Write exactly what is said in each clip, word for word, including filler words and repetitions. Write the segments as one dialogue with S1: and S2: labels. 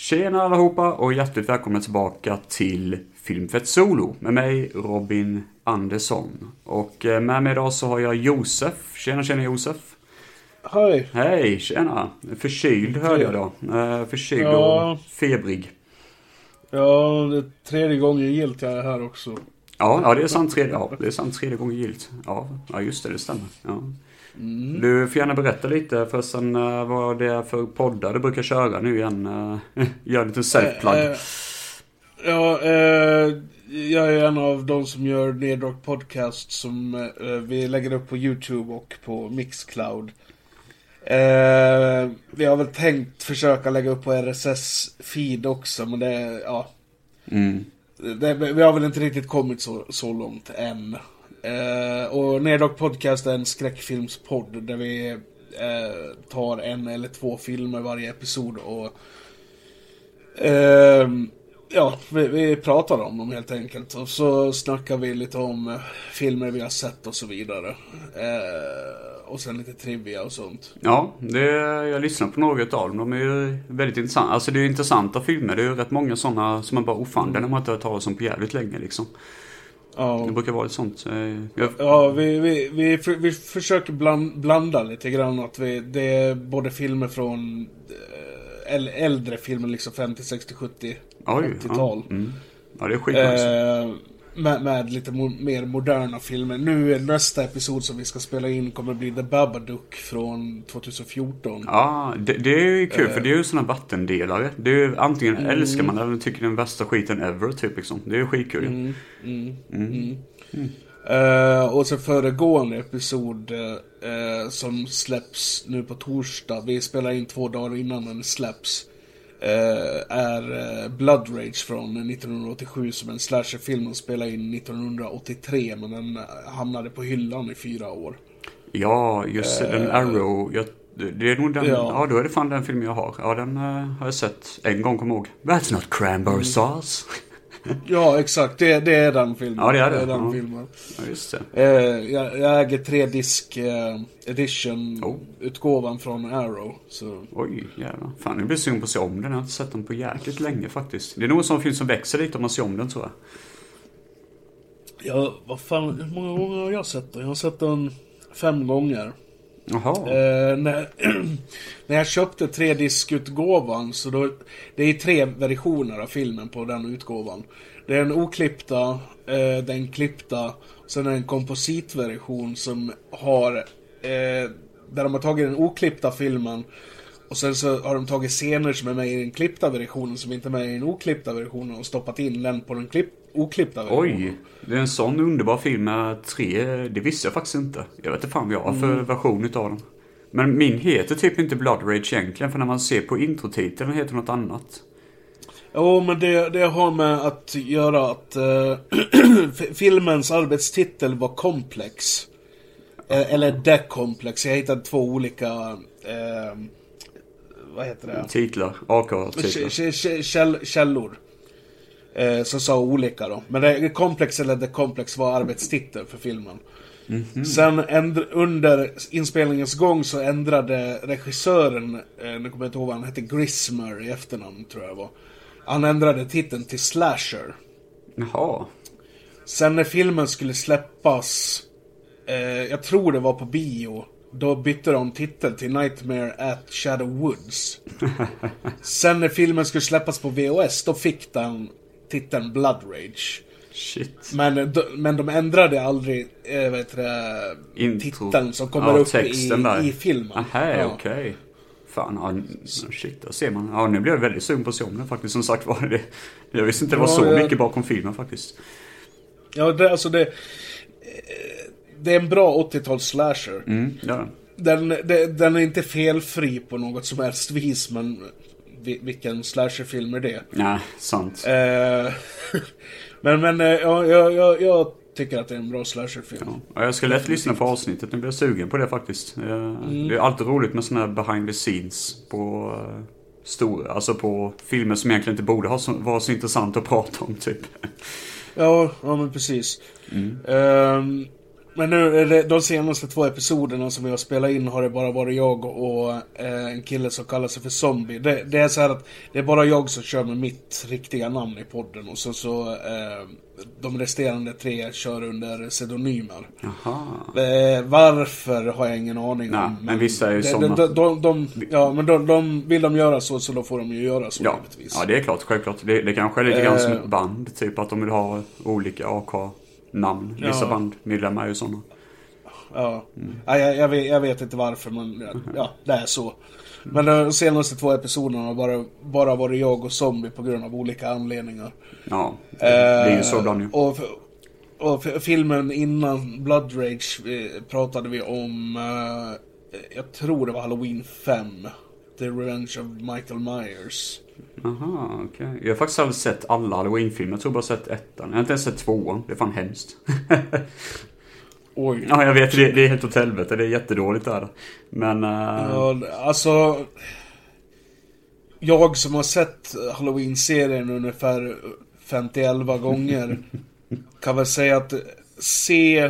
S1: Tjena allihopa och hjärtligt välkomna tillbaka till Filmfett Solo med mig Robin Andersson. Och med mig idag så har jag Josef. Tjena, tjena Josef.
S2: Hej.
S1: Hej, tjena. Förkyld hörde jag då. Förkyld
S2: ja.
S1: och febrig.
S2: Ja, det är tredje gången gilt jag är här också.
S1: Ja, ja det är sant tredje, ja, det är sant tredje gånger gilt. Ja, ja just det, det stämmer. Ja. Mm. Du får gärna berätta lite förresten uh, vad det är för poddar du brukar köra nu igen. Uh, gör en liten self-plug. Uh, uh,
S2: ja, uh, jag är en av de som gör Nedrock Podcast som uh, vi lägger upp på YouTube och på Mixcloud. Uh, vi har väl tänkt försöka lägga upp på R S S-feed också, men det, ja.
S1: Mm.
S2: Det, vi har väl inte riktigt kommit så, så långt än. Uh, och Nedrock Podcast är en skräckfilmspodd där vi uh, tar en eller två filmer varje episod och uh, ja, vi, vi pratar om dem helt enkelt. Och så snackar vi lite om uh, filmer vi har sett och så vidare. Uh, och sen lite trivia och sånt.
S1: Ja, det, jag lyssnar på något av dem. De är ju väldigt intressanta. Alltså det är ju intressanta filmer. Det är ju rätt många sådana som man bara ofan. Den har man inte hört talas om på jävligt länge liksom.
S2: Ja.
S1: Det brukar vara ett sånt. Jag...
S2: Ja, vi, vi, vi, för, vi försöker bland, blanda lite grann. Att vi, det är både filmer från äh, äldre filmer, liksom femtio, sextio, sjuttio, åttiotal.
S1: Ja, mm. Ja, det är skitnice.
S2: Äh, med, med lite mo- mer moderna filmer. Nu är nästa episod som vi ska spela in kommer bli The Babadook från tjugohundrafjorton.
S1: Ja, det, det är ju kul äh, för det är ju såna vattendelare. Det är ju antingen mm. älskar man eller tycker den värsta skiten ever typ liksom. Det är ju skitkul.
S2: Mm, mm, mm. Mm. Mm. Uh, och så föregående episod uh, som släpps nu på torsdag. Vi spelar in två dagar innan den släpps. Uh, är uh, Blood Rage från nittonhundraåttiosju som en slasherfilm och spelade in nittonhundraåttiotre, men den hamnade på hyllan i fyra år.
S1: Ja, just uh, den Arrow. Jag, det är nog den, ja. ja, då är det fan den film jag har. Ja, den uh, har jag sett en gång, kom ihåg. That's not cranberry mm. sauce.
S2: Ja, exakt. Det, det är den filmen.
S1: Ja, det är det.
S2: det, är den
S1: ja.
S2: filmen.
S1: Ja, just det.
S2: Uh, jag, jag äger tre disk uh, edition oh. utgåvan från Arrow. Så.
S1: Oj, jävlar. Fan, jag blir sugen på att se om den. Jag har inte sett den på jäkligt länge faktiskt. Det är nog en sån film som växer lite om man ser om den, tror jag.
S2: Ja, vad fan, hur många gånger har jag sett den? Jag har sett den fem gånger.
S1: Jaha.
S2: Uh, när, när jag köpte tre diskutgåvan, så då, det är tre versioner av filmen på den utgåvan. Det är en oklippta, uh, den klippta, sen är det en kompositversion som har uh, där de har tagit den oklippta filmen och sen så har de tagit scener som är med i den klippta versionen som inte är med i den oklippta versionen och stoppat in den på den klipp, oklippta versionen.
S1: Oj, det är en sån underbar film med tre, det visste jag faktiskt inte. Jag vet inte fan vad jag har för mm. version utav den. Men min heter typ inte Blood Rage egentligen, för när man ser på introtiteln heter något annat.
S2: Ja, men det, det har med att göra att uh, filmens arbetstitel var Complex. Uh, eller The Complex. Jag hittade två olika uh, vad heter det?
S1: Titlar, A K-titlar.
S2: K- k- käll, källor. Uh, som sa olika då. Men det, Complex eller The Complex var arbetstitel för filmen. Mm-hmm. Sen ändr- under inspelningens gång så ändrade regissören, uh, nu kommer jag inte ihåg vad han hette, Grismer i efternamn tror jag var. Han ändrade titeln till Slasher.
S1: Jaha.
S2: Sen när filmen skulle släppas, eh, jag tror det var på bio, då bytte de titel till Nightmare at Shadow Woods. Sen när filmen skulle släppas på V H S, då fick den titeln Blood Rage.
S1: Shit.
S2: Men, de, men de ändrade aldrig eh, vet det, titeln som kommer ja, upp i, i filmen.
S1: Aha, ja. Okej. Okay. Fan, ja, shit, där ser man. Ja, nu blir jag väldigt sugen på att se om den faktiskt, som sagt var det. Jag visste inte det var ja, så jag... mycket bakom filmen faktiskt.
S2: Ja, det, alltså det det är en bra åttio-tals slasher.
S1: Mm, ja.
S2: Den, det, den är inte felfri på något som helst vis, men vilken slasherfilm är det?
S1: Ja, sant.
S2: Eh, men men ja, jag, jag, jag tycker att det är en bra slasherfilm.
S1: Ja, jag ska lätt lyssna på avsnittet. Nu blir jag sugen på det faktiskt. Mm. Det är alltid roligt med såna här behind the scenes på uh, stora, alltså på filmer som egentligen inte borde ha så, vara så intressant att prata om typ.
S2: Ja, ja men precis. Mm. Um, Men nu är det, de senaste två episoderna som vi har spelat in har det bara varit jag och eh, en kille som kallar sig för Zombie. Det, det är så här att det är bara jag som kör med mitt riktiga namn i podden. Och så, så eh, de resterande tre kör under pseudonymer.
S1: Jaha.
S2: Eh, varför har jag ingen aning
S1: Nej,
S2: om.
S1: men vissa är ju
S2: de,
S1: såna.
S2: de, de, de, ja, men de, de vill de göra så, så då får de ju göra så.
S1: Ja, ja det är klart, självklart. Det, det kanske är lite grann som ett band. Typ att de vill ha olika A K-namn. Vissa ja. bandmedlemmar är ju sådana.
S2: Ja, mm. ja jag, jag, vet, jag vet inte varför, men ja, ja, det är så. Men de senaste två episoderna har bara, bara varit jag och Zombie på grund av olika anledningar.
S1: Ja, det blir ju så ibland ju.
S2: Och, och filmen innan Blood Rage pratade vi om, uh, jag tror det var Halloween fem. The Revenge of Michael Myers.
S1: Aha, okej. Okay. Jag har faktiskt aldrig sett alla Halloween-filmer. Jag tror bara sett ettan. Jag har inte ens sett tvåan. Det är fan hemskt.
S2: Oj.
S1: Ja, jag vet. Det, det är helt åt helvete. Det är jättedåligt där. Men... Uh...
S2: Ja, alltså... Jag som har sett Halloween-serien ungefär femtio gånger kan väl säga att se...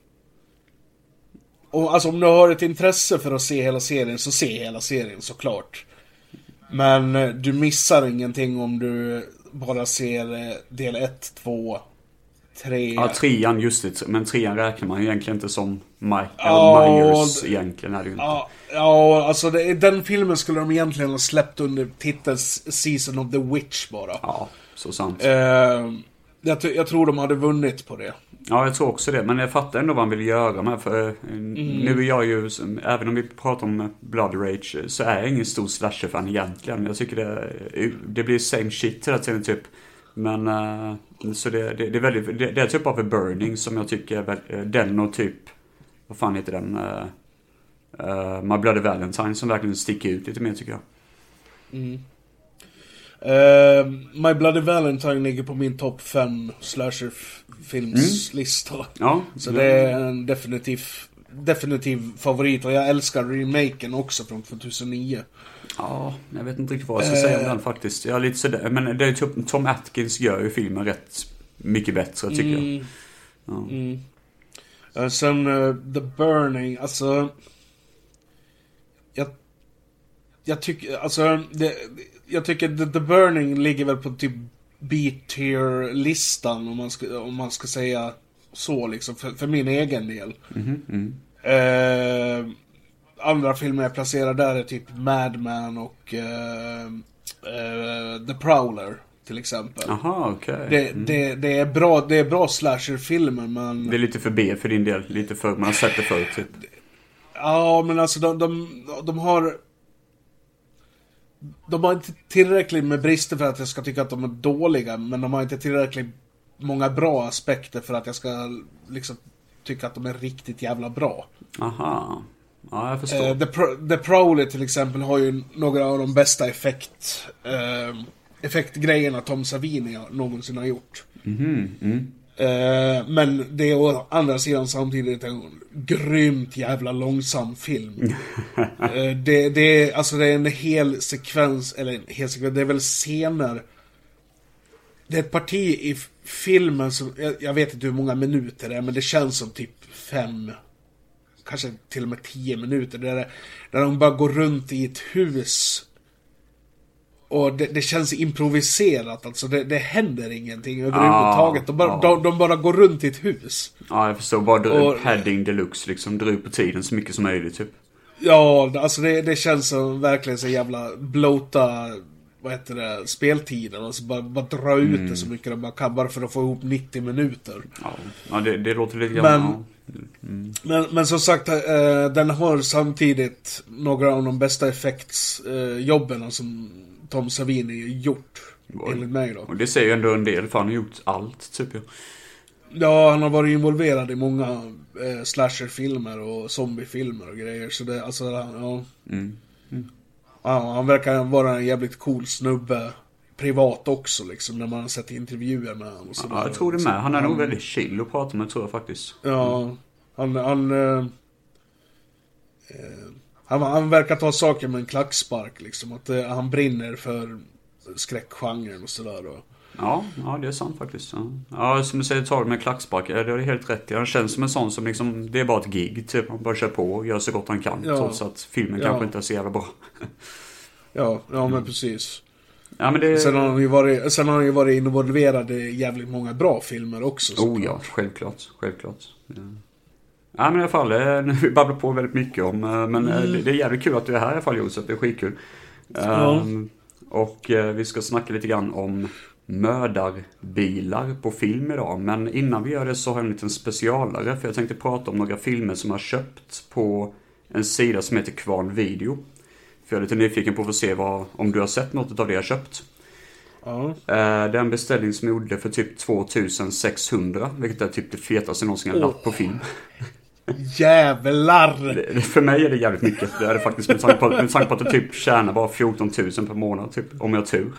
S2: Och, alltså om du har ett intresse för att se hela serien, så se hela serien såklart. Men du missar ingenting om du bara ser del ett, två, tre.
S1: Ja, trean just det. Men trean räknar man ju egentligen inte som Michael ja, Myers egentligen. Är det ju inte.
S2: Ja, ja, alltså det, den filmen skulle de egentligen ha släppt under titeln Season of the Witch bara.
S1: Ja, så sant.
S2: Uh, jag, jag tror de hade vunnit på det.
S1: Ja, jag tror också det. Men jag fattar ändå vad han vill göra med. För mm. nu är jag ju, även om vi pratar om Blood Rage, så är jag ingen stor slasher-fan egentligen. Jag tycker det, det blir same shit hela tiden typ. Men uh, så det, det, det är väldigt, det, det är typ av Burning som jag tycker är väldigt, den och typ, vad fan heter den? Uh, uh, My Bloody Valentine som verkligen sticker ut lite mer tycker jag.
S2: Mm. Uh, My Bloody Valentine ligger på min topp fem slasher-filmslista. Mm.
S1: Ja,
S2: så det är en definitiv, definitiv favorit. Och jag älskar remaken också från tvåtusen nio.
S1: Ja, jag vet inte riktigt vad jag ska uh, säga om den faktiskt. Jag är lite sådär, men det är typ, Tom Atkins gör ju filmen rätt mycket bättre tycker mm, jag. Ja.
S2: Mm. Uh, sen uh, The Burning, alltså jag, jag tycker, alltså det, jag tycker The, The Burning ligger väl på typ B-tier-listan om man ska, om man ska säga så liksom, för, för min egen del.
S1: Mm, mm.
S2: Uh, andra filmer jag placerar där är typ Mad Men och uh, uh, The Prowler till exempel.
S1: Aha, okej. Okay.
S2: Det,
S1: mm.
S2: det, det är bra, det är bra slasher-filmer, men
S1: det är lite för B för din del, lite för man har sett det förut typ.
S2: Ja, men alltså de, de, de har de har inte tillräckligt med brister för att jag ska tycka att de är dåliga, men de har inte tillräckligt många bra aspekter för att jag ska liksom tycka att de är riktigt jävla bra.
S1: Aha. Ja, jag förstår.
S2: Uh, The, Pro- The Prowler till exempel har ju några av de bästa effekt uh, effektgrejerna Tom Savini någonsin har gjort.
S1: Mm, mm.
S2: Uh, men det är å andra sidan samtidigt en grymt jävla långsam film. uh, det, det, är, alltså det är en hel sekvens, eller en hel sekvens, det är väl scener. Det är ett parti i filmen som, jag, jag vet inte hur många minuter det är, men det känns som typ fem, kanske till och med tio minuter, där, där de bara går runt i ett hus. Och det, det känns improviserat, alltså det, det händer ingenting överhuvudtaget. Ah, de, bara, ah. de, de bara går runt i ett hus.
S1: Ja, jag förstår. Bara och, padding deluxe, liksom dra ut på tiden så mycket som möjligt typ.
S2: Ja, alltså det, det känns som verkligen så jävla blåta, vad heter det, speltiden. Alltså bara, bara dra ut mm. det så mycket de bara kan, bara för att få ihop nittio minuter.
S1: Ja, ja det, det låter lite grann.
S2: Men, mm. men, men som sagt, eh, den har samtidigt några av de bästa effektsjobben eh, som Tom Savini gjort, Boy. enligt mig då.
S1: Och det säger ju ändå en del, för han har gjort allt, typ.
S2: Ja, han har varit involverad i många eh, slasherfilmer och zombiefilmer och grejer. Så det, alltså, ja.
S1: Mm. Mm.
S2: Ja, han verkar vara en jävligt cool snubbe privat också, liksom, när man har sett intervjuer med honom. Och
S1: ja, jag tror det med. Han är han, nog väldigt chill att prata med, tror jag faktiskt.
S2: Ja, mm. han... han eh, eh, Han, han verkar ta saker med en klackspark liksom, att eh, han brinner för skräckgenren och sådär. Och,
S1: Ja, ja, det är sant faktiskt. Ja, ja som du säger, tar det med klackspark. Det är helt rätt. Han känns som en sån som liksom, det är bara ett gig. Typ. Han bara kör på och gör så gott han kan. Ja. Trots att filmen ja. kanske inte är så jävla bra.
S2: ja, ja, men precis.
S1: Ja, men det...
S2: sen, har han ju varit, sen har han ju varit involverad i jävligt många bra filmer också.
S1: Oh ja, självklart. Självklart. Ja. Ja, men i alla fall, vi babblar på väldigt mycket om, men mm. det är jävligt kul att du är här i alla fall, Josef. Det är skitkul. Ja. Um, och uh, vi ska snacka lite grann om mördarbilar på film idag. Men innan vi gör det så har jag en liten specialare. För jag tänkte prata om några filmer som jag har köpt på en sida som heter Kvarn Video. För jag är lite nyfiken på att få se vad, om du har sett något av det jag har köpt.
S2: Ja.
S1: Uh, det är en beställning som jag gjorde för typ tvåtusensexhundra. Vilket är typ det fetaste någonsin jag har lagt på film.
S2: Jävlar!
S1: Det, för mig är det jävligt mycket. Det är det faktiskt med tanke på, med tanke på att jag typ tjänar bara fjorton tusen per månad typ, om jag har tur.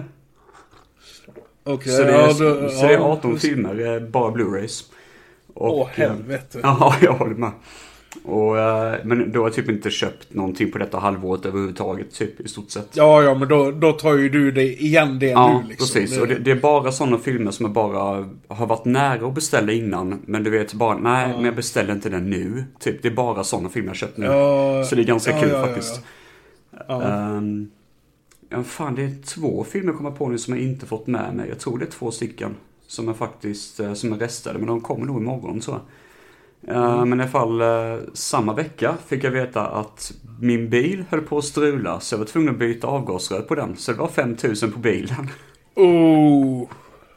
S2: Okay,
S1: så, det är,
S2: ja, då,
S1: så det är arton
S2: ja,
S1: filmer, bara Blu-rays.
S2: Åh, helvete.
S1: Ja, jag håller med. Och, men då har jag typ inte köpt någonting på detta halvåret överhuvudtaget, typ i stort sett.
S2: Ja, ja, men då, då tar ju du det igen det
S1: ja,
S2: nu liksom.
S1: Precis.
S2: Det...
S1: Och det, det är bara sådana filmer som jag bara har varit nära att beställa innan. Men du vet bara, nej, ja. men jag beställer inte den nu. Typ, det är bara sådana filmer jag köpt nu.
S2: Ja,
S1: så det är ganska
S2: ja,
S1: kul
S2: ja,
S1: faktiskt.
S2: Ja, ja.
S1: Um, ja, fan, det är två filmer jag kommer på nu som jag inte fått med mig. Jag tror det är två stycken som jag faktiskt, som är restade. Men de kommer nog imorgon, så. Uh, men i alla fall uh, samma vecka fick jag veta att min bil höll på att strula, så jag var tvungen att byta avgasrör på den. Så det var fem tusen på bilen.
S2: Oh.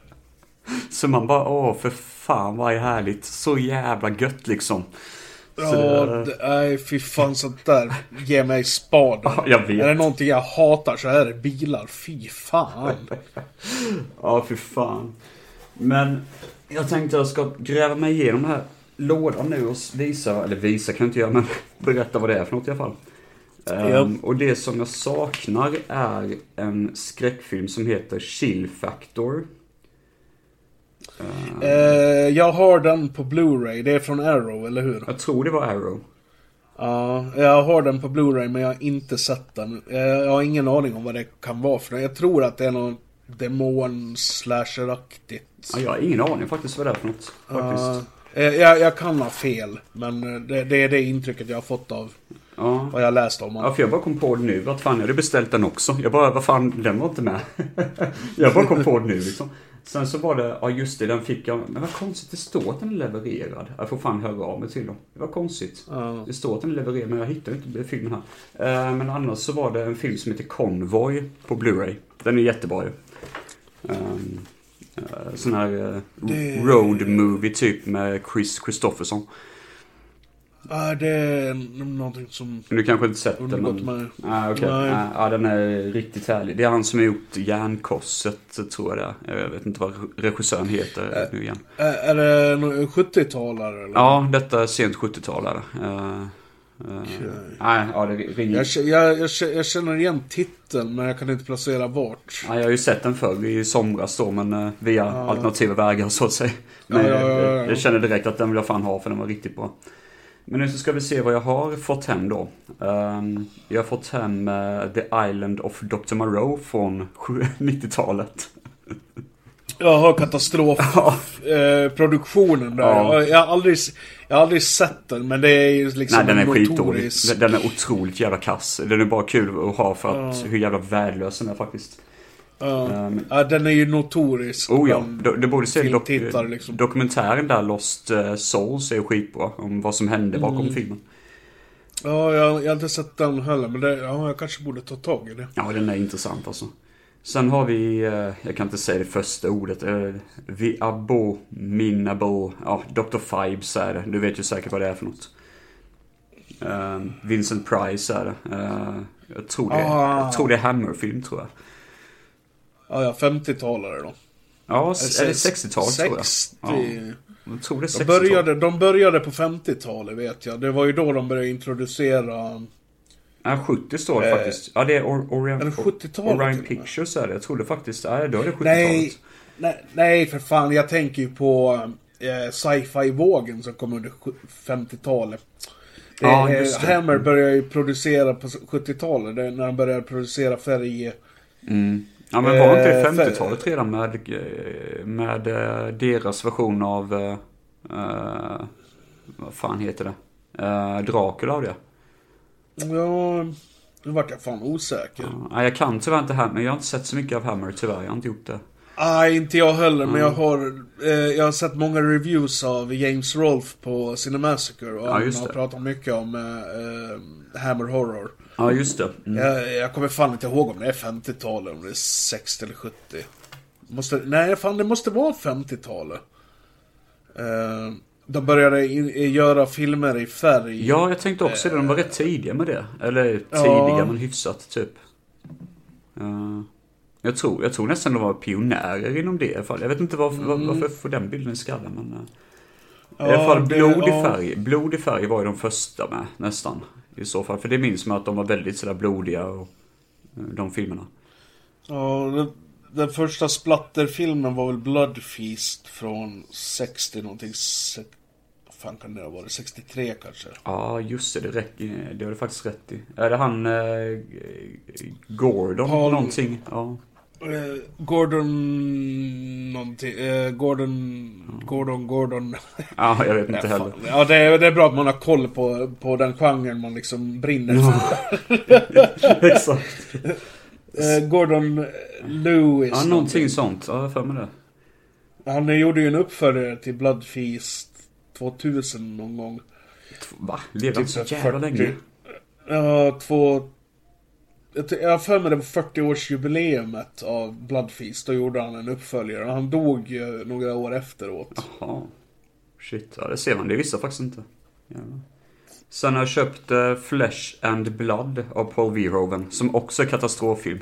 S1: Så man bara, åh för fan vad är härligt. Så jävla gött liksom.
S2: Ja, det, det är fy fan sånt där. Ge mig spaden.
S1: Ja, jag vet.
S2: Är det någonting jag hatar så är det bilar. Fy fan.
S1: Ja, fy fan. Men jag tänkte jag ska gräva mig igenom den här lådan nu och visa, eller visa kan jag inte göra, men berätta vad det är för något i alla fall.
S2: Ja.
S1: Um, och det som jag saknar är en skräckfilm som heter Chill Factor.
S2: Uh, uh, jag har den på Blu-ray. Det är från Arrow, eller hur?
S1: Jag tror det var Arrow.
S2: Ja, uh, jag har den på Blu-ray, men jag har inte sett den. Jag har ingen aning om vad det kan vara för. Jag tror att det är någon demon-slasher-aktigt.
S1: Ja, jag har ingen aning faktiskt vad det är för något. Faktiskt.
S2: Uh, jag, jag kan ha fel, men det, det är det intrycket jag har fått av
S1: ja.
S2: vad jag läst om.
S1: Ja, för jag bara kom på det nu. Vad fan, jag hade beställt den också. Jag bara, vad fan, den var inte med. Jag bara kom på det nu liksom. Sen så var det, ja just det, den fick jag. Men vad konstigt, det står att den är levererad. Jag får fan höra av mig till dem. Det var konstigt.
S2: Uh.
S1: Det står att den är levererad, men jag hittar inte filmen här. Uh, men annars så var det en film som heter Convoy på Blu-ray. Den är jättebra ju. Um, uh, sån här uh, det... road movie typ med Chris Christopherson.
S2: Ja, det är någonting som...
S1: Du kanske inte sett den, men... Ah, okay. ah, ah, den är riktigt härlig. Det är han som har gjort Järnkorset, tror jag det är. Jag vet inte vad regissören heter äh, nu igen.
S2: Är, är det någon sjuttiotalare? Eller?
S1: Ja, detta är sent sjuttiotalare. Uh, uh, okay. ah, ja, det ringer...
S2: jag, jag, jag, jag känner igen titeln, men jag kan inte placera vart.
S1: Ah, jag har ju sett den förr i somras då, men uh, via ah. alternativa vägar så att säga. Men
S2: ja, ja, ja, ja.
S1: Jag, jag känner direkt att den vill jag fan ha, för den var riktigt bra. Men nu så ska vi se vad jag har fått hem då. Um, jag har fått hem uh, The Island of doktor Moreau från nittiotalet.
S2: Jag har katastrofproduktionen eh, där. Ja. Jag, har aldrig, jag har aldrig sett den, men det är ju liksom...
S1: Nej, den är skitdålig. Den är otroligt jävla kass. Den är bara kul att ha för att
S2: ja.
S1: hur jävla värdelös den är faktiskt.
S2: Ja. Um, ja, den är ju notorisk.
S1: Oh ja, du, du borde se dok
S2: tittar, liksom.
S1: dokumentären där, Lost Souls, är ju skitbra. Om vad som hände bakom mm. filmen.
S2: Ja, jag, jag har inte sett den heller, men det, ja, jag kanske borde ta tag i det.
S1: Ja, den är intressant alltså. Sen har vi, jag kan inte säga det första ordet, Vi abominable, ja, doktor Fibes är det. Du vet ju säkert vad det är för något. Uh, Vincent Price är det. Uh, jag, tror det
S2: ah.
S1: jag tror det är Hammerfilm, tror jag.
S2: Ja, ja, femtiotalare då.
S1: Ja, är det sextiotal tror jag.
S2: sextio
S1: Ja, jag tror det är
S2: sextiotal. De började, de började på femtiotalet, vet jag. Det var ju då de började introducera...
S1: Ja, sjuttio står det eh, faktiskt. Ja, det är Or Orion,
S2: är sjuttiotalet,
S1: Orion Pictures är det. Jag tror det faktiskt. Ja, då är det sjuttiotalet.
S2: Nej, nej, nej, för fan. Jag tänker ju på eh, sci-fi-vågen som kom under femtiotalet. Det, ja, just det. Hammer började ju producera på sjuttiotalet. Det, när de började producera färg...
S1: Mm. Ja, men var inte det femtiotalet redan med, med deras version av, uh, vad fan heter det? Uh, Dracula av det?
S2: Ja, nu vart jag fan osäker.
S1: Ja, jag kan tyvärr inte Hammer, jag har inte sett så mycket av Hammer tyvärr, jag har inte gjort det.
S2: Nej, inte jag heller,
S1: mm.
S2: men jag har eh, jag har sett många reviews av James Rolfe på Cinemassacre och
S1: ja,
S2: han har pratat mycket om eh, Hammer Horror.
S1: Ja, just det.
S2: Mm. Jag, jag kommer fan inte ihåg om det är femtiotalet, om det är sextio eller sjuttio. Måste, nej, fan det måste vara femtiotalet. Eh, de började i, göra filmer i färg.
S1: Ja, jag tänkte också det. De var rätt tidiga med det. Eller tidiga, ja. Men hyfsat, typ. Uh, jag, tror, jag tror nästan de var pionjärer inom det i alla fall. Jag vet inte varför, mm. varför jag får den bilden i skallen. Men, uh, ja, i alla fall blod i färg. Ja. Blod i färg var ju de första med, nästan. I så fall. För det minns man att de var väldigt sådär blodiga och uh, de filmerna.
S2: Ja, det... Den första splatterfilmen var väl Blood Feast från sextio någonting. Vad fan kan det ha varit? sextiotre kanske?
S1: Ja, just det. Det, räcker, det var det faktiskt rätt i. Är det han eh, Gordon
S2: Paul,
S1: någonting? Ja.
S2: Eh, Gordon någonting. Eh, Gordon, Gordon, Gordon.
S1: Ja, jag vet inte
S2: ja,
S1: heller.
S2: Ja, det är, det är bra att man har koll på, på den genren man liksom brinner
S1: för. Exakt.
S2: Uh, Gordon Lewis.
S1: Ja, någonting sånt. Ja, för mig det.
S2: Han gjorde ju en uppföljare till Blood Feast tvåtusen någon gång.
S1: Va? Levde han så jävla länge?
S2: Ja, två... Jag har för mig det var fyrtio-årsjubileumet av Blood Feast. Då gjorde han en uppföljare. Han dog ju några år efteråt.
S1: Jaha. Shit, ja det ser man. Det visste jag faktiskt inte. Jävlar. Sen har jag köpt uh, Flesh and Blood av Paul Verhoeven, som också är katastroffilm.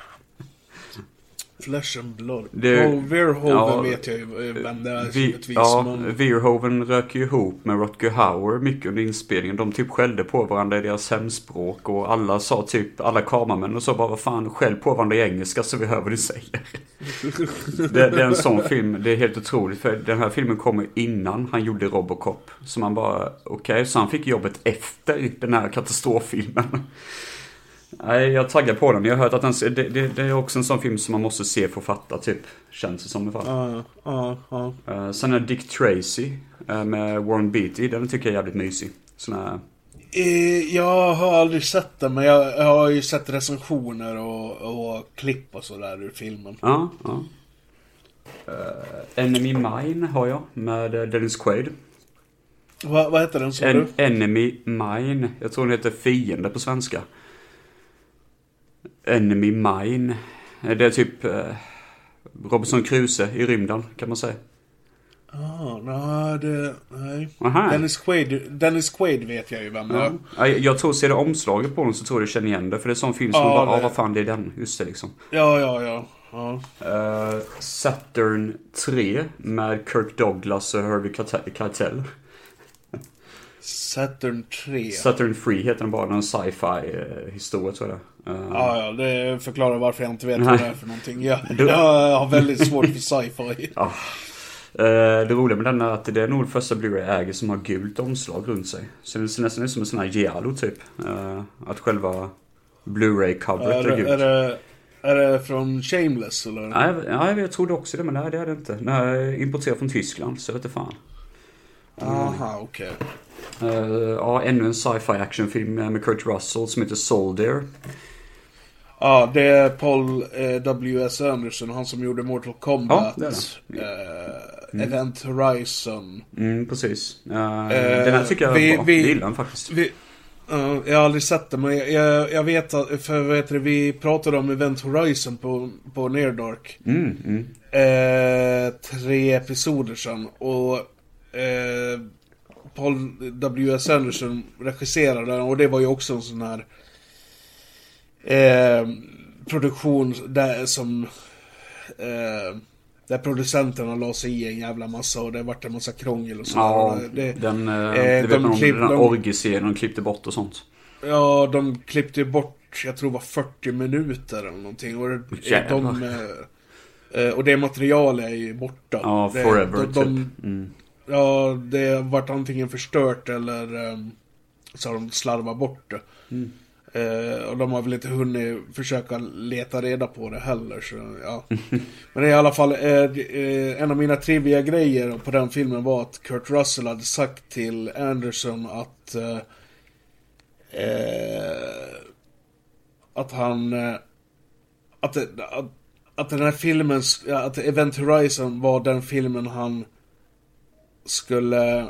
S2: Flesh and Blood.
S1: Det,
S2: Paul Verhoeven ja, vet jag ju vem det är. Vi,
S1: ja, men... Verhoeven rök ju ihop med Rutger Hauer mycket under inspelningen. De typ skällde på varandra i deras hemspråk och alla sa typ, alla kameramän och så bara, vad fan, skäll på varandra i engelska så vi hör vad du säger. det, det är en sån film, det är helt otroligt, för den här filmen kommer innan han gjorde Robocop. Så man bara, okej, okay, så han fick jobbet efter den här katastroffilmen. Nej, jag taggar på den. Jag har hört att den, det, det, det är också en sån film som man måste se för att fatta, typ. Känns det som i alla fall.
S2: Ja, ja, ja.
S1: Uh, sen är Dick Tracy uh, med Warren Beatty. Den tycker jag är jävligt mysig. Sån här...
S2: eh, jag har aldrig sett den, men jag, jag har ju sett recensioner och, och klipp och sådär ur filmen.
S1: Ja, ja. Uh, Enemy Mine har jag med Dennis Quaid.
S2: Va, vad heter den, så
S1: en,
S2: du?
S1: Enemy Mine. Jag tror den heter Fiende på svenska. Enemy Mine. Det är typ eh, Robinson Crusoe i rymden, kan man säga.
S2: Ah, nej, det... Nej.
S1: Aha.
S2: Dennis Quaid, Dennis Quaid vet jag ju vem det är.
S1: Ja. Jag, jag tror, ser det omslaget på den så tror jag du känner igen det. För det är sån film som
S2: ja,
S1: man bara,
S2: det...
S1: ah, vad fan det är den. Just det liksom.
S2: Ja, ja, ja. ja.
S1: Uh, Saturn tre med Kirk Douglas och Harvey Keitel.
S2: Saturn tre.
S1: Saturn tre heter den bara, en sci-fi uh, historia tror jag. Uh,
S2: ja, ja, det förklarar varför jag inte vet vad det är för någonting. Jag, du... jag har väldigt svårt för sci-fi.
S1: Ja. Uh, det roliga med den är att det är nog första Blu-ray äger som har gult omslag runt sig. Så det ser nästan ut som en sån här giallo typ. Uh, att själva Blu-ray-coveret
S2: är,
S1: är gult.
S2: Är det, är det från Shameless eller?
S1: Nej, ja, jag trodde också det, men nej, det är det inte. Den är importerad från Tyskland, så jag vet inte fan.
S2: Aha, okej. Okay.
S1: Uh, ja, ännu en sci-fi actionfilm med Kurt Russell som heter Soldier.
S2: Ja, det är Paul eh, W S Anderson, han som gjorde Mortal Kombat.
S1: Ja, det är det.
S2: Eh, mm. Event Horizon.
S1: Mm, precis. Uh,
S2: eh,
S1: den här tycker jag
S2: vi,
S1: är bra.
S2: Vi,
S1: det gillar den faktiskt.
S2: Vi, uh, jag har aldrig sett den, men jag, jag, jag vet att, för vad heter det, vi pratade om Event Horizon på, på Near Dark.
S1: Mm, mm.
S2: Eh, tre episoder sedan. Och eh, Paul W S Anderson regisserade den, och det var ju också en sån här eh, produktion där som eh, där producenterna la sig i en jävla massa och det vart en massa krångel och så.
S1: Ja,
S2: det,
S1: den, eh,
S2: eh,
S1: det vet
S2: de
S1: man om
S2: klipp,
S1: den
S2: de,
S1: orgeserien de klippte bort och sånt.
S2: Ja, de klippte bort, jag tror det var fyrtio minuter eller någonting, och det, de, eh, och det materialet är ju borta.
S1: Ja,
S2: det,
S1: forever
S2: de, de,
S1: typ. Mm.
S2: Ja, det har varit antingen förstört eller um, så har de slarvat bort det.
S1: Mm.
S2: Uh, och de har väl inte hunnit försöka leta reda på det heller. Så, ja. Men i alla fall, uh, uh, en av mina trivia-grejer på den filmen var att Kurt Russell hade sagt till Anderson att uh, uh, att han uh, att, att, att den här filmen, att Event Horizon var den filmen han skulle,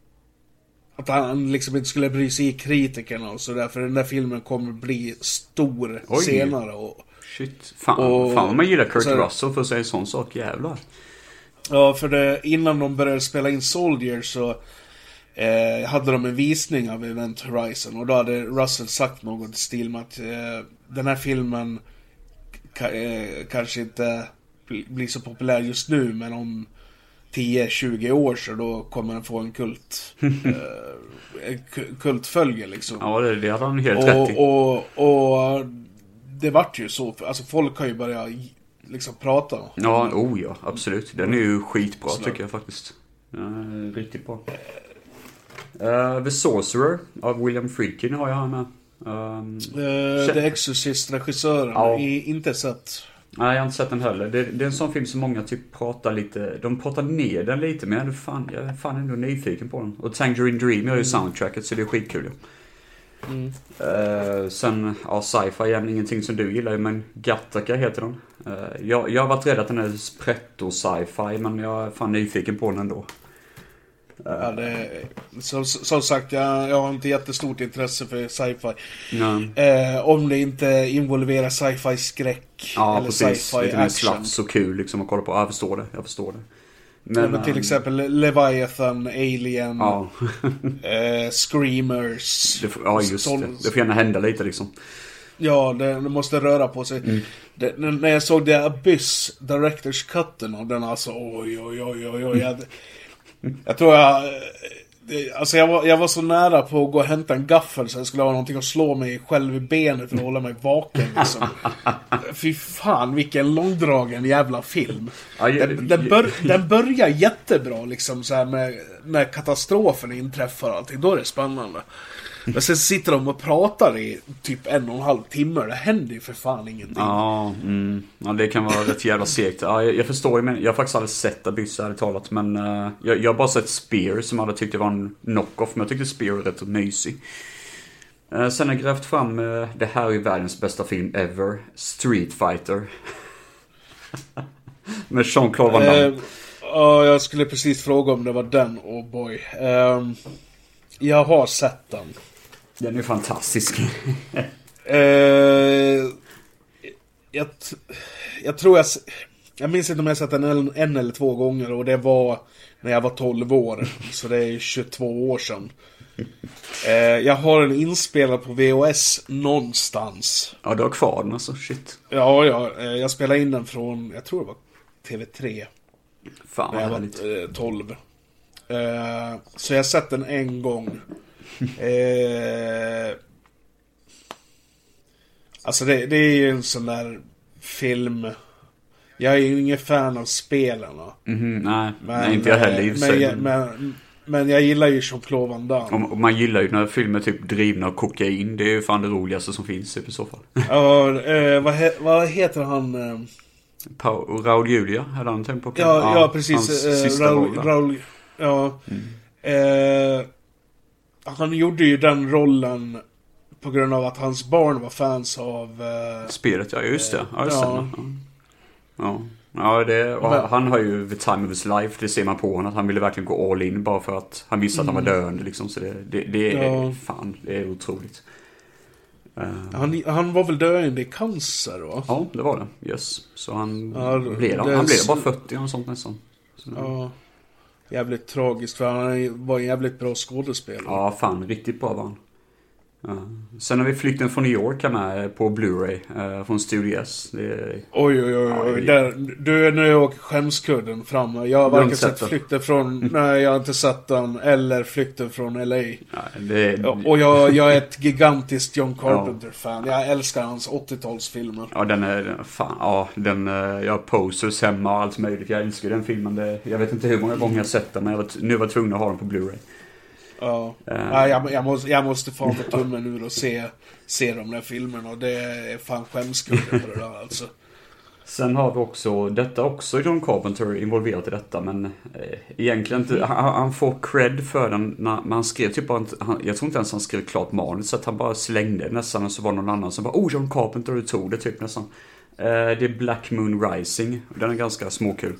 S2: att han liksom inte skulle bry sig i kritikerna och så där, för den där filmen kommer bli stor Oj. senare och,
S1: shit, fan, och, fan man gillar Kurt så, Russell för att säga en sån sak, jävlar.
S2: Ja, för det, innan de började spela in Soldier så eh, hade de en visning av Event Horizon, och då hade Russell sagt något i stil med att eh, den här filmen ka, eh, kanske inte blir så populär just nu, men om tio tjugo år så då kommer den få en kult eh, kultfölje liksom.
S1: Ja, det, det hade han helt
S2: och,
S1: rätt i.
S2: Och, och, och det vart ju så, alltså folk har ju börjat liksom prata.
S1: Ja, oh ja, absolut. Den är ju skitbra så. Tycker jag faktiskt. Ja, riktigt bra. Uh, The Sorcerer av William Friedkin har jag här med. Um,
S2: uh, The Exorcist-regissören, ja. Inte sett.
S1: Nej, jag har inte sett den heller. Det, det är en sån film som många typ pratar lite, de pratar ner den lite, men jag är fan, jag är fan ändå nyfiken på den. Och Tangerine Dream gör ju soundtracket, så det är skitkul. Ja. Mm. Uh, sen, ja, sci-fi igen, ingenting som du gillar, men Gattaca heter den. Uh, jag, jag har varit rädd att den är sprätto sci-fi, men jag är fan nyfiken på den ändå.
S2: Ja, det, så, som sagt, jag, jag har inte jättestort intresse för sci-fi. Eh, om det inte involverar sci-fi skräck,
S1: ja,
S2: eller
S1: precis.
S2: Sci-fi
S1: lite
S2: action.
S1: Slaps så kul liksom att kolla på. Ja, jag förstår det, jag förstår det.
S2: Men, ja, men till um, exempel Leviathan, Alien,
S1: ja.
S2: eh, Screamers.
S1: Det får, ja, just Sol- det. Det får gärna hända lite liksom.
S2: Ja, det, det måste röra på sig. Mm. Det, när jag såg The Abyss, Director's Cutten av den, alltså oj, oj, oj, oj, oj. Jag, jag tror jag... Alltså jag var, jag var så nära på att gå och hämta en gaffel så jag skulle ha någonting att slå mig själv i benet för att hålla mig vaken liksom. Fy fan, vilken långdragen jävla film. Den, den, bör, den börjar jättebra liksom så här med, när katastrofen inträffar och allting. Då är det spännande. Men sen sitter de och pratar i typ en och en halv timme. Det händer ju för fan ingenting.
S1: Ja, mm. Ja, det kan vara rätt jävla segt. Ja, jag, jag förstår, men jag har faktiskt aldrig sett Abyss ärligt talat. Men uh, jag, jag har bara sett Spear som alla tyckte var en knock-off. Men jag tyckte Spear var rätt mysig. Uh, sen har jag grävt fram uh, det här är världens bästa film ever. Street Fighter. Med Jean-Claude Van Damme. Uh,
S2: ja, jag skulle precis fråga om det var den. Oh boy. Um, jag har sett den.
S1: Den är fantastisk.
S2: uh, jag, jag tror jag... Jag minns inte om jag sett den en, en eller två gånger. Och det var när jag var tolv år. Så det är tjugotvå år sedan. uh, Jag har den inspelad på V H S någonstans.
S1: Ja, du har kvar den alltså, shit.
S2: Ja, ja uh, jag spelade in den från... Jag tror det var T V tre.
S1: Fan,
S2: när jag var uh, tolv. uh, Så jag har sett den en gång. Eh, alltså det, det är ju en sån där film. Jag är ju ingen fan av spelarna.
S1: Mm-hmm, nej, men, nej, inte jag heller i
S2: men, jag, men, men jag gillar ju Jean-Claude Van Damme.
S1: Och man gillar ju när filmer typ drivna av kokain. Det är ju fan det roligaste som finns typ, i så fall.
S2: Ja, eh, vad, he, vad heter han? Eh?
S1: Paul, Raul Julia, hade han tänkt på?
S2: Ja, ja, ja, precis. Eh, Raul, Raul, ja. Mm. Eh, Han gjorde ju den rollen på grund av att hans barn var fans av... Uh,
S1: Spelet, ja, just det. Ja, just ja. det. Ja. Ja, det, och men, han har ju the time of his life, det ser man på honom, att han ville verkligen gå all in bara för att han visste att mm. han var döende liksom, så det, det, det är ja. fan, det är otroligt. Uh,
S2: han, han var väl döende i cancer, va?
S1: Ja, det var det, yes. Så han ja, blev, han, han blev bara fyrtio och sånt nästan. Så,
S2: ja. Jävligt tragiskt, för han var en jävligt bra skådespelare.
S1: Ja, fan, riktigt bra var han. Ja. Sen har vi Flykten från New York här med på Blu-ray uh, från Studio S. Det är...
S2: Oj, oj, oj. oj. Där, du är nu åker skämskudden fram. Jag har varken sett, sett Flykten från... Nej, jag har inte sett den. Eller Flykten från L A.
S1: Nej, det är...
S2: ja, och jag, jag är ett gigantiskt John Carpenter-fan. Ja. Jag älskar hans åttiotalsfilmer.
S1: Ja, den är... Fan, ja. Den, jag har posters hemma och allt möjligt. Jag älskar den filmen. Det, jag vet inte hur många gånger jag har sett den, men jag var, nu var jag tvungen att ha den på Blu-ray.
S2: Ja,
S1: Uh,
S2: ja jag, jag, måste, jag måste fan få tummen ur och se, se de där filmerna. Och det är fan skämskudde på det där alltså.
S1: Sen har vi också, detta också John Carpenter involverat i detta, men eh, egentligen inte, han, han får cred för den när man skrev typ bara, han, jag tror inte ens han skrev klart manus, så att han bara slängde nästan, och så var någon annan som bara, oh, John Carpenter, du tog det typ nästan. Eh, det är Black Moon Rising, den är ganska småkul.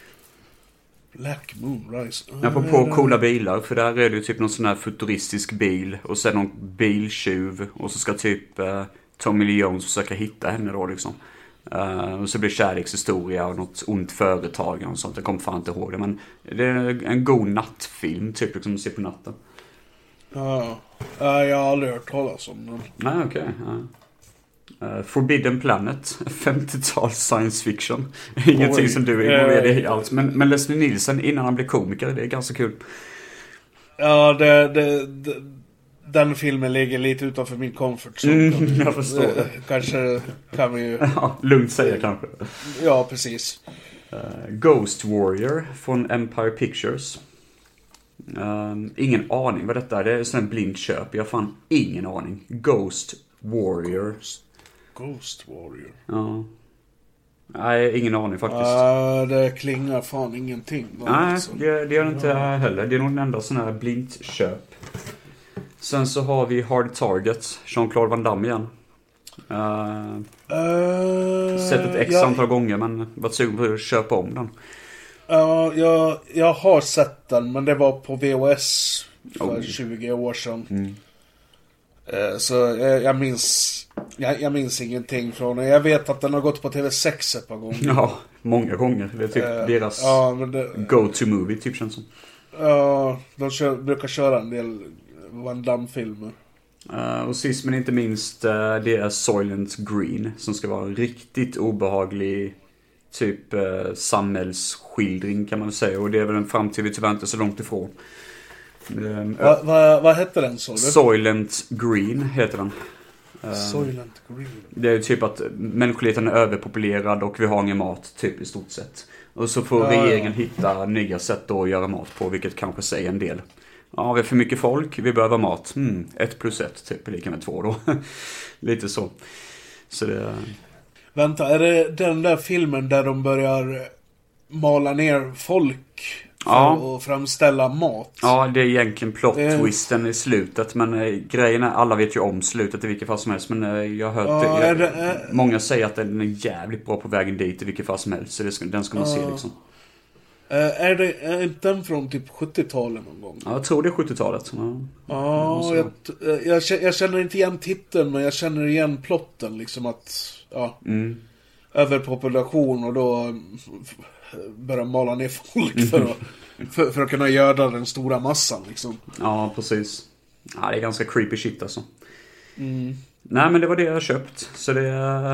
S2: Black Moon Rising?
S1: Ja, på, på coola bilar, för där är det ju typ någon sån här futuristisk bil, och sen någon biltjuv, och så ska typ eh, Tommy Lee Jones försöka hitta henne då liksom. Uh, och så blir kärlekshistoria och något ont företag och sånt. Jag kommer fan inte ihåg det, men det är en god nattfilm typ, liksom att se på natten.
S2: Ja, uh, jag har aldrig hört talas om den.
S1: Nej, okej. Okay. Uh, Forbidden Planet, femtiotal science fiction. Ingenting Oj, som du är involverad i alls. Men, men Leslie Nielsen innan han blev komiker, det är ganska kul.
S2: Ja, det... det, det... Den filmen ligger lite utanför min comfort zone.
S1: Mm, jag förstår det.
S2: Kanske kan vi ju...
S1: Ja, lugnt säga kanske.
S2: Ja, precis.
S1: Uh, Ghost Warrior från Empire Pictures. Uh, ingen aning vad detta är. Det är sån blind köp. Jag har fan ingen aning. Ghost Warrior.
S2: Ghost, Ghost Warrior.
S1: Ja. Nej, ingen aning faktiskt.
S2: Uh, det klingar fan ingenting.
S1: Nej, alltså. det, det gör det inte ja. heller. Det är nog den enda sån här blint köp. Sen så har vi Hard Target, Jean-Claude Van Damme igen. Uh, uh, sett ett x ja, antal gånger, men varit sugen på att köpa om den.
S2: Ja, uh, jag, jag har sett den, men det var på V H S för oh. tjugo år sedan. Mm. Uh, så jag, jag minns jag, jag minns ingenting från den. Jag vet att den har gått på T V sex ett par gånger.
S1: Ja, många gånger. Det är typ uh, deras
S2: uh, men det,
S1: go-to-movie, typ känns som.
S2: Ja, uh, de kör, brukar köra en del Van Damme-filmer.
S1: Uh, och sist men inte minst, uh, det är Soylent Green, som ska vara en riktigt obehaglig typ uh, samhällsskildring kan man säga. Och det är väl en framtid vi tyvärr inte så långt ifrån. Um,
S2: Vad va, va hette den så?
S1: Soylent Green heter den. Uh,
S2: Soylent Green.
S1: Det är ju typ att mänskligheten är överpopulerad och vi har ingen mat typ i stort sett. Och så får ja, regeringen ja. hitta nya sätt att göra mat på, vilket kanske säger en del. Ja, vi har för mycket folk, vi behöver mat. Hmm, ett plus ett, typ, lika med två då. Lite så. Så det...
S2: Vänta, är det den där filmen där de börjar mala ner folk för ja. att framställa mat?
S1: Ja, det är egentligen plot-twisten det... i slutet. Men äh, grejen är, alla vet ju om slutet i vilket fall som helst. Men äh, jag har hört ja, det, jag, det, äh... många säger att den är jävligt bra på vägen dit i vilket fall som helst. Så det ska, den ska man ja. se liksom.
S2: Uh, är det är den från typ sjuttiotalet någon gång?
S1: Ja, jag tror det är sjuttiotalet.
S2: Ja, ja jag, jag, jag känner inte igen titeln, men jag känner igen plotten liksom att ja,
S1: mm.
S2: överpopulation och då börja mala ner folk för att, för, för att kunna göra den stora massan liksom.
S1: Ja, precis. Ja, det är ganska creepy shit alltså.
S2: Mm.
S1: Nej, men det var det jag har köpt. Så det...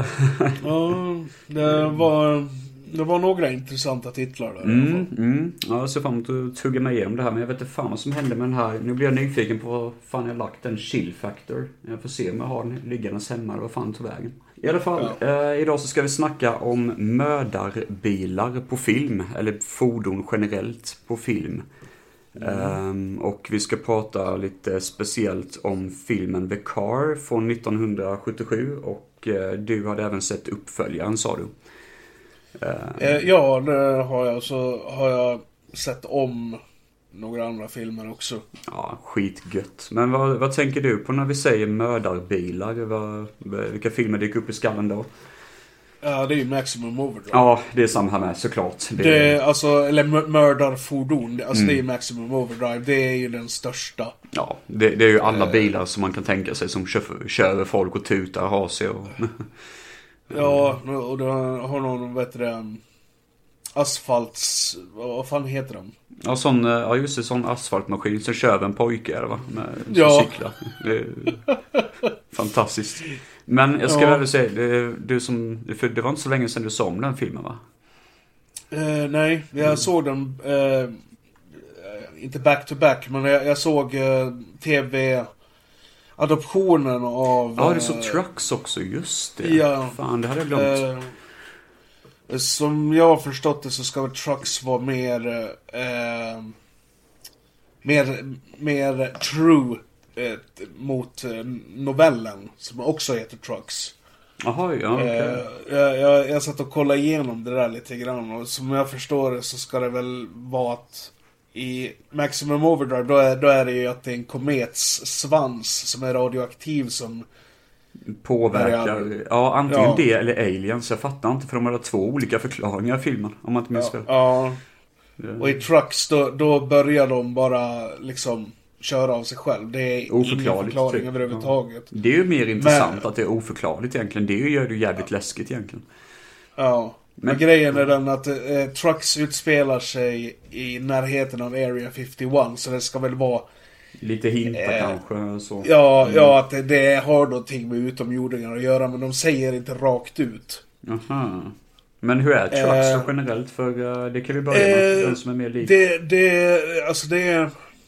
S2: ja, det var... Det var några intressanta titlar där.
S1: Mm, mm. Ja, jag ser fram emot att tugga mig igenom det här. Men jag vet inte fan vad som hände med den här. Nu blir jag nyfiken på vad fan jag lagt en chill factor. Jag får se om jag har den liggandes hemma eller vad fan tog vägen. I alla fall, ja. eh, idag så ska vi snacka om mördarbilar på film. Eller fordon generellt på film. Mm. Um, och vi ska prata lite speciellt om filmen The Car från nittonhundrasjuttiosju. Och eh, du hade även sett uppföljaren, sa du.
S2: Uh, ja, det har jag. Så har jag sett om några andra filmer också.
S1: Ja, skitgött. Men vad, vad tänker du på när vi säger mördarbilar? Vad, vilka filmer dyker upp i skallen då?
S2: Ja, det är ju Maximum Overdrive.
S1: Ja, det är samma här med, såklart.
S2: Det, det är, alltså, eller mördarfordon. Alltså mm. det är Maximum Overdrive. Det är ju den största.
S1: Ja, det, det är ju alla uh, bilar som man kan tänka sig som kör, kör folk och tutar och har sig och...
S2: Ja, och då har någon, vet du, asfalts... Vad fan heter de?
S1: Ja, sån, ja just det, sån asfaltmaskin som kör en pojke, eller va? Med, som
S2: ja.
S1: cyklar. Det är fantastiskt. Men jag ska ja. väl säga, det, du som, för det var inte så länge sedan du såg om den filmen, va?
S2: Uh, nej, jag mm. såg den, uh, inte back to back, men jag, jag såg uh, tv... adoptionen av...
S1: Ja, det är så Trucks också, just det.
S2: Ja.
S1: Fan, det hade jag glömt.
S2: Eh, som jag har förstått det så ska väl Trucks vara mer... Eh, mer, mer true eh, mot eh, novellen som också heter Trucks.
S1: Jaha, ja, okej. Okay.
S2: Eh, jag, jag, jag satt och kollade igenom det där lite grann, och som jag förstår det så ska det väl vara att i Maximum Overdrive då är, då är det ju att det är en komets svans som är radioaktiv som
S1: påverkar,
S2: börjar...
S1: ja, antingen
S2: ja.
S1: det eller aliens. Jag fattar inte, för de har två olika förklaringar i filmen, om man inte minns
S2: ja,
S1: fel.
S2: ja. Och i Trucks då, då börjar de bara liksom köra av sig själv. Det är ingen förklaring typ. Överhuvudtaget.
S1: Ja. Det är ju mer intressant Men... att det är oförklarligt egentligen. Det gör det ju jävligt läskigt egentligen.
S2: Ja. Men, Men grejen är den att eh, Trucks utspelar sig i närheten av Area femtioett, så det ska väl vara
S1: lite hinta eh, kanske så.
S2: Ja, mm. ja att det, det har någonting med utomjordingar att göra, men de säger inte rakt ut.
S1: Aha. Men hur är Trucks eh, då generellt? För uh, det kan vi börja med, eh, den som är mer lik.
S2: Det, det, alltså det är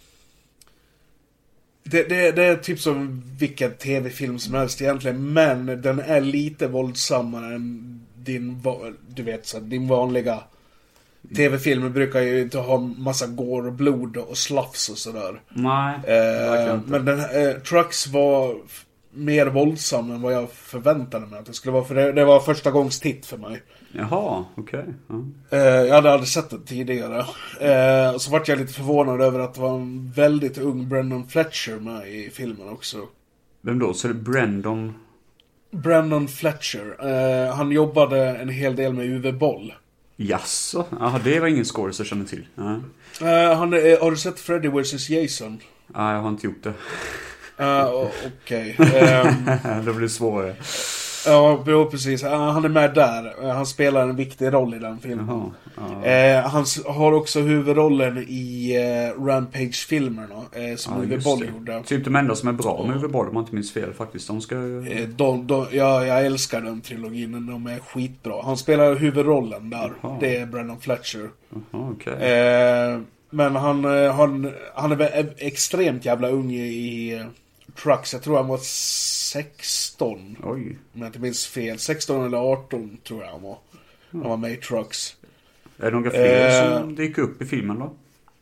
S2: det, det, det är typ som vilken tv-film som helst egentligen, men den är lite våldsammare än din, du vet, så din vanliga tv-filmer brukar ju inte ha massa gore och blod och slafs och sådär.
S1: Nej,
S2: eh, men den här, eh, Trucks var f- mer våldsam än vad jag förväntade mig att det skulle vara, för det, det var första gångs titt för mig.
S1: Jaha, okej. Okay. Uh.
S2: Eh, jag hade aldrig sett det tidigare. Eh, och så vart jag lite förvånad över att det var en väldigt ung Brendan Fletcher med i filmen också.
S1: Vem då? Så är det Brandon...
S2: Brendan Fletcher. Eh, han jobbade en hel del med U V-boll.
S1: Jasså? Jaha, det var ingen skådis jag känner till. Uh.
S2: Eh, han är, har du sett Freddy versus Jason?
S1: Nej, ah, jag har inte gjort det.
S2: Uh, Okej. Okay. Um,
S1: det blir svårare.
S2: Ja, precis. Uh, han är med där. Uh, han spelar en viktig roll i den filmen.
S1: Jaha, ja.
S2: uh, han har också huvudrollen i uh, Rampage-filmerna uh, som U V-boll gjorde.
S1: Typ de enda som är bra med U V-boll, om man inte minns fel faktiskt. De ska...
S2: Uh, de, de, ja, jag älskar den trilogin. De är skitbra. Han spelar huvudrollen där. Jaha. Det är Brendan Fletcher.
S1: Jaha, okej.
S2: Okay. Uh, men han, uh, han, han är väl extremt jävla ung i... Uh, Trucks, jag tror han var sexton.
S1: Oj.
S2: Om jag inte minns fel. sexton eller arton tror jag han var. Han var med i Trucks.
S1: Är det några fler
S2: eh,
S1: som dyker upp i filmen då?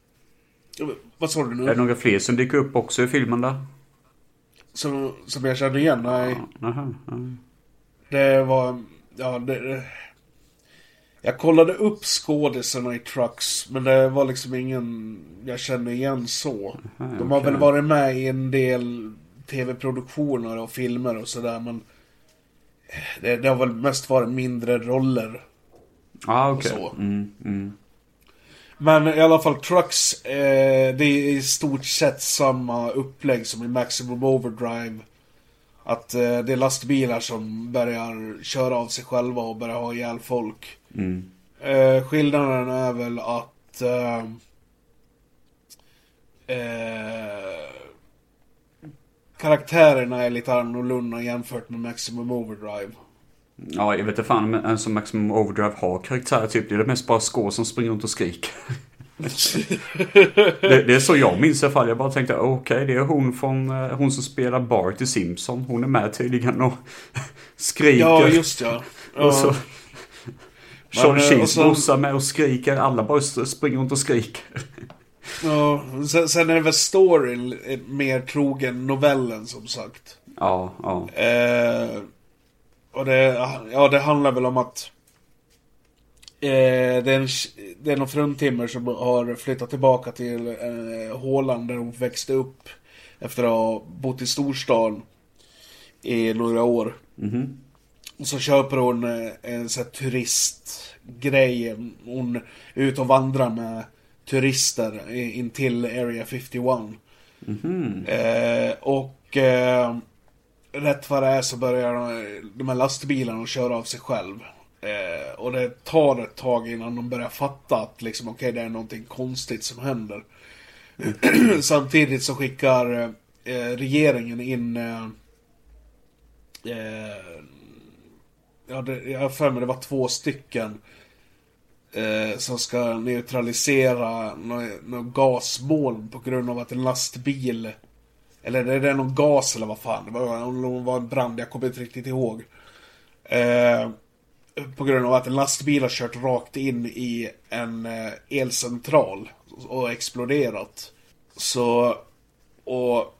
S2: Vad sa du nu?
S1: Är det några fler som dyker upp också i filmen då?
S2: Som, som jag kände igen? Nej.
S1: Ja, aha, aha.
S2: Det var... Ja, det... Jag kollade upp skådisarna i Trucks, men det var liksom ingen jag känner igen så.
S1: Aha,
S2: De har
S1: okay.
S2: väl varit med i en del tv-produktioner och filmer och sådär, men det, det har väl mest varit mindre roller.
S1: Ah, okej. Okay. Mm, mm.
S2: Men i alla fall Trucks, eh, det är i stort sett samma upplägg som i Maximum Overdrive. Att eh, det är lastbilar som börjar köra av sig själva och börjar ha ihjäl folk.
S1: Mm.
S2: Eh, skillnaden är väl att eh, eh, karaktärerna är lite annorlunda jämfört med Maximum Overdrive.
S1: Ja, jag vet inte fan, men en som Maximum Overdrive har karaktär typ, det är det mest bara skå som springer runt och skriker. det, det är så jag minns i alla fall. Jag bara tänkte, okej, okay, det är hon från hon som spelar Bart i Simpson. Hon är med tydligen och skriker.
S2: Ja, just ja. ja.
S1: Och så Sean Sheens brorsa med och skriker. Alla bara springer runt och skriker.
S2: Ja, sen, sen är det väl storyn mer trogen novellen som sagt.
S1: Ja, ja.
S2: Eh, och det, ja, det handlar väl om att eh, det, är en, det är någon fruntimmer som har flyttat tillbaka till eh, Håland där hon växte upp efter att ha bott i storstan i några år.
S1: Mhm.
S2: Och så köper hon en sån här turistgrej. Hon är ute och vandrar med turister in till Area femtioett.
S1: Mm-hmm.
S2: Eh, och eh, rätt vad det är så börjar de här lastbilarna köra av sig själv. Eh, och det tar ett tag innan de börjar fatta att liksom, okej, okay, det är någonting konstigt som händer. Mm. Samtidigt så skickar eh, regeringen in eh, eh, ja, det, jag har för mig det var två stycken eh, som ska neutralisera något nå gasmoln på grund av att en lastbil, eller det är någon gas eller vad fan det var, det var en brand, jag kommer inte riktigt ihåg, eh, på grund av att en lastbil har kört rakt in i en eh, elcentral och exploderat. Så, och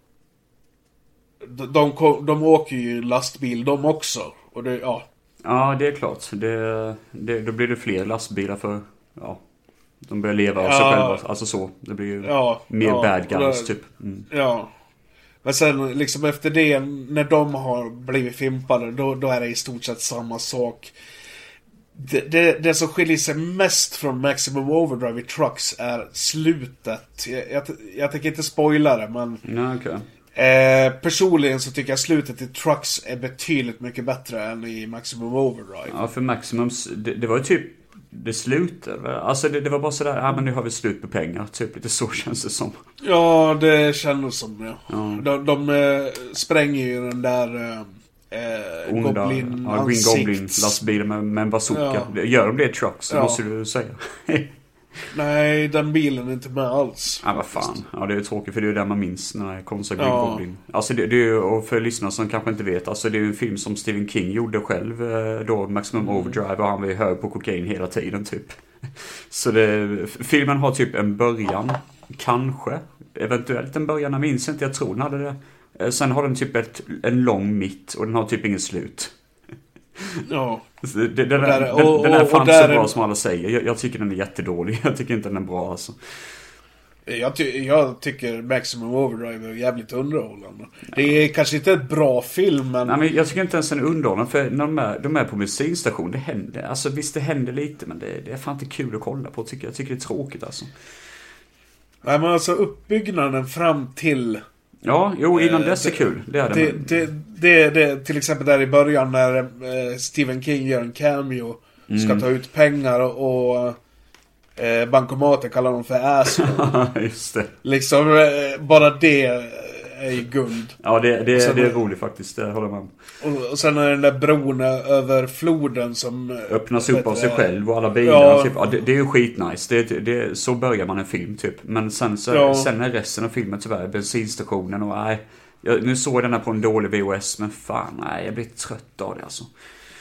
S2: de, de, de åker ju lastbil de också. Och det, ja.
S1: Ja, det är klart. Det, det, då blir det fler lastbilar för, ja, de börjar leva av sig
S2: ja,
S1: själva. Alltså så, det blir ju
S2: ja,
S1: mer
S2: ja,
S1: bad guys
S2: det,
S1: typ. Mm.
S2: Ja. Men sen liksom efter det, när de har blivit fimpade, då, då är det i stort sett samma sak. Det, det, det som skiljer sig mest från Maximum Overdrive i Trucks är slutet. Jag, jag, jag tänker inte spoila det, men
S1: Ja, okay.
S2: eh, personligen så tycker jag slutet i Trucks är betydligt mycket bättre än i Maximum Overdrive.
S1: Ja, för Maximums, det, det var ju typ det slutade. Alltså det, det var bara sådär, ja men nu har vi slut på pengar. Typ lite så känns det som.
S2: Ja, det känns som, ja.
S1: Ja.
S2: De, de äh, spränger ju den där äh,
S1: Onda,
S2: Goblin
S1: ja, Green Goblin lastbilen med, med en bazooka. Ja. Gör de det i Trucks, så ja. Måste du säga.
S2: Nej, den bilen är inte med alls.
S1: Ja, vad fan. Ja, det är ju tråkigt för det är ju där man minns när det kommer så Green ja. Goblin. Alltså det, det är ju, och för lyssnare som kanske inte vet, alltså det är ju en film som Stephen King gjorde själv då, Maximum mm. Overdrive, och han var ju hög på kokain hela tiden typ. Så det, filmen har typ en början, kanske, eventuellt en början, jag minns inte, jag tror den hade det. Sen har den typ ett, en lång mitt och den har typ inget slut.
S2: Ja.
S1: Det, det, den, där, den, och, den är fan så bra som alla säger. Jag, jag tycker den är jättedålig. Jag tycker inte den är bra alltså.
S2: Jag, ty- jag tycker Maximum Overdrive är jävligt underhållande. Ja. Det är kanske inte ett bra film, men...
S1: Nej, men jag tycker inte ens den är underhållande. För när de är, de är på bensinstation, det händer. Alltså visst, det händer lite, men det, det är fan inte kul att kolla på. Tycker jag. Jag tycker det är tråkigt alltså.
S2: Nej, men alltså uppbyggnaden fram till...
S1: Ja, jo, innan dess är kul. Det är det.
S2: Det, det, det, det till exempel där i början när eh, Stephen King gör en cameo, mm. ska ta ut pengar och, och eh, bankomaten kallar de för asshole.
S1: Just det.
S2: Liksom, eh, bara det är ju guld.
S1: Ja, det, det, sen, det är roligt faktiskt, det håller man.
S2: Och, och sen är den där bron över floden som...
S1: öppnas upp av sig själv och alla bilar. Ja. Typ, ja, det, det är ju skitnice. Det, det, så börjar man en film typ. Men sen, så, ja. sen är resten av filmen tyvärr bensinstationen och nej. Jag, nu såg jag den här på en dålig V H S, men fan, nej, jag blir trött av det alltså.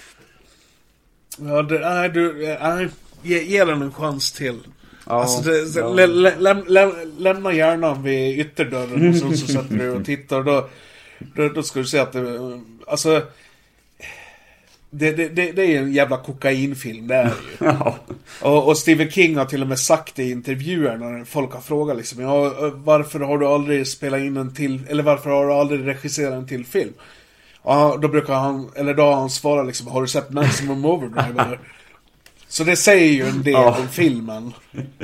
S2: Ja, det, nej, du, nej, ge, ge den en chans till.
S1: Ja,
S2: alltså det,
S1: ja.
S2: lä, lä, lä, lä, lämna hjärnan vid ytterdörren och så, så sätter du och tittar. Då, då, då ska du se att det, alltså det, det, det, det är en jävla kokainfilm, det är ju.
S1: Ja.
S2: och, och Stephen King har till och med sagt i intervjuer när folk har frågat liksom, ja, varför har du aldrig spelat in en till, eller varför har du aldrig regisserat en till film? Ja, då brukar han, eller då har han svarat liksom, har du sett Maximum Overdrive eller? Så det säger ju en del ja. om filmen.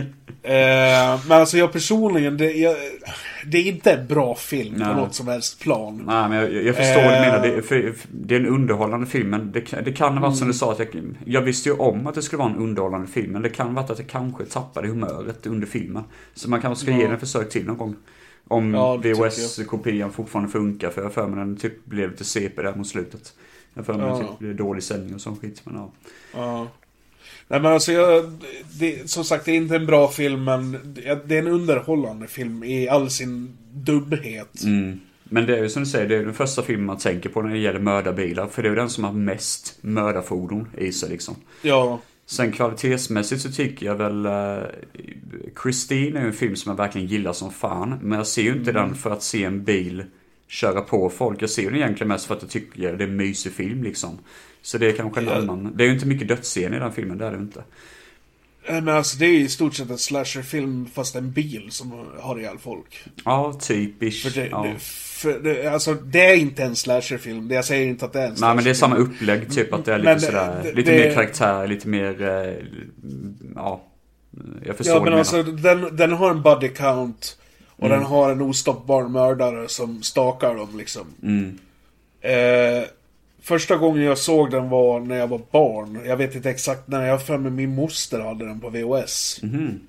S2: eh, men alltså jag personligen, det, jag, det är inte en bra film Nej. på något som helst plan.
S1: Nej, men jag, jag förstår eh, vad du menar. Det, för, det är en underhållande film, men det, det kan ha varit mm. som du sa, att jag, jag visste ju om att det skulle vara en underhållande film, men det kan ha varit att jag kanske tappade humöret under filmen. Så man kanske ska ja. ge den en försök till någon gång. Om ja, V H S-kopian fortfarande funkar, för jag för mig den typ blev lite C P där mot slutet. Jag för mig ja. typ blev dålig sändning och sån skit, men ja.
S2: Ja. Nej, men alltså jag, det, som sagt, det är inte en bra film, men det är en underhållande film i all sin dubbhet.
S1: Mm. Men det är ju som du säger, det är den första filmen man tänker på när det gäller mördarbilar, för det är ju den som har mest mördarfordon i sig liksom.
S2: Ja.
S1: Sen kvalitetsmässigt så tycker jag väl uh, Christine är ju en film som jag verkligen gillar som fan, men jag ser ju inte mm. den för att se en bil köra på folk. Jag ser den egentligen mest för att jag tycker det är en mysig film liksom. Så det är kanske en ja. annan. Det är ju inte mycket dödsscen i den filmen, det är det inte.
S2: Men alltså det är i stort sett en slasherfilm fast en bil som har ihjäl folk.
S1: Ja, typiskt.
S2: För det,
S1: ja.
S2: det, för det, alltså det är inte en slasherfilm. Jag säger inte att det är en slasherfilm.
S1: Nej, men det är samma upplägg typ, att det är lite men, sådär, det, lite det, mer karaktär, lite mer eh, ja, jag förstår.
S2: Ja, men alltså den, den har en body count och mm. den har en ostoppbar mördare som stakar dem liksom.
S1: Mm.
S2: Eh, Första gången jag såg den var när jag var barn. Jag vet inte exakt när, jag för mig min moster hade den på V H S.
S1: Mm.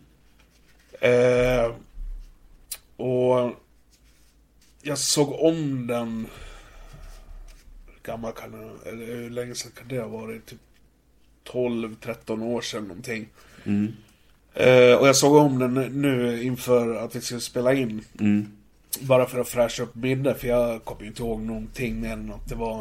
S2: Eh, och jag såg om den. Hur gammal kan den, eller hur länge sedan kan det ha varit? Typ tolv tretton år sedan någonting.
S1: Mm.
S2: Eh, och jag såg om den nu inför att vi skulle spela in.
S1: Mm.
S2: Bara för att fräscha upp minne, för jag kommer ju inte ihåg någonting mer än att det var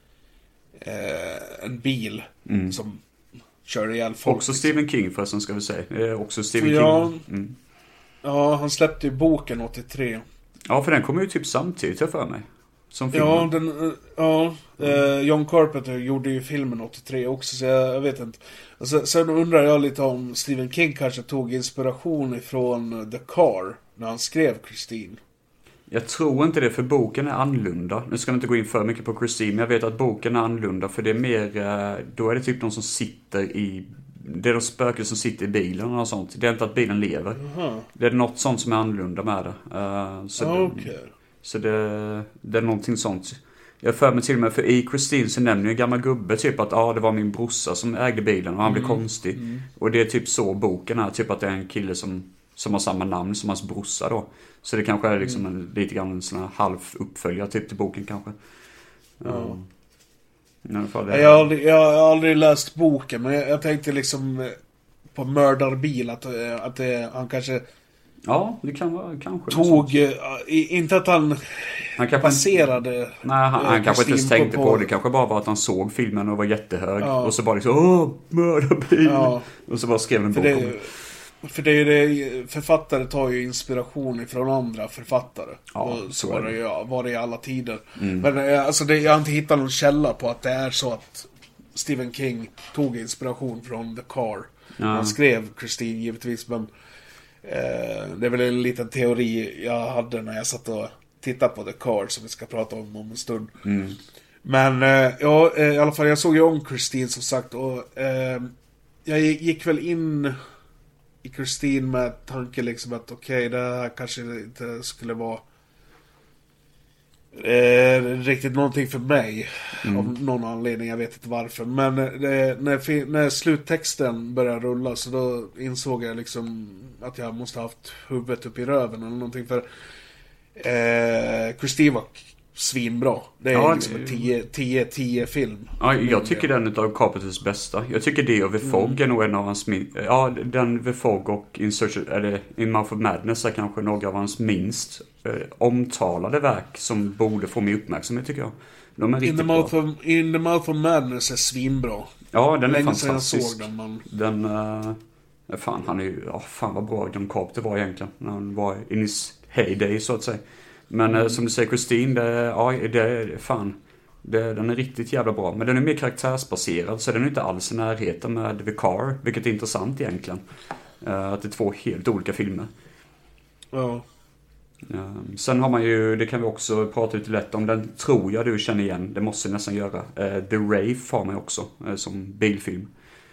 S2: Eh, en bil mm. som kör ihjäl folk.
S1: Också Stephen King förresten ska vi säga. Det är också Stephen
S2: ja,
S1: King. Mm.
S2: Ja, han släppte ju boken åttiotre.
S1: Ja, för den kom ju typ samtidigt för mig. Som filmen.
S2: Ja, den, ja eh, John Carpenter gjorde ju filmen åttiotre också, så jag, jag vet inte. Alltså, sen undrar jag lite om Stephen King kanske tog inspiration ifrån The Car när han skrev Christine.
S1: Jag tror inte det, för boken är annorlunda. Nu ska jag inte gå in för mycket på Christine, men jag vet att boken är annorlunda, för det är mer, då är det typ någon som sitter i, det är de spöken som sitter i bilen och sånt. Det är inte att bilen lever. Uh-huh. Det är något sånt som är annorlunda med det. Uh, så
S2: ah,
S1: det,
S2: okay.
S1: så det, det är någonting sånt. Jag för mig till och med, för i Christine så nämner ju en gammal gubbe typ att ah, det var min brorsa som ägde bilen och han blev mm. konstig. Mm. Och det är typ så boken är, typ att det är en kille som, som har samma namn som hans brorsa då. Så det kanske är liksom en, mm. lite grann en sån här halv uppföljare typ till boken kanske.
S2: Ja.
S1: Um, jag,
S2: jag, har aldrig, jag har aldrig läst boken, men jag, jag tänkte liksom på Mördarbil att, att det, han kanske...
S1: Ja, det kan vara kanske.
S2: Tog, uh, inte att han,
S1: han kanske
S2: baserade...
S1: Nej, han, han kanske inte ens tänkte på, på det. Kanske bara var att han såg filmen och var jättehög. Ja. Och så bara liksom, åh, Mördarbil. Ja. Och så bara skrev en bok
S2: det,
S1: om det.
S2: För det är det, författare tar ju inspiration från andra författare.
S1: Ja,
S2: och så var det ju var det i alla tider.
S1: Mm.
S2: Men alltså det, jag har inte hittat någon källa på att det är så att Stephen King tog inspiration från The Car. Ja. Han skrev Christine givetvis, men eh, det är väl en liten teori jag hade när jag satt och tittade på The Car som vi ska prata om om en stund.
S1: Mm.
S2: Men eh, ja, i alla fall jag såg ju om Christine som sagt, och eh, jag gick väl in i Christine med tanke liksom att okej, okay, det här kanske inte skulle vara eh, riktigt någonting för mig mm. av någon anledning, jag vet inte varför, men eh, när, när sluttexten började rulla så då insåg jag liksom att jag måste ha haft huvudet upp i röven eller någonting, för eh, Christine var svinbra. Det är ja, liksom en tio tio film.
S1: Ja, jag tycker den är av Carpenters bästa. Jag tycker det och The Fog mm. är nog en av hans min- ja, den The Fog och In Search of, eller In Mouth of Madness är kanske några av hans minst eh, omtalade verk som borde få min uppmärksamhet, tycker jag. De är riktigt
S2: In the Mouth of, In the Mouth of Madness är svinbra.
S1: Ja, den är
S2: länge
S1: fantastisk.
S2: Såg den, man...
S1: den uh, fan, han är ju, ja, fan vad bra John Carpenter var egentligen när han var in his heyday så att säga. Men mm. som du säger, Christine, det, ja, det är fan, det, den är riktigt jävla bra. Men den är mer karaktärsbaserad, så den är inte alls i närheten med The Car, vilket är intressant egentligen. Uh, att det är två helt olika filmer.
S2: Ja.
S1: Uh, sen har man ju, det kan vi också prata lite lätt om, den tror jag du känner igen, det måste jag nästan göra. Uh, The Wraith har man också uh, som bilfilm.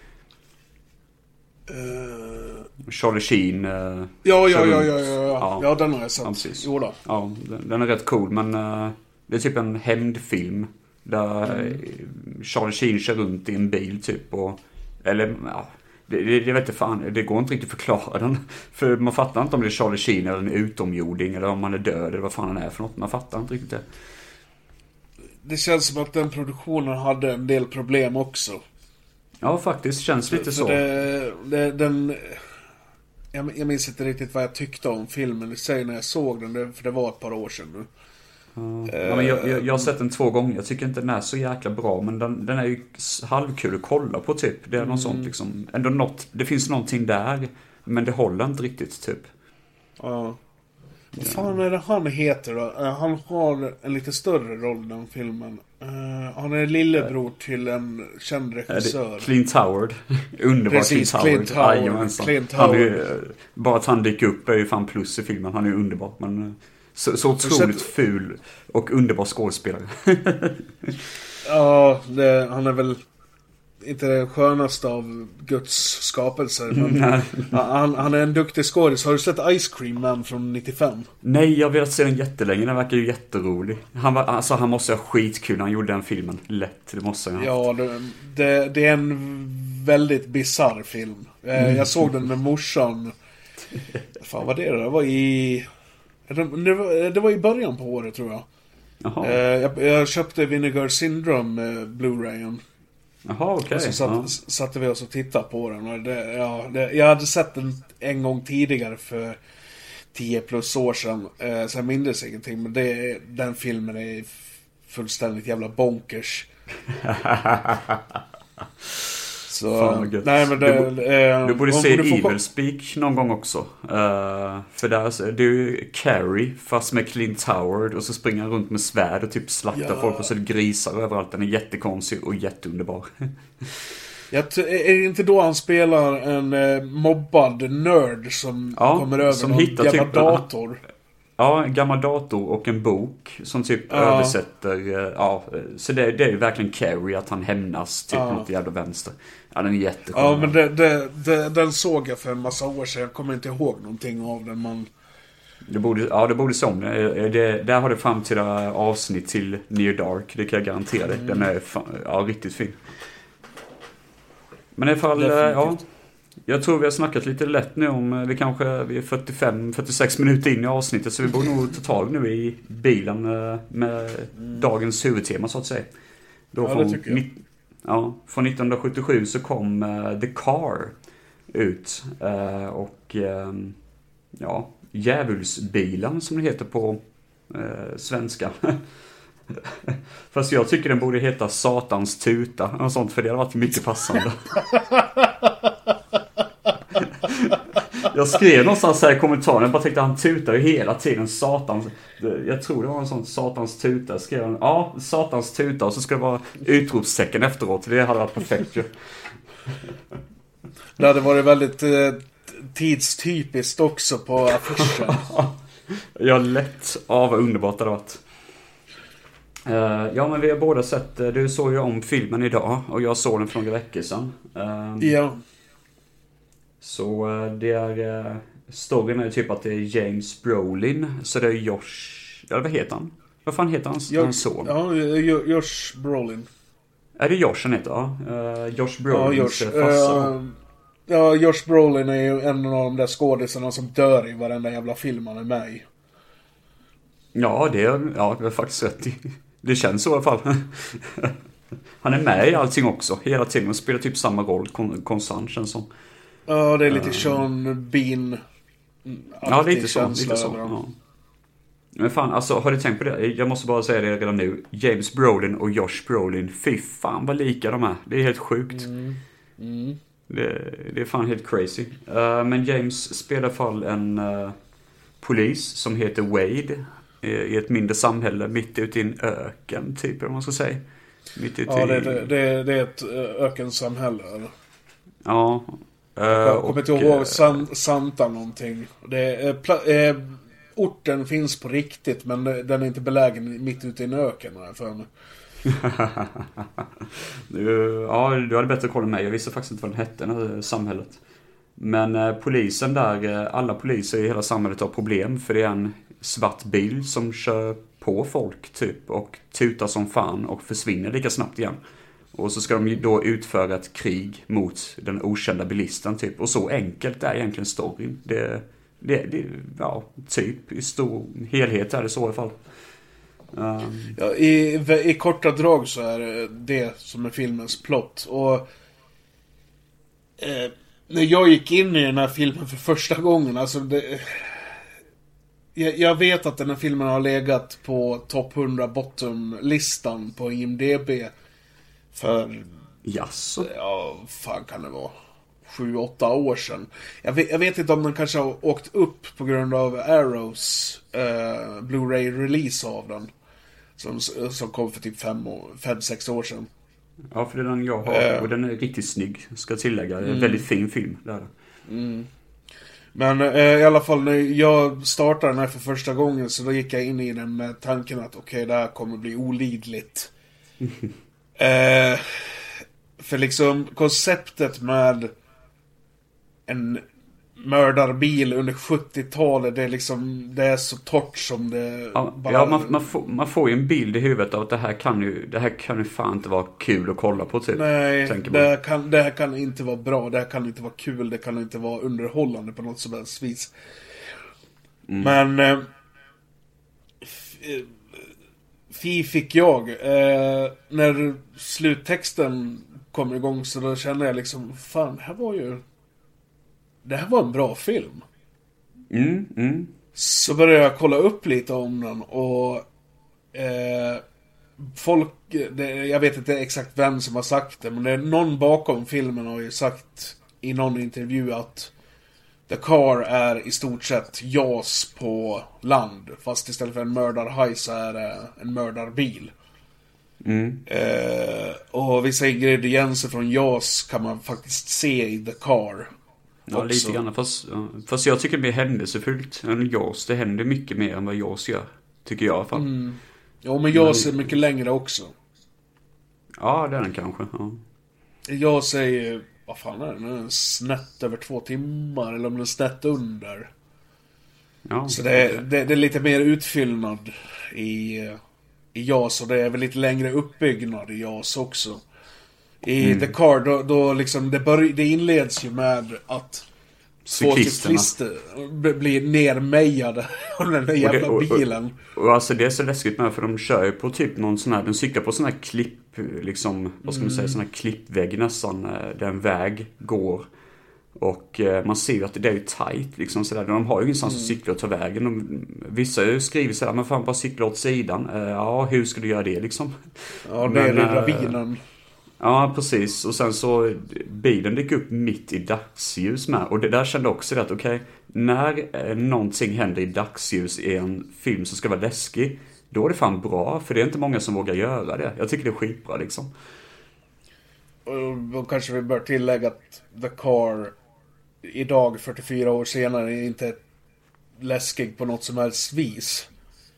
S2: Uh...
S1: Charlie Sheen uh,
S2: ja, ja, ja, ja, ja, ja.
S1: ja,
S2: ja, den har jag sett.
S1: Ja, precis.
S2: Jo då.
S1: Ja, den, den är rätt cool, men uh, det är typ en hämndfilm där mm. Charlie Sheen kör runt i en bil typ, och eller ja, det, det, det vet inte fan, det går inte riktigt förklara den, för man fattar inte om det är Charlie Sheen eller en utomjording eller om han är död eller vad fan han är för något, man fattar inte riktigt det.
S2: Det känns som att den produktionen hade en del problem också.
S1: Ja, faktiskt. Känns lite
S2: för
S1: så.
S2: Det, det, den, jag, jag minns inte riktigt vad jag tyckte om filmen i sig när jag såg den. Det, för det var ett par år sedan nu.
S1: Uh, ja, men jag, jag, jag har sett den två gånger. Jag tycker inte den är så jäkla bra. Men den, den är ju halvkul att kolla på typ. Det är mm. något sånt liksom. Ändå något, det finns någonting där. Men det håller inte riktigt typ.
S2: Ja. Vad fan är det han heter då? Han har en lite större roll i den filmen. Uh, han är lillebror till en känd regissör.
S1: Clint Howard. Underbar Clint Howard.
S2: Clint Howard. Clint
S1: Howard. Han är, bara att han dyker upp är ju fan plus i filmen. Han är underbar. Men så, så otroligt sett... ful och underbar skådespelare.
S2: Ja, det, han är väl inte den skönaste av Guds skapelser, men han, han är en duktig skådis. Har du sett Ice Cream Man från nittiofem?
S1: Nej, jag har velat se den jättelänge. Den verkar ju jätterolig. Han, var, alltså, han måste ha skitkul när han gjorde den filmen. Lätt, det måste han ha.
S2: Ja, det, det, det är en väldigt bizarr film. Mm. Jag såg den med morsan. Fan, vad det det var i... Det var, det var i början på året, tror jag.
S1: Jaha.
S2: Jag, jag köpte Vinegar Syndrome Blu-rayen.
S1: Jaha, okej. Okay.
S2: Så satt, ja. satte vi oss och tittade på den. Och det, ja, det, jag hade sett den en gång tidigare för tio plus år sedan. Eh, så jag minns ingenting. Men det, den filmen är fullständigt jävla bonkers. Så,
S1: Fan vad gött.
S2: nej men det,
S1: du, bo-
S2: eh,
S1: du borde
S2: hon
S1: se
S2: borde få-
S1: Evil Speak någon gång också. Uh, för där, det är ju Carrie fast med Clint Howard. Och så springer han runt med svärd och typ slaktar
S2: Ja.
S1: folk. Och så är det grisar överallt. Den är jättekonstig och jätteunderbar.
S2: Jag t- är det inte då han spelar en eh, mobbad nörd som
S1: Ja,
S2: kommer över
S1: som
S2: någon
S1: hittar
S2: jävla
S1: typ-
S2: dator?
S1: Ja, en gammal dator och en bok som typ
S2: Ja.
S1: översätter, eh, ja, så det, det är ju verkligen Carrie att han hämnas typ
S2: Ja.
S1: något jävla vänster. Ja, den är jätteskön.
S2: Ja, men det, det, det, den såg jag för en massa år sedan. Jag kommer inte ihåg någonting av den, men...
S1: Det borde, ja, det borde som det. det. Där har det framtida avsnitt till Near Dark, det kan jag garantera dig. Den är fan, ja, riktigt fin. Men i alla fall,
S2: Definitivt.
S1: ja, jag tror vi har snackat lite lätt nu om, vi kanske, vi är fyrtiofem till fyrtiosex minuter in i avsnittet, så vi borde nog ta tag nu i bilen eh, med dagens huvudtema så att säga. Då
S2: Ja, det
S1: från,
S2: tycker jag.
S1: nitt- ja, från nittonhundrasjuttiosju så kom eh, The Car ut eh, och eh, ja, Djävulsbilen som det heter på eh, svenska. Fast jag tycker den borde heta Satans tuta och sånt, för det hade varit mycket passande. Jag skrev någonstans här i kommentaren, jag bara tänkte han tutar ju hela tiden, satans. Jag tror det var en sån satans tuta. Jag skrev han, ja, satans tuta, och så ska det vara utropstecken efteråt. Det hade varit perfekt ju.
S2: Det hade varit väldigt eh, tidstypiskt också på affischen.
S1: Jag lätt, ja vad underbart det hade varit. Uh, ja, men vi har båda sett, uh, du såg ju om filmen idag och jag såg den för några veckor sedan. Uh,
S2: Ja.
S1: Så uh, det är, uh, storyn är ju typ att det är James Brolin, så det är Josh, eller vad heter han? Vad fan heter hans,
S2: Jag,
S1: hans son?
S2: Ja, Jo- Josh Brolin.
S1: Är det Josh han heter? Ja, uh, Josh
S2: Ja,
S1: Brolins
S2: Josh.
S1: uh, farsa.
S2: Eh, ja, Josh Brolin är ju en av de där skådisarna som dör i varenda jävla film han är med i.
S1: Ja, det är, ja, det är faktiskt rätt. Det känns så i alla fall. Han är med i allting också, hela tiden, och spelar typ samma roll kon- konstant känns som.
S2: Ja, det är lite Sean Bean.
S1: Ja, lite så,
S2: känsla
S1: lite så.
S2: över honom.
S1: Ja. Men fan, alltså, har du tänkt på det? Jag måste bara säga det redan nu. James Brolin och Josh Brolin, fy fan vad lika de är. Det är helt sjukt.
S2: Mm. Mm.
S1: Det, det är fan helt crazy. Uh, men James spelar i alla fall en uh, polis som heter Wade i, i ett mindre samhälle mitt ute i en öken, typ, eller vad man ska säga. Mitt ute
S2: Ja,
S1: i...
S2: det, det, det, det är ett ö, ökensamhälle. Eller?
S1: Ja. Uh,
S2: Jag kommer inte ihåg
S1: uh,
S2: San, Santa någonting. Det är, pla, eh, orten finns på riktigt, men den är inte belägen mitt ute i en öken, har jag för mig.
S1: du, ja, du hade bättre koll än mig. Jag visste faktiskt inte vad den hette, det här samhället. Men eh, polisen där, eh, alla poliser i hela samhället har problem. För det är en svart bil som kör på folk typ och tutar som fan och försvinner lika snabbt igen. Och så ska de ju då utföra ett krig mot den okända bilisten typ. Och så enkelt är egentligen storyn. Det, det, det ja, typ i stor helhet är det så i alla fall. Um,
S2: Ja, i, i korta drag så är det det som är filmens plott. Och eh, när jag gick in i den här filmen för första gången, alltså det, jag, jag vet att den här filmen har legat på topp hundra bottom-listan på I M D B för,
S1: Jaså?
S2: ja, fan kan det vara, sju, åtta år sedan. Jag vet, jag vet inte om den kanske har åkt upp på grund av Arrows eh, Blu-ray-release av den. Som, som kom för typ fem, år, fem, sex år sedan.
S1: Ja, för det är den jag har.
S2: Uh,
S1: och den är riktigt snygg, ska jag tillägga. Det är en
S2: mm.
S1: väldigt fin film. Där.
S2: Mm. Men eh, i alla fall när jag startade den här för första gången, så då gick jag in i den med tanken att okej, okay, det här kommer bli olidligt. eh, för liksom konceptet med en mördarbil under sjuttiotalet, det är liksom, det är så torrt som det
S1: Ja,
S2: bara...
S1: ja man, man, får, man får ju en bild i huvudet av att det här kan ju, det här kan ju fan inte vara kul att kolla på typ.
S2: Nej, det här, kan, det här kan inte vara bra, det här kan inte vara kul, det kan inte vara underhållande på något som helst vis. Mm. Men eh, fi fick jag eh, när sluttexten kom igång, så då kände jag liksom, fan, det här var ju det här var en bra film.
S1: Mm, mm.
S2: Så började jag kolla upp lite om den och eh, folk, det, jag vet inte exakt vem som har sagt det, men det är någon bakom filmen har ju sagt i någon intervju att The Car är i stort sett Jaws på land, fast istället för en mördarhaj så är det en mördarbil.
S1: Mm.
S2: Eh, och vissa ingredienser från Jaws kan man faktiskt se i The Car.
S1: Ja,
S2: också.
S1: lite grann. Fast, ja. fast jag tycker det blir händelsefullt än Jaws. Det händer mycket mer än vad Jaws gör. Tycker jag i alla fall.
S2: Mm. Ja, men Jaws är mycket längre också.
S1: Ja, det är den kanske. Ja.
S2: Jaws är ju, vad fan är det? Den är snett över två timmar, eller om den är snett under.
S1: Ja,
S2: Så det är, det, det är lite mer utfyllnad i, i Jaws, och det är väl lite längre uppbyggnad i Jaws också. I mm. The Car, då, då liksom det, börj- det inleds ju med att två cyklister blir nermejade av den där jävla
S1: och det, och,
S2: bilen.
S1: Och, och alltså det är så läskigt med, för de kör ju på typ någon sån här, de cyklar på sån här klipp, liksom, vad ska man säga, sån här klippvägg nästan, där en väg går. Och eh, man ser ju att det är ju tight liksom sådär. De har ju ingenstans mm. att cykla och ta vägen. De, vissa ju skriver sådär, men fan bara cykla åt sidan. Eh, ja, hur ska du göra det liksom?
S2: Ja, det är i ravinen.
S1: Ja, precis. Och sen så bilen dyker upp mitt i dagsljus med. Och det där kände också det att okej, okay, när eh, någonting händer i dagsljus i en film som ska vara läskig, då är det fan bra. För det är inte många som vågar göra det. Jag tycker det är skitbra liksom.
S2: Och då kanske vi bör tillägga att The Car idag, fyrtiofyra år senare, är inte läskig på något som helst vis.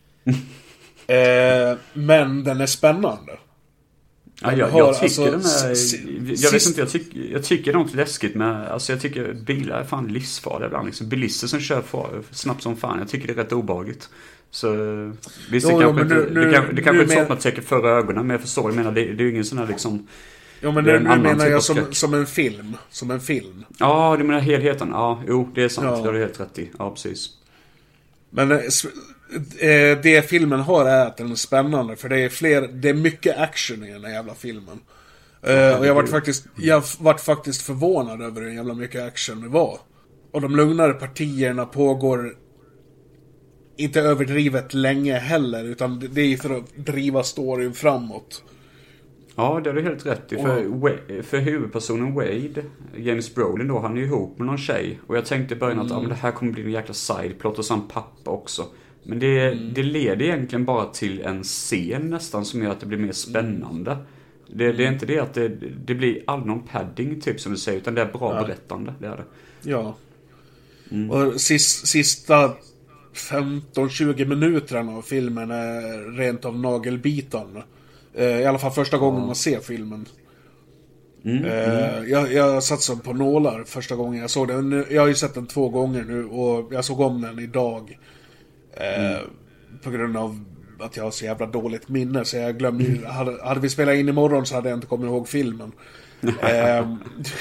S2: eh, men den är spännande.
S1: Ja, jag, jag tycker alltså, den är, jag sist... vet inte, jag tycker, jag tycker det är något läskigt med, alltså jag tycker bilar är fan livsfarliga ibland liksom. Bilister som kör för, snabbt som fan, jag tycker det är rätt obehagligt. Så visst, det, jo, kanske inte, nu, det, kan, det kanske inte är så att man täcker för ögonen, men jag förstår, jag menar, det, det är ju ingen sån här liksom.
S2: Jo, men nu, nu menar jag som, som en film, som en film.
S1: Ja, du menar helheten, ja, jo, det är sant, ja. Det har du helt rätt i, ja precis.
S2: Men eh, det filmen har är att den är spännande, för det är fler, det är mycket action i den här jävla filmen. Eh, och jag vart faktiskt, jag vart faktiskt förvånad över hur jävla mycket action det var. Och de lugnare partierna pågår inte överdrivet länge heller, utan det är för att driva storyn framåt.
S1: Ja, det är du helt rätt i. För, för huvudpersonen Wade, James Brolin då, han är ju ihop med någon tjej. Och jag tänkte i början att mm. ah, men det här kommer bli en jäkla sideplot och sen pappa också. Men det, mm. det leder egentligen bara till en scen nästan som gör att det blir mer spännande. Mm. Det, det är inte det att det, det blir all någon padding typ som du säger, utan det är bra ja. berättande, det är det.
S2: Ja. Mm. Och sist, sista femton tjugo minuterna av filmen är rent av nagelbitande. I alla fall första gången ja. man ser filmen. Mm, uh, mm. Jag, jag satt som på nålar första gången jag såg den. Jag har ju sett den två gånger nu, och jag såg om den idag. Uh, mm. På grund av att jag har så jävla dåligt minne, så jag glömde ju, hade, hade vi spelat in imorgon så hade jag inte kommit ihåg filmen. uh,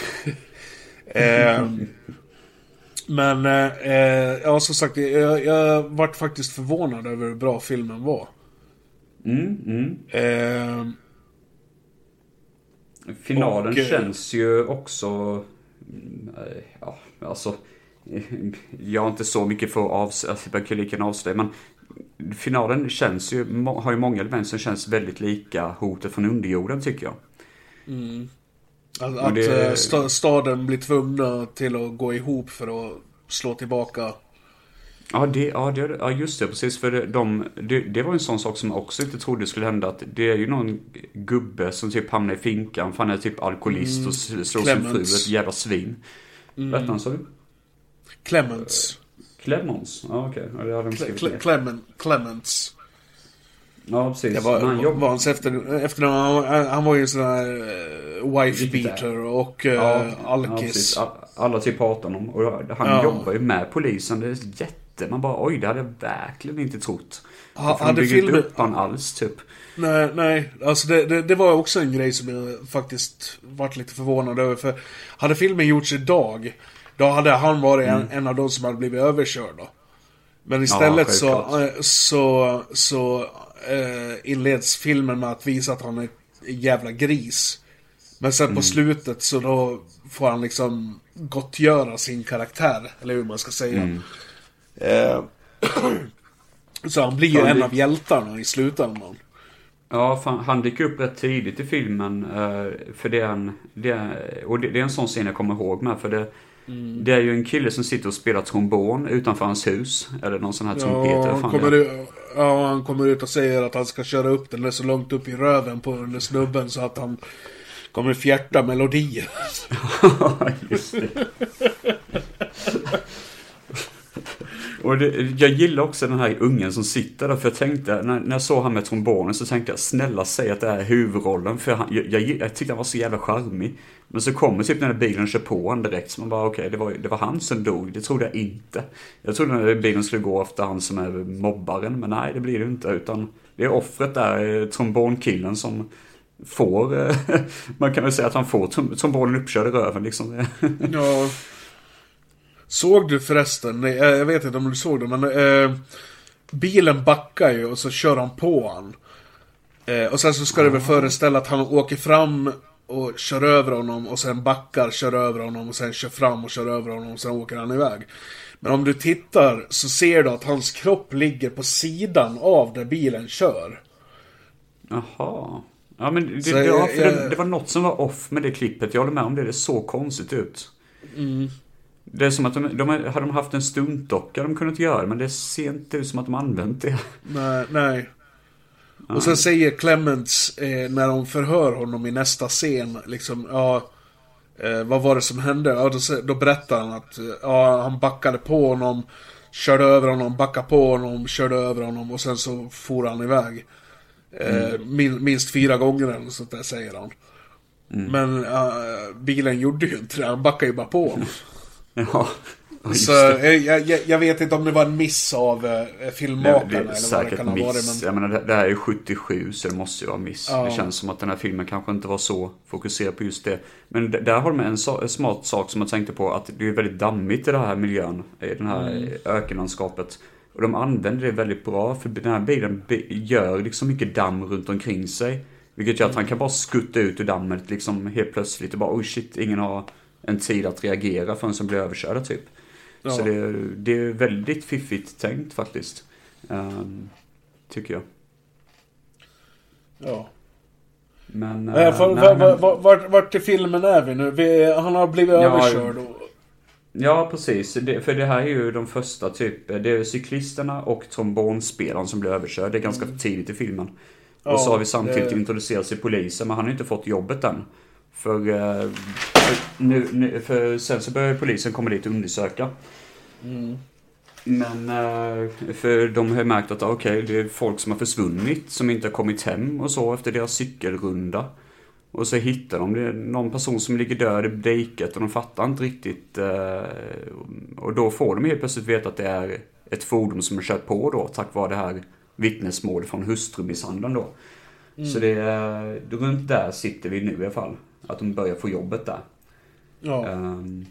S2: uh, men uh, ja, som sagt, jag, jag vart faktiskt förvånad över hur bra filmen var.
S1: Mm, mm.
S2: Eh,
S1: Finalen och, känns ju också, ja, alltså jag har inte så mycket för att avslöja, alltså, jag kan lika gärna avslöja, men finalen känns ju, har ju många element som känns väldigt lika Hotet från underjorden, tycker jag.
S2: Mm. Att, att det, st- staden blir tvungna till att gå ihop för att slå tillbaka.
S1: Ja, det, ja, det, ja, just det, precis. För det, de, det, det var en sån sak som jag också inte trodde skulle hända. Att det är ju någon gubbe som typ hamnar i finkan. För han är typ alkoholist mm. och slår sin fru, ett jävla svin. Mm. Vad heter han, sa du?
S2: Clements.
S1: Clemens? Ja, okej. Okay. Ja, det hade de skrivit.
S2: Cle- Clement, Clements.
S1: Ja, precis.
S2: Det var, han jobb... var hans efter, efter han, han var ju en sån här uh, wife beater och uh, ja, alkis.
S1: Ja, alla typ hatar honom. Och han ja. jobbar ju med polisen. Det är jätte. Man bara, oj, det hade jag verkligen inte trott. Ha,
S2: hade
S1: de
S2: filmen
S1: upp han alls, typ.
S2: Nej, nej. Alltså det, det, det var också en grej som jag faktiskt varit lite förvånad över. För hade filmen gjorts idag, då hade han varit mm. en, en av de som hade blivit överkörda. Men istället ja, så, så, så äh, inleds filmen med att visa att han är en jävla gris. Men sen mm. på slutet så då får han liksom gottgöra sin karaktär, eller hur man ska säga. Mm. Eh, så han blir ju ja, en det... av hjältarna i slutändan.
S1: Ja, fan, han dyker upp rätt tidigt i filmen. Uh, för det är en... Det är, och det, det är en sån scen jag kommer ihåg med. För det, mm. det är ju en kille som sitter och spelar trombon utanför hans hus. Eller någon sån här trumpet.
S2: Ja, han kommer, ut, ja, han kommer ut och säger att han ska köra upp den så långt upp i röven på den där snubben så att han kommer fjärta melodier.
S1: Ja, just det. Och det, jag gillar också den här ungen som sitter där. För jag tänkte, när, när jag såg han med trombonen så tänkte jag, snälla säg att det är huvudrollen. För han, jag, jag, jag tyckte han var så jävla charmig. Men så kommer typ när bilen kör på han direkt. Så man bara, okej, okay, det, var, det var han som dog. Det trodde jag inte. Jag trodde när bilen skulle gå efter han som är mobbaren. Men nej, det blir det inte. Utan det är offret där, trombonkillen som får... Man kan väl säga att han får trombonen uppkörd i röven liksom.
S2: Ja... Såg du förresten, nej, jag vet inte om du såg det, men eh, bilen backar ju och så kör han på han. Eh, och sen så ska det väl föreställa att han åker fram och kör över honom och sen backar, kör över honom och sen kör fram och kör över honom och sen åker han iväg. Men om du tittar så ser du att hans kropp ligger på sidan av där bilen kör.
S1: Jaha. Ja, men det,
S2: så,
S1: det, ja, för
S2: jag,
S1: det, det var något som var off med det klippet. Jag håller med om det, det så konstigt ut.
S2: Mm.
S1: Det är som att de, de hade de haft en stuntdocka de kunnat göra, men det ser inte ut som att de använt det.
S2: Nej, nej. Ja. Och sen säger Clements eh, när de förhör honom i nästa scen liksom, ja, eh, vad var det som hände? Ja, då, då berättar han att ja, han backade på honom, körde över honom, backade på honom, körde över honom och sen så for han iväg. Eh, mm. min, minst fyra gånger eller så där säger han. Mm. Men uh, bilen gjorde ju inte det, han backade ju bara på honom.
S1: Ja,
S2: så jag, jag, jag vet inte om det var en miss av eh, filmmakarna
S1: det, det är
S2: eller
S1: säkert
S2: vad det kan ha varit, men...
S1: Jag menar, det, det här är ju sjuttiosju så det måste ju vara miss.
S2: Ja.
S1: Det känns som att den här filmen kanske inte var så fokuserad på just det. Men d- där har de en, so- en smart sak som jag tänkte på, att det är väldigt dammigt i den här miljön, i den här mm. ökenlandskapet. Och de använder det väldigt bra, för den här bilen gör liksom mycket damm runt omkring sig. Vilket gör att han kan bara skutta ut ur dammet liksom helt plötsligt och bara, oh shit, ingen har en tid att reagera förrän som blir överkörda typ. Ja. Så det, det är väldigt fiffigt tänkt faktiskt. Um, tycker jag.
S2: Ja.
S1: Men... Uh,
S2: äh, för, nej, var, var, var, vart i filmen är vi nu? Vi, han har blivit ja, överkörd. Och...
S1: Ja, precis. Det, för det här är ju de första typ... Det är cyklisterna och trombonspelaren som blir överkörd. Det är ganska mm. tidigt i filmen. Ja, och så har vi samtidigt det... introducerats i polisen, men han har inte fått jobbet än. För, för, nu, nu, för sen så börjar polisen komma dit och undersöka. Mm. Men för de har märkt att okej, okay, det är folk som har försvunnit, som inte har kommit hem och så efter deras cykelrunda. Och så hittar de det, någon person som ligger död i diket och de fattar inte riktigt. Och då får de helt plötsligt veta att det är ett fordon som är kört på då, tack vare det här vittnesmål från hustrumisshandeln då. Mm. Så det är, runt där sitter vi nu i alla fall. Att de börjar få jobbet där.
S2: Ja. Um,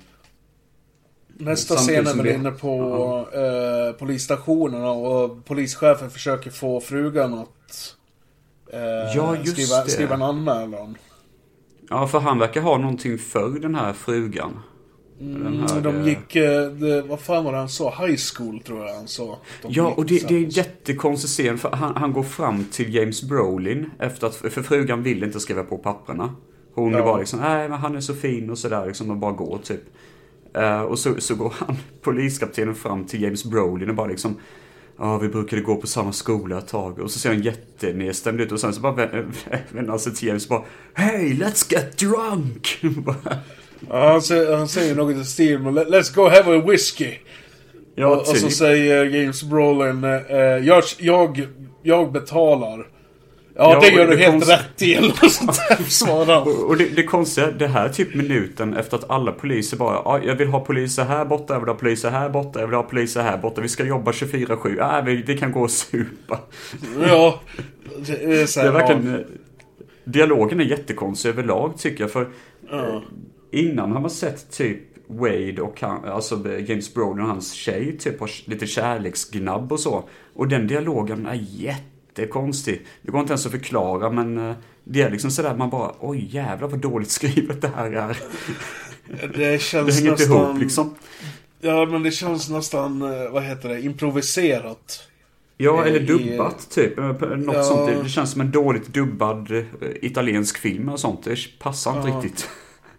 S2: Nästa scen är väl inne på uh-huh. uh, polisstationen och polischefen försöker få frugan att uh,
S1: ja, just
S2: skriva,
S1: det.
S2: skriva en anmälan.
S1: Ja, för han verkar ha någonting för den här frugan.
S2: Mm, den här, de gick, det, vad fan var det han sa? High school tror jag han sa. De
S1: ja, och det, det är en jättekonstig scen. För han, han går fram till James Brolin efter att, för frugan vill inte skriva på papperna. Hon ja. är bara liksom, nej men han är så fin och sådär liksom, och bara går typ. Uh, och så, så går han, poliskaptenen, fram till James Brolin och bara liksom, ja ah, vi brukade gå på samma skola ett tag. Och så ser han jättenedstämd ut och sen så bara vänder han sig till James och bara, hey, let's get drunk!
S2: Ja, han, säger, han säger något i stil med let's go have a whiskey. Ja, och, och så säger James Brolin eh, jag, jag, jag betalar. Ja, ja det gör du helt konst... rätt till. Och sånt där svarar.
S1: Och, och det, det konstiga, det här typ minuten efter att alla poliser bara, ja, jag vill ha poliser här borta, jag vill ha poliser här borta, jag vill ha poliser här borta, vi ska jobba tjugofyra sju, ja, vi, vi kan gå och supa.
S2: Ja, det är så här,
S1: det är verkligen, ja. Dialogen är jättekonstig överlag tycker jag, för
S2: ja.
S1: Innan har man sett typ Wade och han, alltså James Brolin och hans tjej typ har lite kärleksgnabb och så. Och den dialogen är jättekonstig. Det går inte ens att förklara, men det är liksom sådär man bara, oj jävlar vad dåligt skrivet det här är.
S2: Det känns
S1: det hänger
S2: nästan...
S1: inte ihop liksom.
S2: Ja, men det känns nästan, vad heter det, improviserat.
S1: Ja, eller dubbat i, typ. Något
S2: ja,
S1: sånt. Det känns som en dåligt dubbad italiensk film och sånt. Det passar inte
S2: ja.
S1: riktigt.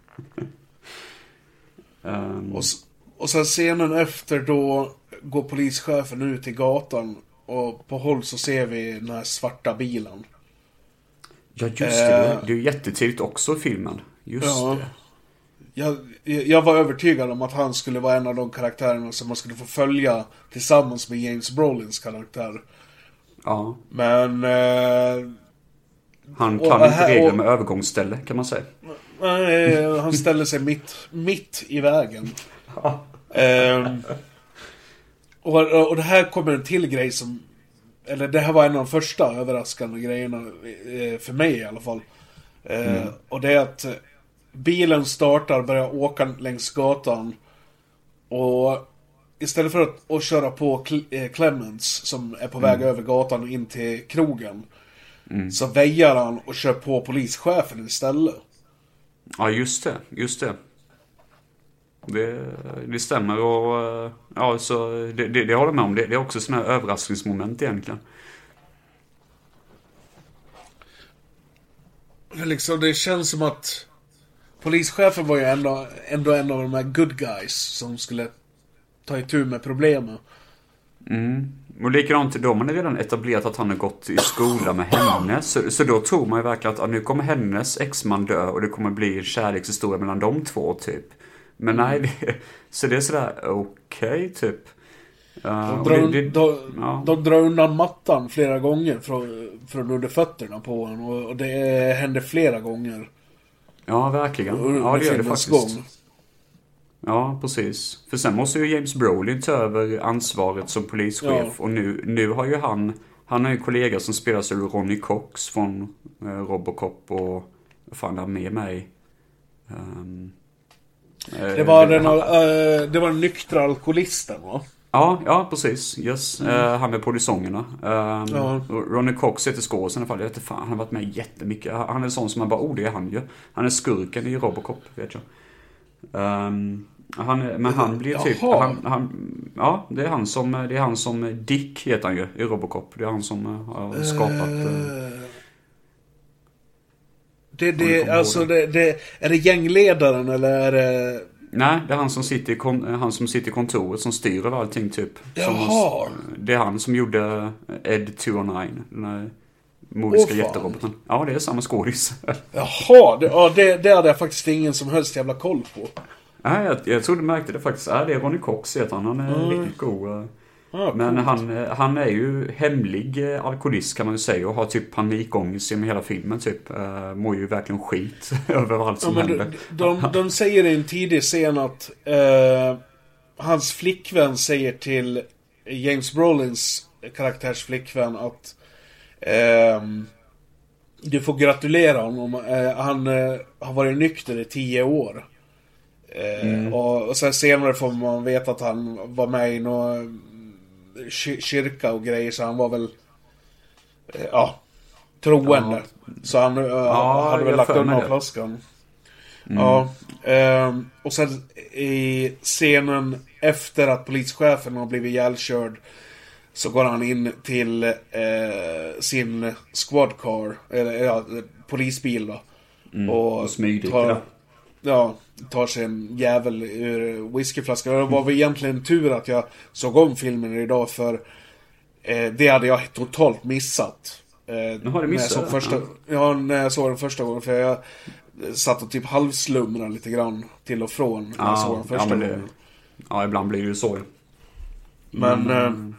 S1: um.
S2: och, och sen scenen efter då går polischefen ut i gatan. Och på håll så ser vi den här svarta bilen.
S1: Ja, just det. Uh, det är ju jättetidigt också i filmen. Just ja. det.
S2: Jag, jag var övertygad om att han skulle vara en av de karaktärerna som man skulle få följa tillsammans med James Brolins karaktär.
S1: Ja.
S2: Men... Eh,
S1: han kan inte regler med övergångsställe, kan man säga.
S2: Nej, han ställer sig mitt, mitt i vägen.
S1: Ja.
S2: Eh, och, och det här kommer en till grej som... Eller det här var en av de första överraskande grejerna eh, för mig i alla fall. Eh, mm. Och det är att... bilen startar, börjar åka längs gatan. Och istället för att, att köra på Clemens som är på mm. väg över gatan in till krogen. Mm. Så väjar han och kör på polischefen istället.
S1: Ja, just det. Just det. Det, det stämmer och ja, så det, det, det håller jag med om. Det, det är också sådana här överraskningsmoment egentligen.
S2: Liksom, det känns som att polischefen var ju ändå, ändå en av de här good guys som skulle ta itu med problemen.
S1: Mm. Och likadant till dem, man är redan etablerat att han har gått i skola med henne. Så, så då tror man ju verkligen att ja, nu kommer hennes exman dö och det kommer bli en kärlekshistoria mellan de två typ. Men mm. nej, det, så det är sådär okej okay, typ. Uh,
S2: de, drar,
S1: det, det,
S2: de,
S1: ja.
S2: de drar undan mattan flera gånger från, från under fötterna på honom. Och, och det händer flera gånger.
S1: Ja, verkligen. Ja, det gör det faktiskt. Gång. Ja, precis. För sen måste ju James Brolin ta över ansvaret som polischef. Ja. Och nu, nu har ju han... Han har ju en kollega som spelar sig Ronny Cox från eh, Robocop och... Vad fan är han med mig? Um, eh,
S2: det var den... Han, uh, det var den nyktra alkoholisten, va?
S1: Ja, ja, precis. Yes. Mm. Uh, han är polisongerna. Um, ja. Ronny Cox heter skåsen i alla fall. Jag vet inte fan, han har varit med jättemycket. Han är sån som man bara, oh det är han ju. Han är skurken i Robocop, vet jag. Um, han, men han blir typ... Han, han, ja, det är han som... Det är han som... Dick heter han ju i Robocop. Det är han som uh, har skapat... Uh,
S2: det, det, alltså, det, det, är det gängledaren eller är det...
S1: Nej, det är han som sitter i, kon- han som sitter i kontoret som styr över allting typ.
S2: Jaha.
S1: Som, det är han som gjorde Ed tvåhundranio, den här modiska oh, jätteroboten. Ja, det är samma skådis.
S2: Jaha, det, ja, det, det hade jag faktiskt ingen som helst jävla koll på.
S1: Nej, jag, jag trodde märkte det faktiskt. Ja, det är Ronny Cox heter han. Han är mm. riktigt god. Ah, men han, han är ju hemlig alkoholist kan man ju säga och har typ panikångest genom hela filmen typ. Uh, mår ju verkligen skit över allt som ja, händer.
S2: De, de, de säger i en tidig scen att uh, hans flickvän säger till James Brolins karaktärs flickvän att uh, du får gratulera honom. Uh, han uh, har varit nykter i tio år. Uh, mm. och, och sen senare får man veta att han var med i någon kyrka och grejer, så han var väl eh, ja troende, ja. Så han eh, ja, hade väl lagt undan flaskan. Mm. Ja, eh, och sen i scenen efter att polischefen har blivit ihjälkörd så går han in till eh, sin squad car eller ja, polisbil då.
S1: Mm. Och, och smyger
S2: tar, ja, tar sig en jävel ur whiskyflaskan. Det var väl egentligen tur att jag såg om filmen idag, för eh, det hade jag totalt missat. Eh,
S1: nu har du missat
S2: när jag såg första, ja. ja, när jag såg den första gången, för jag satt och typ halvslumrade lite grann till och från när
S1: ja,
S2: jag såg den första
S1: ja, det,
S2: gången.
S1: Ja, ibland blir det ju så.
S2: Men...
S1: Mm.
S2: Eh,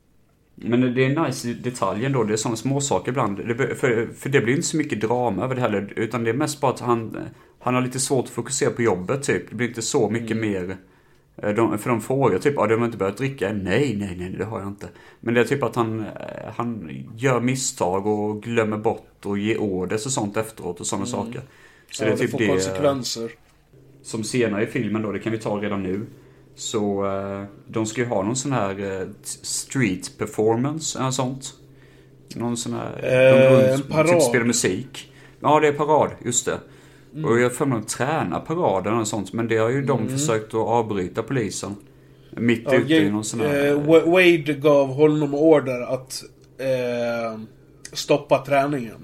S1: Men det är nice detaljen då. Det är sådana små saker ibland. Det, för, för det blir inte så mycket drama över det heller. Utan det är mest bara att han, han har lite svårt att fokusera på jobbet typ. Det blir inte så mycket mm. mer. De, för de frågar typ, har du inte börjat dricka? Nej, nej, nej, det har jag inte. Men det är typ att han, han gör misstag och glömmer bort och ger orders och sånt efteråt och sådana mm. saker. Så
S2: ja,
S1: det är typ
S2: det får
S1: det,
S2: konsekvenser.
S1: Som senare i filmen då, det kan vi ta redan nu. Så uh, de ska ju ha någon sån här uh, street performance eller sånt. Någon sån här
S2: uh,
S1: de,
S2: en parad.
S1: Typ spelar musik. Ja, det är parad, just det. Mm. Och jag får nog träna paraden och sånt, men det har ju mm. de försökt att avbryta polisen. Mitt
S2: ja,
S1: ute i någon sån här...
S2: Eh, Wade gav honom order att eh, stoppa träningen.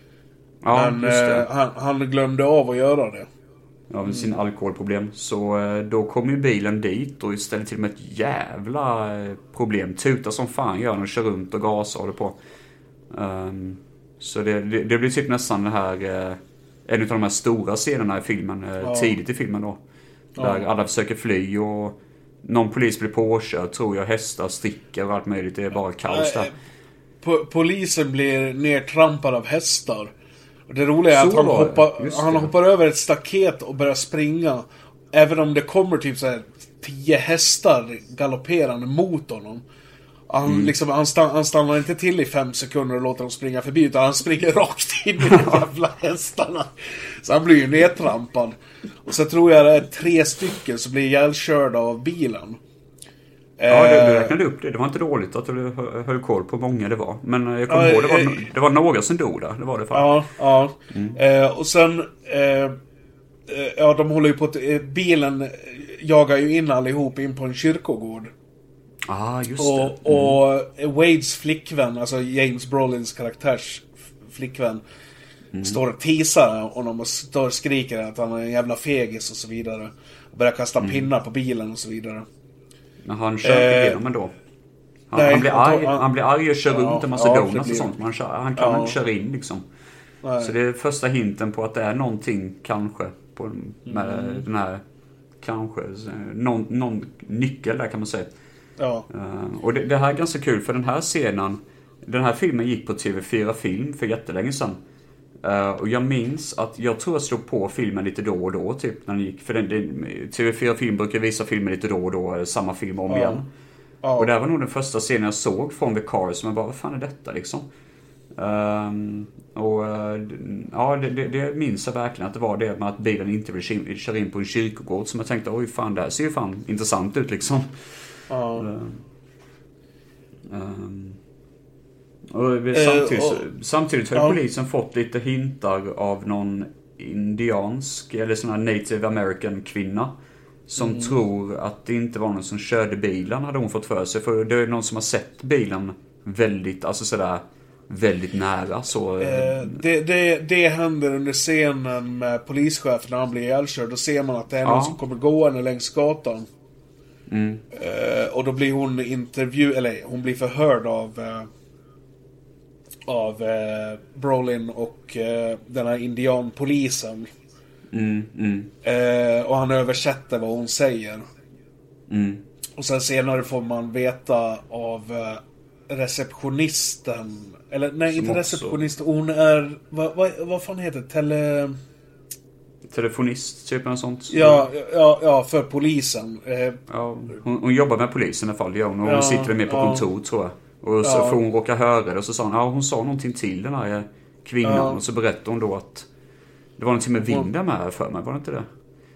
S1: Ja,
S2: Men
S1: just det.
S2: eh, han, han glömde av att göra det.
S1: Ja, med sin alkoholproblem. Så eh, då kom ju bilen dit och ställde till med ett jävla eh, problem. Tuta som fan gör och kör runt och gasar och det på. Um, så det, det, det blir typ nästan det här... Eh, en av de här stora scenerna i filmen, eh, ja. tidigt i filmen då. Där ja. alla försöker fly och någon polis blir påkörd, tror jag, hästar sticker och allt möjligt. Det är bara kaos där.
S2: Po- polisen blir nertrampad av hästar. Och det roliga är så att han hoppar, han hoppar över ett staket och börjar springa. Även om det kommer typ så här tio hästar galopperande mot honom. Han, mm. liksom, han, stann, han stannar inte till i fem sekunder och låter dem springa förbi, utan han springer rakt in i de jävla hästarna. Så han blir ju nedtrampad. Och så tror jag det är tre stycken som blir ihjälkörda av bilen.
S1: Ja, du, du räknade upp det. Det var inte dåligt att du höll koll på många det var. Men jag kommer ja, ihåg, det var, det var några som dog där. Det var det fan.
S2: Ja, ja. Mm. Eh, och sen... Eh, ja, de håller ju på att... Eh, bilen jagar ju in allihop in på en kyrkogård.
S1: Ah, just
S2: och,
S1: det.
S2: Mm. Och Wades flickvän, alltså James Brolins karaktärs flickvän, mm. står och teasar honom och står och skriker att han är en jävla fegis och så vidare. Och börjar kasta mm. pinnar på bilen och så vidare.
S1: Men han kör inte eh, igenom ändå. Han, nej, han, blir arg, han, han blir arg och kör ja, runt en massa ja, donuts och sånt. Men han, kör, han kan ja. inte köra in liksom. Nej. Så det är första hinten på att det är någonting kanske på, med mm. den här kanske någon, någon nyckel där kan man säga.
S2: Ja.
S1: Uh, och det, det här är ganska kul för den här scenen, den här filmen gick på T V fyra Film för jättelänge sedan. Uh, och jag minns att jag tror jag slog på filmen lite då och då typ när den gick. För den, den, T V fyra Film brukar visa filmer lite då och då, samma film om ja. igen. Ja. Och det var nog den första scenen jag såg från The Cars som jag bara, vad fan är detta liksom? Um, och uh, ja, det, det, det minns jag verkligen att det var det med att bilen inte vill köra in på en kyrkogård som jag tänkte, oj fan, det här ser ju fan intressant ut liksom.
S2: Ja.
S1: Uh, um, och vi, samtidigt, uh, och, samtidigt har ja. polisen fått lite hintar av någon indiansk eller sån här native american kvinna som mm. tror att det inte var någon som körde bilen, hade hon fått för sig. För det är någon som har sett bilen väldigt, alltså sådär väldigt nära så.
S2: Eh, det, det, det händer under scenen med polischefen när han blir ihjälkörd. Då ser man att det är någon ja. som kommer gående längs gatan.
S1: Mm.
S2: Eh, och då blir hon intervju eller hon blir förhörd av eh, av eh, Brolin och eh, den här indianpolisen.
S1: Mm, mm.
S2: Eh, och han översätter vad hon säger.
S1: Mm.
S2: Och sen senare får man veta av eh, receptionisten, eller nej, som inte receptionist, hon är vad, vad, vad fan heter det? Tele...
S1: telefonist, typ något sånt.
S2: Ja, ja, ja, för polisen. Eh,
S1: ja, hon, hon jobbar med polisen i alla fall, ja, och hon ja, sitter med på ja. kontor tror jag. Och så ja. får hon råka höra det och så sa hon, ja, hon sa någonting till den här kvinnan ja. och så berättade hon då att det var någonting med vinden med för mig, var det inte det?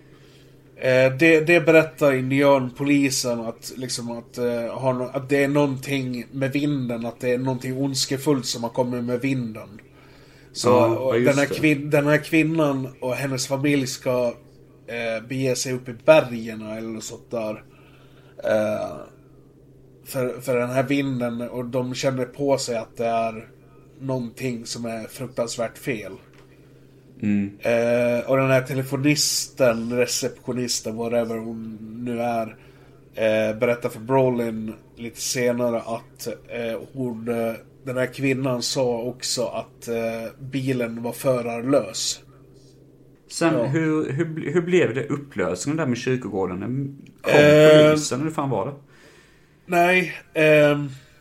S2: Eh, det, det berättar indianpolisen att, liksom att, eh, har, att det är någonting med vinden, att det är någonting ondskefullt som har kommit med vinden. Så ja, den, här kvin- den här kvinnan och hennes familj ska eh, bege sig upp i bergen eller något sånt där. Eh, för, för den här vinden, och de känner på sig att det är någonting som är fruktansvärt fel.
S1: Mm.
S2: Eh, och den här telefonisten, receptionisten, whatever hon nu är, eh, berättar för Brolin lite senare att eh, hon, eh, den här kvinnan sa också att eh, bilen var förarlös.
S1: Sen, ja. hur, hur, hur blev det upplösningen där med kyrkogården? Kom eh, polisen eller fan var det?
S2: Nej, eh,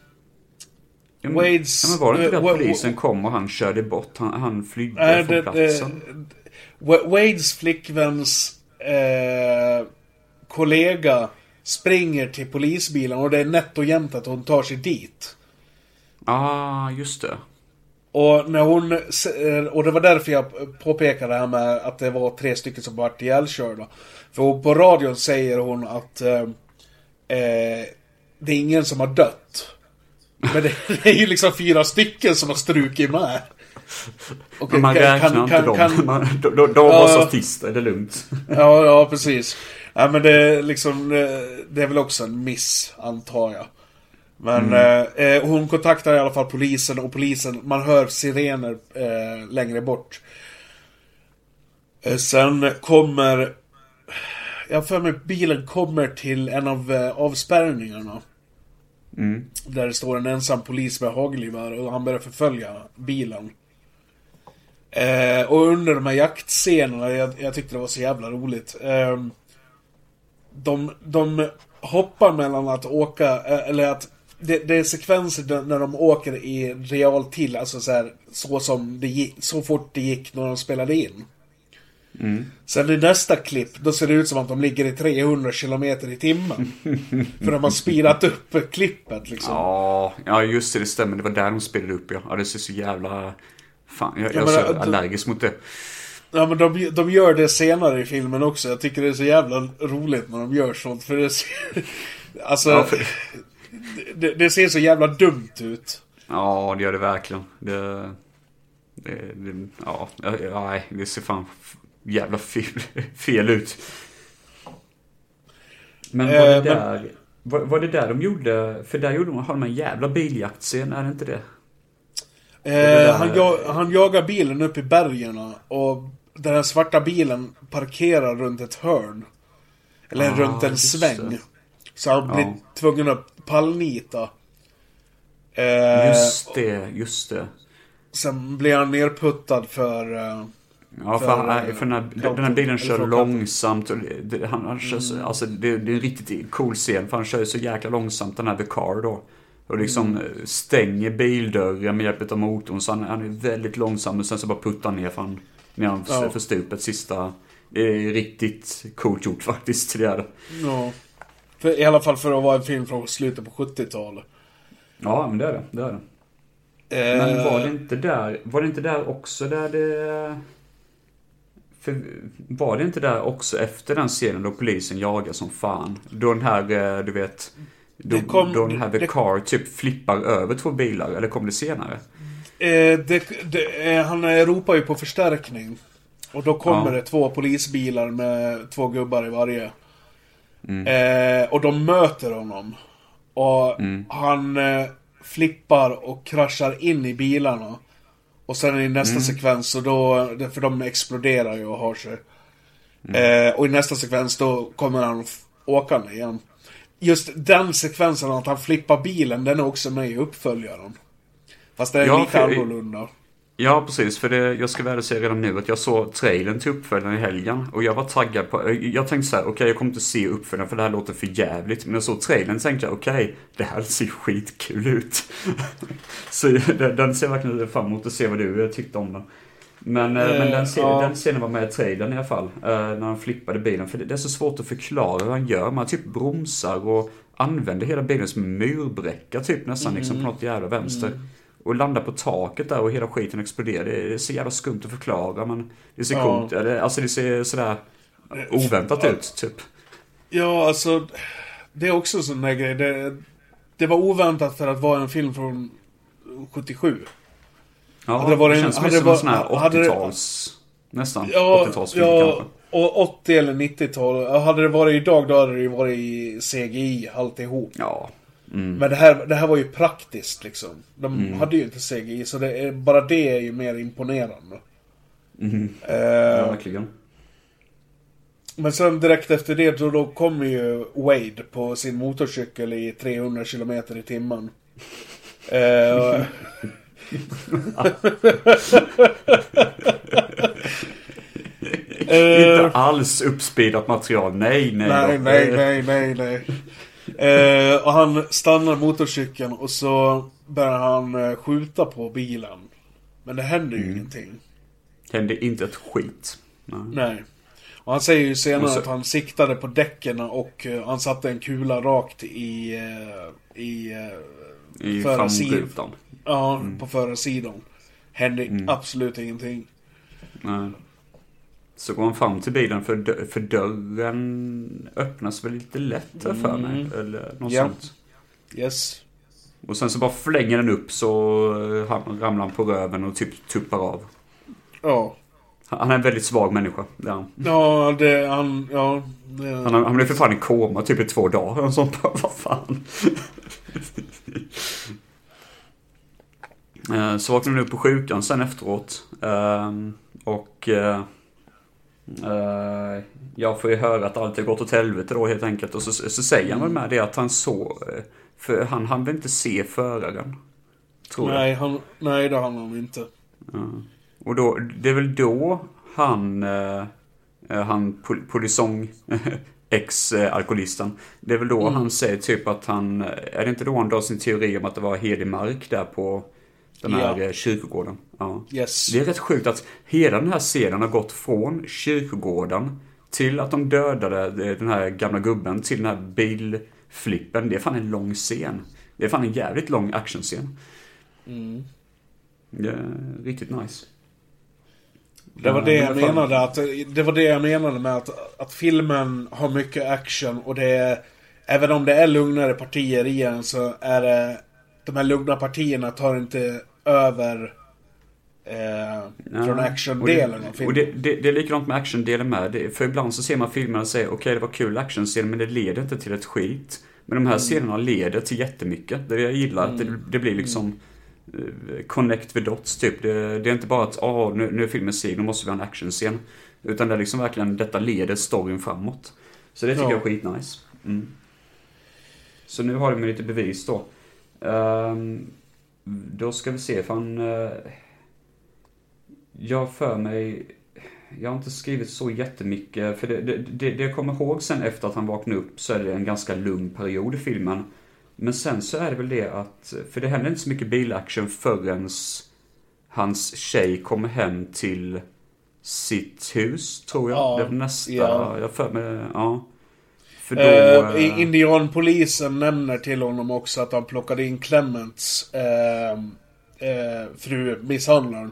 S1: Ja, men, Wades, ja, men var det inte uh, att polisen uh, kom och han körde bort? Han, han flydde uh, från det, platsen.
S2: Uh, Wades flickväns uh, kollega springer till polisbilen och det är nätt och jämnt att hon tar sig dit.
S1: Ah, just det.
S2: Och när hon och det var därför jag påpekade det här med att det var tre stycken som var ihjälkörda. För på radion säger hon att uh, uh, det är ingen som har dött. Men det, det är ju liksom fyra stycken som har strukit med.
S1: Och men man kan, räknar kan, inte kan, dem. Kan, man, de de, de ja, var så tysta, är det lugnt?
S2: Ja, ja, precis. Ja, men det är liksom, det är väl också en miss, antar jag. Men mm. eh, hon kontaktar i alla fall polisen, och polisen, man hör sirener eh, längre bort. Eh, sen kommer, jag för mig bilen kommer till en av eh, avspärrningarna.
S1: Mm.
S2: Där det står en ensam polis med hagelgevär, och han börjar förfölja bilen. Eh, och under de här jaktscenerna, jag, jag tyckte det var så jävla roligt. Eh, de, de hoppar mellan att åka, eh, eller att det, det är sekvenser när de åker i realtid, alltså så här, så som det gick, så fort det gick när de spelade in.
S1: Mm.
S2: Sen i nästa klipp, då ser det ut som att de ligger i trehundra kilometer i timmen. För de har speedat upp klippet liksom.
S1: Ja, ja just det, det stämmer. Det var där de spelade upp, ja. Ja, det ser så jävla... Fan, jag,
S2: ja,
S1: jag är så
S2: men,
S1: allergisk mot det.
S2: Ja, men de, de gör det senare i filmen också. Jag tycker det är så jävla roligt när de gör sånt. För det ser... Alltså... Ja, för... det, det ser så jävla dumt ut.
S1: Ja, det gör det verkligen. Det... det, det ja, nej, det ser fan jävla fel, fel ut. Men var det
S2: eh,
S1: där... Men... Var, var det där de gjorde... För där gjorde de, har de en jävla biljaktscen, är det inte det?
S2: Eh, han, jag, han jagar bilen upp i bergen, och den här svarta bilen parkerar runt ett hörn. Eller ah, runt en sväng. Det. Så han blir ja. tvungen att pallnita.
S1: Eh, just det, just det.
S2: Sen blir han nerputtad för... Eh,
S1: ja, för, för, han, för den, här, den här bilen kör långsamt. Och det, han, han kör så, mm. alltså, det, det är en riktigt cool scen, för han kör så jäkla långsamt, den här The Car då. Och liksom mm. stänger bildörren med hjälp av motorn. Så han, han är väldigt långsam. Och sen så bara puttar han ner för, han, ner han ja. för stupet sista. Det är riktigt coolt gjort faktiskt. Det är det.
S2: Ja. För, i alla fall för att vara en film från slutet på sjuttiotalet.
S1: Ja, men det är det. det, är det. Eh. Men var det inte där... Var det inte där också där det... För var det inte där också efter den scenen då polisen jagar som fan? Då den här, du vet... Då, kom, då den här The det, Car typ flippar över två bilar. Eller kom det senare?
S2: Eh, det, det, eh, han ropar ju på förstärkning. Och då kommer ja. det två polisbilar med två gubbar i varje. Mm. Eh, och de möter honom. Och mm. han eh, flippar och kraschar in i bilarna. Och sen i nästa mm. sekvens så då, för de exploderar ju och har sig. Mm. Eh, och i nästa sekvens då kommer han åkande igen. Just den sekvensen att han flippar bilen, den är också med i uppföljaren. Fast det är ja, lite för, annorlunda.
S1: Ja, precis. För det, jag ska väl säga redan nu att jag såg trailern till uppföljaren i helgen. Och jag var taggad på... Jag tänkte så här, okej, okay, jag kommer inte se uppföljaren för det här låter för jävligt. Men jag såg trailern och tänkte jag, okej, okay, det här ser skitkul ut. Så den, den ser verkligen fram emot att se vad du tyckte om den. Men, eh, men den, scenen, ja. den scenen var med i trailern i alla fall. Eh, när han flippade bilen. För det, det är så svårt att förklara hur han gör. Man typ bromsar och använder hela bilen som en murbräcka typ nästan mm. liksom på något jävla vänster. Mm. Och landar på taket där och hela skiten exploderar. Det är så jävla skumt att förklara, men det ser ja. coolt. Eller, alltså det ser sådär oväntat ja. ut typ.
S2: Ja, alltså det är också en sån där grej. Det, det var oväntat för att vara en film från sjuttiosju.
S1: Ja, hade det, varit det känns en, som en sån här åttio-tals det, nästan,
S2: ja,
S1: åttio-talsfilm
S2: ja,
S1: kanske.
S2: Och åttio eller nittio-tal. Hade det varit idag, då hade det ju varit i C G I alltihop.
S1: Ja. Mm.
S2: Men det här, det här var ju praktiskt liksom. De mm. hade ju inte C G I, så det är, bara det är ju mer imponerande.
S1: Mm.
S2: Eh,
S1: ja, verkligen.
S2: Men sen direkt efter det då, då kommer ju Wade på sin motorcykel i trehundra kilometer i timmen. Eh,
S1: Inte alls uppspeedat material. Nej, nej.
S2: Nej, nej, nej, nej, nej. Eh, och han stannar motorcykeln och så börjar han eh, skjuta på bilen. Men det händer ju mm. ingenting.
S1: Händer inte ett skit. Nej.
S2: Nej. Och han säger ju senare så...
S1: så...
S2: att han siktade på däcken och uh, han satte en kula rakt i uh, i, uh,
S1: I framrutan.
S2: Ja, mm. på förarsidan. Hände mm. absolut ingenting.
S1: Nej. Så går han fram till bilen, för, dö- för dörren öppnas väl lite lätt här för mig. Mm. Eller något yeah. sånt.
S2: Yes.
S1: Och sen så bara flänger den upp, så han ramlar på röven och typ tuppar av.
S2: Ja.
S1: Han är en väldigt svag människa. Ja,
S2: ja det han... Ja, det,
S1: han, han blev för fan i koma typ i två dagar. Och sånt, vad fan. Så vaknade han upp på sjukan sen efteråt. Och jag får ju höra att allt har gått åt helvete då helt enkelt. Och så, så säger han väl med det att han så... För han han vill inte se föraren. Tror
S2: nej,
S1: jag.
S2: han, nej, det han han inte.
S1: Ja. Och då, det är väl då han, eh, han pol- polisong, ex-alkoholisten, det är väl då mm. han säger typ att han, är det inte då han drar sin teori om att det var helig mark där på den här ja. kyrkogården? Ja.
S2: Yes.
S1: Det är rätt sjukt att hela den här serien har gått från kyrkogården till att de dödade den här gamla gubben till den här bilflippen. Det är fan en lång scen. Det är fan en jävligt lång actionscen.
S2: Mm.
S1: Det är riktigt nice.
S2: Det var det jag menade att, det var det jag menade med att, att filmen har mycket action och det är, även om det är lugnare partier i den så är det, de här lugna partierna tar inte över eh, ja, från actiondelen av filmen.
S1: Och det, det, det är likadant med actiondelen med det, för ibland så ser man filmerna och säger okej okay, det var kul actionscen men det leder inte till ett skit. Men de här mm. scenerna leder till jättemycket. Det jag gillar mm. att det, det blir liksom connect with dots typ. Det, det är inte bara att oh, nu, nu är filmen sig, nu måste vi ha en actionscen. Utan det är liksom verkligen, detta leder storyn framåt. Så det tycker ja. jag är skitnice. Mm. Så nu har de lite bevis då. Um, då ska vi se, för han... Uh, jag för mig... Jag har inte skrivit så jättemycket. För det, det, det, det jag kommer ihåg sen efter att han vaknade upp så är det en ganska lugn period i filmen. Men sen så är det väl det att... För det händer inte så mycket bilaction förrän hans tjej kommer hem till sitt hus, tror jag.
S2: Ja,
S1: det är nästa...
S2: ja.
S1: Jag för mig... Ja. För då...
S2: Eh, Indianpolisen nämner till honom också att han plockade in Clements eh, eh, fru misshandlaren.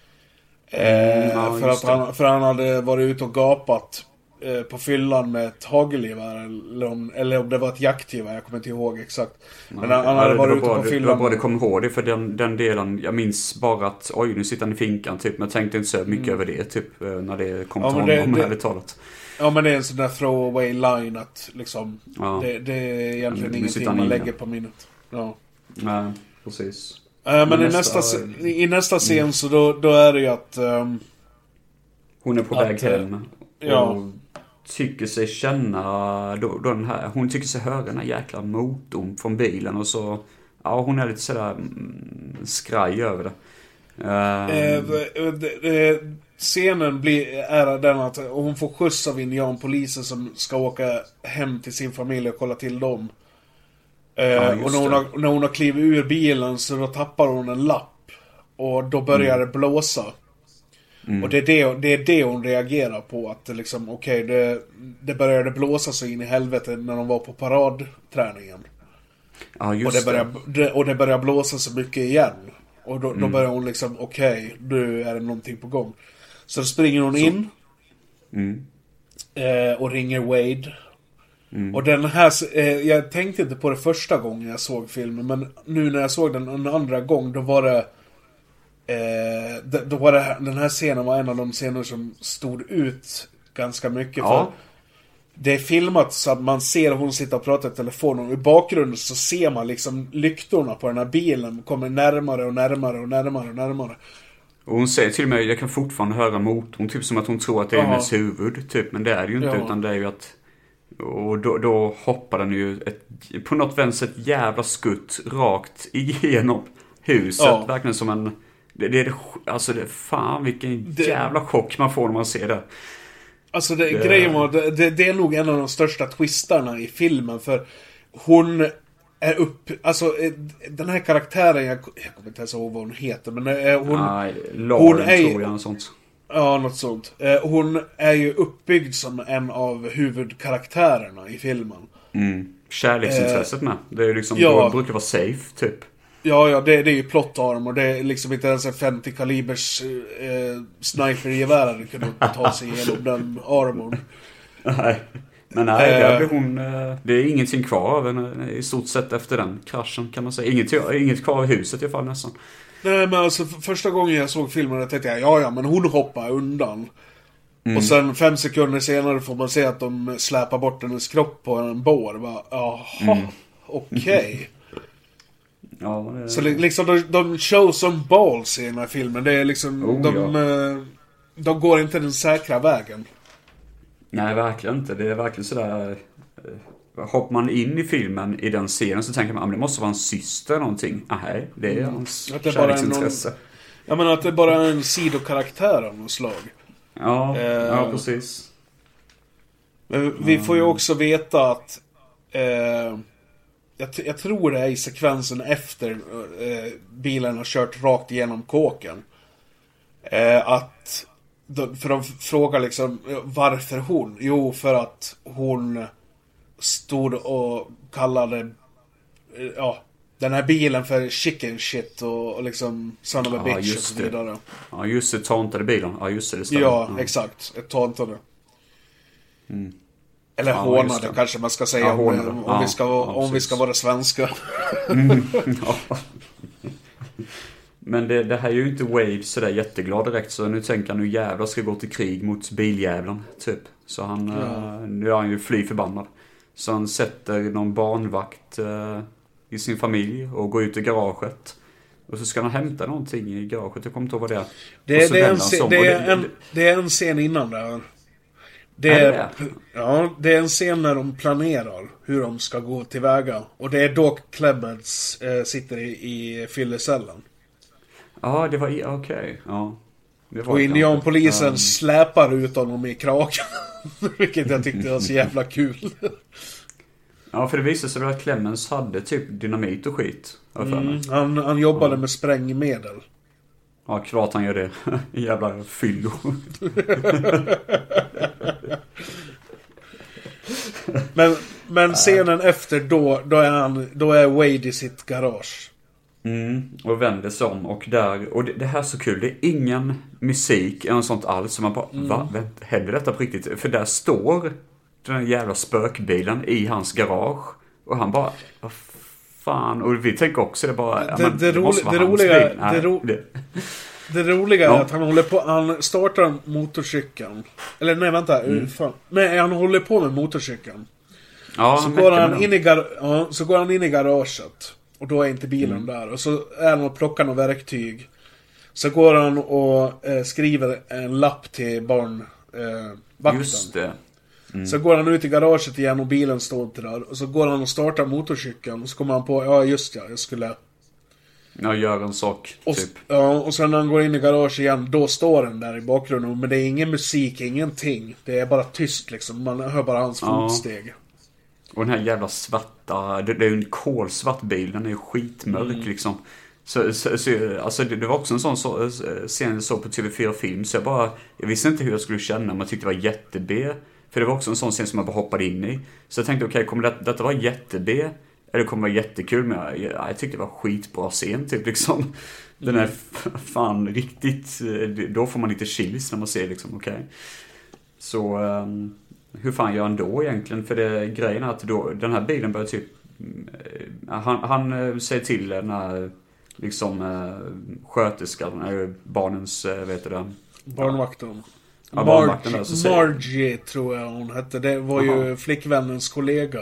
S2: Eh, mm, ja, för, att han, för han hade varit ute och gapat eh, på fyllan med ett hagelgevär eller om, eller om det var ett jaktgevär, jag kommer inte ihåg exakt. Men ja, han, han hade varit ute på fyllan. Det var bara
S1: det kom ihåg det, för den, den delen, jag minns bara att oj, nu sitter han i finkan typ, men jag tänkte inte så mycket mm. över det typ när det kom
S2: ja,
S1: till
S2: det,
S1: honom,
S2: det,
S1: ärligt talat.
S2: Ja, men det är en sån där throwaway line att liksom ja. det, det är egentligen ingenting man lägger inne på minnet. Ja.
S1: Nej, precis.
S2: Uh, men, men i nästa, nästa, i nästa scen mm. så då, då är det ju att um,
S1: hon är på
S2: att,
S1: väg hem och
S2: ja.
S1: tycker sig känna då, då den här, hon tycker sig höra den här jäkla motorn från bilen och så, ja, hon är lite sådär mm, skraj över det. Um,
S2: uh, det, det scenen blir, är den att hon får skjuts av indianpolisen som ska åka hem till sin familj och kolla till dem. Ja, och när hon, har, när hon har klivit ur bilen så då tappar hon en lapp. Och då börjar mm. det blåsa. Mm. Och det är det, det är det hon reagerar på. Att det liksom, okej, okay, det, det började blåsa så in i helvete när de var på paradträningen.
S1: Ja, just
S2: och, det börjar, det. och det börjar blåsa så mycket igen. Och då, mm. då börjar hon liksom, okej, okay, nu är det någonting på gång. Så då springer hon så. in.
S1: Mm.
S2: Eh, och ringer Wade.
S1: Mm.
S2: Och den här, eh, jag tänkte inte på det första gången jag såg filmen, men nu när jag såg den en andra gång, då var det eh, då var det, den här scenen var en av de scener som stod ut ganska mycket.
S1: Ja.
S2: För det är filmat så att man ser hon sitta och prata i telefonen, och i bakgrunden så ser man liksom lyktorna på den här bilen kommer närmare och närmare och närmare och närmare.
S1: Och hon säger till mig, jag kan fortfarande höra motorn, typ som att hon tror att det är hennes huvud, typ, men det är det ju inte, ja. utan det är ju att och då, då hoppar den ju ett, på något vänster ett jävla skutt rakt igenom huset. Ja. Verkligen som en... Det, det är alltså det, fan vilken det, jävla chock man får när man ser det.
S2: Alltså det, det grejen var, det, det är nog en av de största twistarna i filmen. För hon är upp... Alltså den här karaktären, jag, jag kommer inte ens ihåg vad hon heter. Men hon...
S1: Nej, Lauren hon är, tror jag, något sånt.
S2: Ja, något sånt. Hon är ju uppbyggd som en av huvudkaraktärerna i filmen.
S1: Mm. Kärleksintresset med. Det är ju liksom,
S2: ja.
S1: då brukar vara safe, typ.
S2: Ja, ja, det, det är ju plot armor. Det är liksom inte ens en femtio kalibers eh, snipergevär det kunde ta sig igenom den armorn.
S1: Nej. Men nej, där blir hon, det är ingenting kvar av henne i stort sett efter den kraschen, kan man säga. Inget, inget kvar i huset i alla fall nästan.
S2: Nej, men alltså för första gången jag såg filmen jag tänkte jag, ja ja, men hon hoppar undan. Mm. Och sen fem sekunder senare får man se att de släpar bort hennes kropp på en bår. Va? Jaha, mm. okej. Okay.
S1: Ja, det...
S2: Så liksom de, de show some balls i den här filmen. Det är liksom,
S1: oh,
S2: de,
S1: ja.
S2: de går inte den säkra vägen.
S1: Nej, verkligen inte. Det är verkligen sådär... Hoppar man in i filmen i den scenen så tänker man, det måste vara en syster eller någonting. Nej, det är hans mm. kärleksintresse. Någon...
S2: Jag menar att det är bara en sidokaraktär av något slag.
S1: Ja,
S2: eh,
S1: ja precis.
S2: Men vi får ju också veta att eh, jag, jag tror det är i sekvensen efter eh, bilen har kört rakt igenom kåken. Eh, att de, för de frågar liksom varför hon? Jo, för att hon stod och kallade ja, den här bilen för chicken shit och, och liksom son of a
S1: ja,
S2: bitch och så vidare.
S1: Det. Ja, just det, tantade bilen. Ja, just det, det stämmer.
S2: Ja, ja, exakt. Ett tantade.
S1: Mm.
S2: Eller ja, hånade kanske man ska säga, ja, om, om, ja, vi ska, ja, om vi ska vara svenska.
S1: Mm, ja. Men det, det här är ju inte Wade sådär jätteglad direkt. Så nu tänker han, nu jävlar ska gå till krig mot biljävlan typ. Så han, ja. uh, nu är han ju fly förbannad. Så han sätter någon barnvakt uh, i sin familj och går ut i garaget. Och så ska han hämta någonting i garaget. Jag kommer inte ihåg vad det är.
S2: Det, det, är, en scen, det, är, en, det är en scen innan där. Det är, är det? Ja, det är en scen när de planerar hur de ska gå tillväga. Och det är då Clemens eh, sitter i, i fyllecellen.
S1: Ja, det var i, okej. Okay. Ja. Det var
S2: och indianpolisen um... släpar ut honom i kragen. Vilket jag tyckte var så jävla kul.
S1: Ja, för det visade sig att Clemens hade typ dynamit och skit.
S2: Mm, han, han jobbade ja. med sprängmedel.
S1: Ja, klart han gör det. Jävla fyllo.
S2: men men scenen äh. efter då, då är han, då är Wade i sitt garage.
S1: Mm, och vänder sig om och där, och det, det här är så kul, det är ingen musik eller något sånt alls, så man bara, mm. va, vänta, händer detta på riktigt? För där står den jävla spökbilen i hans garage och han bara, vad fan, och vi tänker också det bara,
S2: det, men, det, det, måste vara det hans roliga, bil. Nej, det, ro, det. det roliga ja. är att han håller på, han startar motorcykeln, eller nej vänta, mm. fan. nej han håller på med motorcykeln. Ja, så går han in i gar, ja, så går han in i garaget. Och då är inte bilen mm. där. Och så är han och plockar något verktyg. Så går han och eh, skriver en lapp till barnvakten. Eh,
S1: Just det.
S2: Mm. Så går han ut i garaget igen och bilen står inte där. Och så går han och startar motorcykeln. Och så kommer han på, ja just ja, jag skulle...
S1: Ja, gör en sak,
S2: och,
S1: typ.
S2: Ja, och sen när han går in i garaget igen, då står den där i bakgrunden. Men det är ingen musik, ingenting. Det är bara tyst liksom. Man hör bara hans ja. fotsteg.
S1: Och den här jävla svarta, det, det är ju en kolsvart bil, den är ju skitmörk mm. liksom. Så, så, så alltså det, det var också en sån så, scen jag såg på T V fyra-film, så jag bara, jag visste inte hur jag skulle känna, men jag tyckte det var jätte-B. För det var också en sån scen som jag bara hoppade in i. Så jag tänkte, okej, okay, kommer det, detta vara jätte-B? Eller kommer det vara jättekul? Men jag, jag, jag tyckte det var skitbra scen, typ liksom. Den är fan riktigt, då får man lite chills när man ser liksom, okej. Okay. Så... Um, hur fan gör han då egentligen? För det grejen är att då, den här bilen börjar typ... Han, han säger till den här liksom sköterskan, barnens, vet du det?
S2: Barnvakten.
S1: Ja, barnvakten där, så
S2: Margie tror jag hon hette. Det var Aha. ju flickvännens kollega.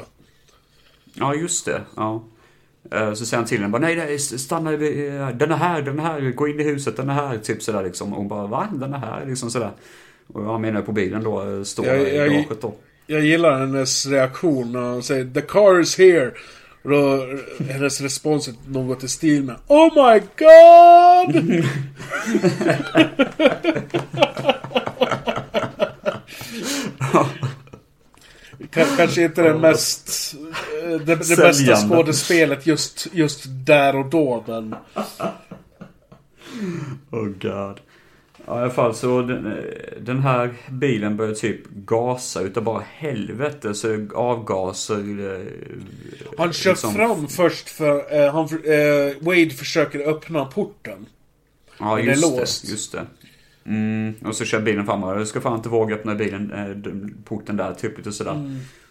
S1: Ja, just det. Ja. Så säger han till henne bara, nej, nej, stanna, den är här, den är här, gå in i huset, den är här, typ sådär liksom. Och hon bara, va? Den är här, liksom sådär. Och han menar på bilen då, står jag, i garaget då.
S2: Jag gillar hennes reaktion när hon säger, the car is here. Och då, hennes respons är något i stil med, oh my god! Kanske inte det mest det, det bästa skådespelet just, just där och då, men...
S1: Oh god. Ja, i alla fall så den, den här bilen börjar typ gasa utav bara helvete, så avgaser eh,
S2: han kör liksom fram först för eh, han, eh, Wade försöker öppna porten.
S1: Ja, men just det, är låst. Just det. Mm, och så kör bilen fram och jag ska fan inte våga öppna bilen eh, porten där typ lite sådär. Mm.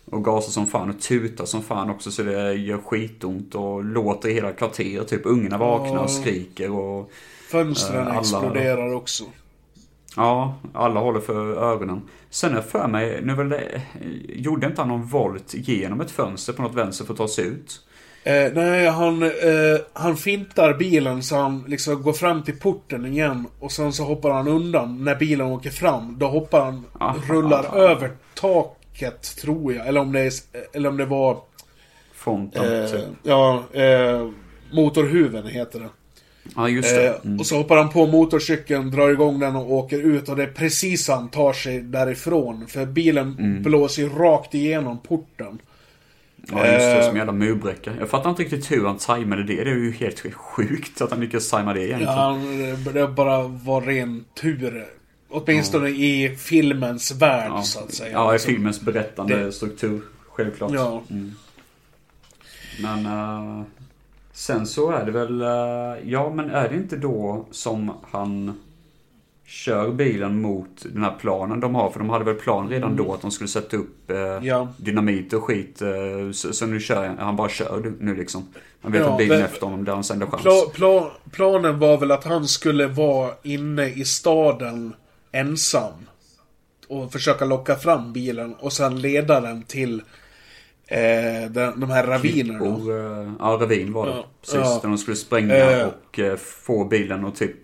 S1: Och gasar som fan och tutar som fan också, så det gör skitont och låter i hela kvarteret. Typ ungarna vaknar och skriker och...
S2: Fönstren äh, alla... exploderar också.
S1: Ja, alla håller för ögonen. Sen är för mig, nu väl det, gjorde inte han någon volt genom ett fönster på något vänster för att ta sig ut?
S2: Eh, nej, han, eh, han fintar bilen så han liksom går fram till porten igen. Och sen så hoppar han undan när bilen åker fram. Då hoppar han, aha, rullar aha. över taket, tror jag. Eller om det, är, eller om det var...
S1: Fronten,
S2: eh, Ja, eh, motorhuven heter det.
S1: Ja, just det. Mm.
S2: Och så hoppar han på motorcykeln, drar igång den och åker ut. Och det är precis han tar sig därifrån. För bilen mm. blåser ju rakt igenom porten.
S1: Ja, just det, som jävla murbräcka. Jag fattar inte riktigt hur han tajmade det. Det är ju helt sjukt att han lyckas tajma det egentligen.
S2: Ja, det bara var ren tur. Åtminstone ja. i filmens värld,
S1: ja.
S2: så att säga.
S1: Ja, i filmens berättande det... struktur. Självklart.
S2: Ja.
S1: Mm. Men... Uh... Sen så är det väl, ja men är det inte då som han kör bilen mot den här planen de har? För de hade väl plan redan då att de skulle sätta upp eh, ja. dynamit och skit. Eh, så, så nu kör han bara kör nu liksom. Han vet ja, att bilen efter honom där han sänder chans.
S2: Pla, pla, planen var väl att han skulle vara inne i staden ensam. Och försöka locka fram bilen och sen leda den till... Eh, de, de här ravinerna.
S1: Och, uh, ja, ravin var det.
S2: Ja,
S1: precis,
S2: ja.
S1: där de skulle spränga eh. och uh, få bilen och typ...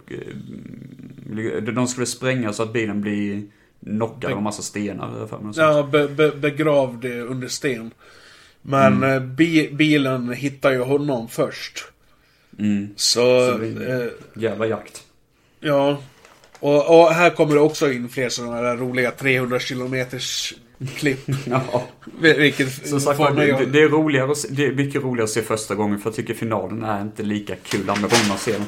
S1: Uh, de skulle spränga så att bilen blir knockad av en massa stenar. För mig,
S2: ja, be, be, begravd under sten. Men mm. uh, bi, bilen hittar ju honom först.
S1: Mm.
S2: Så...
S1: så uh, jävla jakt.
S2: Ja. Och, och här kommer det också in fler sådana här roliga trehundra kilometers klipp.
S1: Ja.
S2: Vilket
S1: så sagt, det, det, det är roligare att se, det är mycket roligare att se första gången, för jag tycker finalen är inte lika kul andra gången man ser den.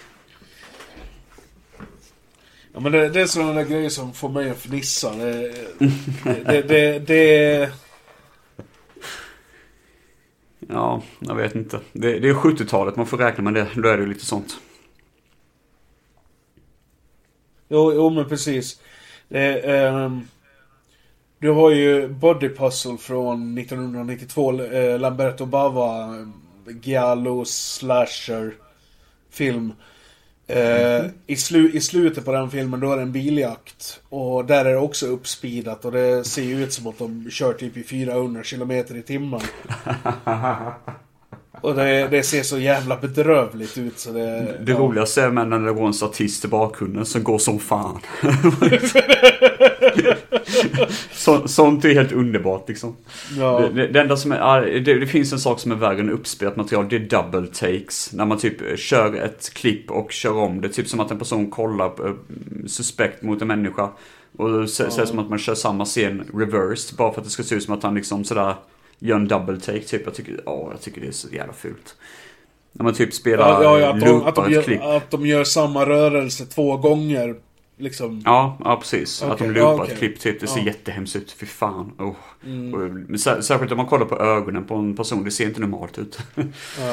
S2: Ja, men det, det är sådana där grejer som får mig att fnissa. Det det, det, det...
S1: Ja, jag vet inte. Det, det är sjuttiotalet man får räkna med det. Då är det ju lite sånt.
S2: Jo, jo men precis. Det, um, du har ju Body Puzzle från nittonhundranittiotvå, eh, Lamberto Bava giallo slasher film. Eh, mm. i, slu, I slutet på den filmen då är det en biljakt. Och där är det också uppspeedat. Och det ser ju ut som att de kör typ i fyrahundra kilometer i timmen. Och det, det ser så jävla bedrövligt ut så det...
S1: Det ja. roligaste är när det går en statist i bakgrunden som går som fan. så, sånt är helt underbart liksom.
S2: Ja.
S1: Det, det, det enda som är... Det, det finns en sak som är värre än uppspelat material. Det är double takes. När man typ kör ett klipp och kör om det. Typ som att en person kollar på, suspekt mot en människa. Och ser ja. som att man kör samma scen reversed. Bara för att det ska se ut som att han liksom sådär... gör en double take typ. Jag tycker, åh, jag tycker det är så jävla fult. När man typ spelar
S2: ja, ja, att, de, att, de gör,
S1: klipp.
S2: att de gör samma rörelse två gånger liksom.
S1: Ja, ja precis. Okay, att de loopar ja, okay. ett klipp typ. Det ser ja. jättehemskt ut. Fy fan. Oh. Mm. Och, särskilt om man kollar på ögonen på en person. Det ser inte normalt ut.
S2: Ja.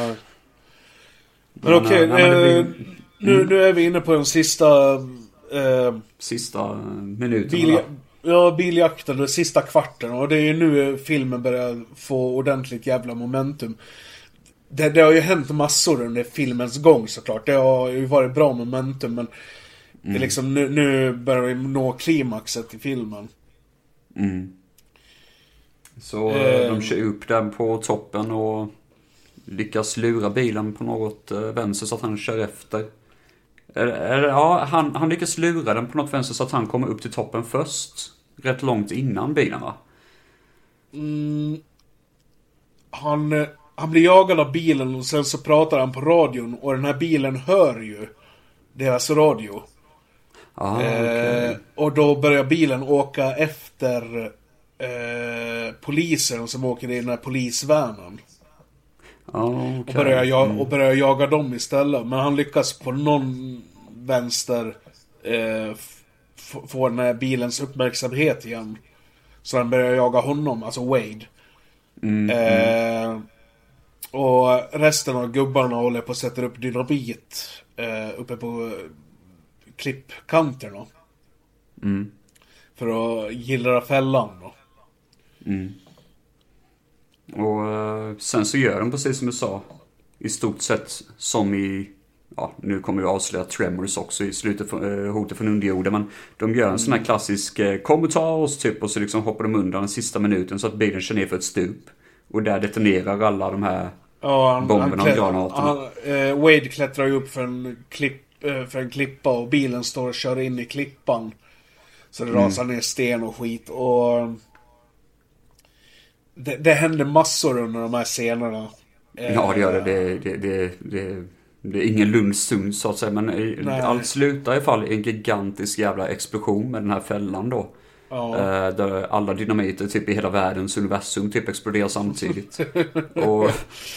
S2: Men okej. Okay, eh, blir... nu, nu är vi inne på den sista... Eh,
S1: sista minuten.
S2: Bil... Ja, biljakten, den sista kvarten. Och det är ju nu filmen börjar få ordentligt jävla momentum. Det, det har ju hänt massor under filmens gång såklart. Det har ju varit bra momentum. Men mm. det är liksom, nu, nu börjar vi nå klimaxet i filmen.
S1: Mm. Så eh. de kör upp den på toppen och lyckas lura bilen på något vänster så att han kör efter. Eller, ja, han, han lyckas lura den på något vänster så att han kommer upp till toppen först. Rätt långt innan bilen, va?
S2: Mm, han, han blir jagad av bilen och sen så pratar han på radion. Och den här bilen hör ju deras radio.
S1: Ah,
S2: eh,
S1: okay.
S2: Och då börjar bilen åka efter eh, polisen som åker i den här polisvänen.
S1: Ah, okay.
S2: och, börjar jag, mm. och börjar jaga dem istället. Men han lyckas på någon vänster eh, f- få den här bilens uppmärksamhet igen. Så han börjar jaga honom, alltså Wade.
S1: Mm,
S2: eh,
S1: mm.
S2: Och resten av gubbarna håller på att sätta upp dynamit eh, uppe på klippkanterna.
S1: Mm.
S2: För att gillra fällan då.
S1: Mm. sen så gör de precis som du sa. I stort sett som i, ja, nu kommer vi avslöja Tremors också i slutet för, eh, hotet från underjorden. Men de gör en mm. sån här klassisk, eh, kom och ta oss typ. Och så liksom hoppar de undan den sista minuten så att bilen kör ner för ett stup. Och där detonerar alla de här
S2: ja, han,
S1: bomberna
S2: han
S1: och granaterna.
S2: Han, eh, Wade klättrar ju upp för en, klipp, eh, för en klippa och bilen står och kör in i klippan. Så det mm. rasar ner sten och skit. Och det, det händer massor under de här scenerna.
S1: Ja, det gör det. Det, det, det, det, det är ingen lugn stund så att säga. Men nej. Allt slutar i alla fall i en gigantisk jävla explosion med den här fällan då. Ja. Där alla dynamiter typ i hela världens universum typ exploderar samtidigt. Och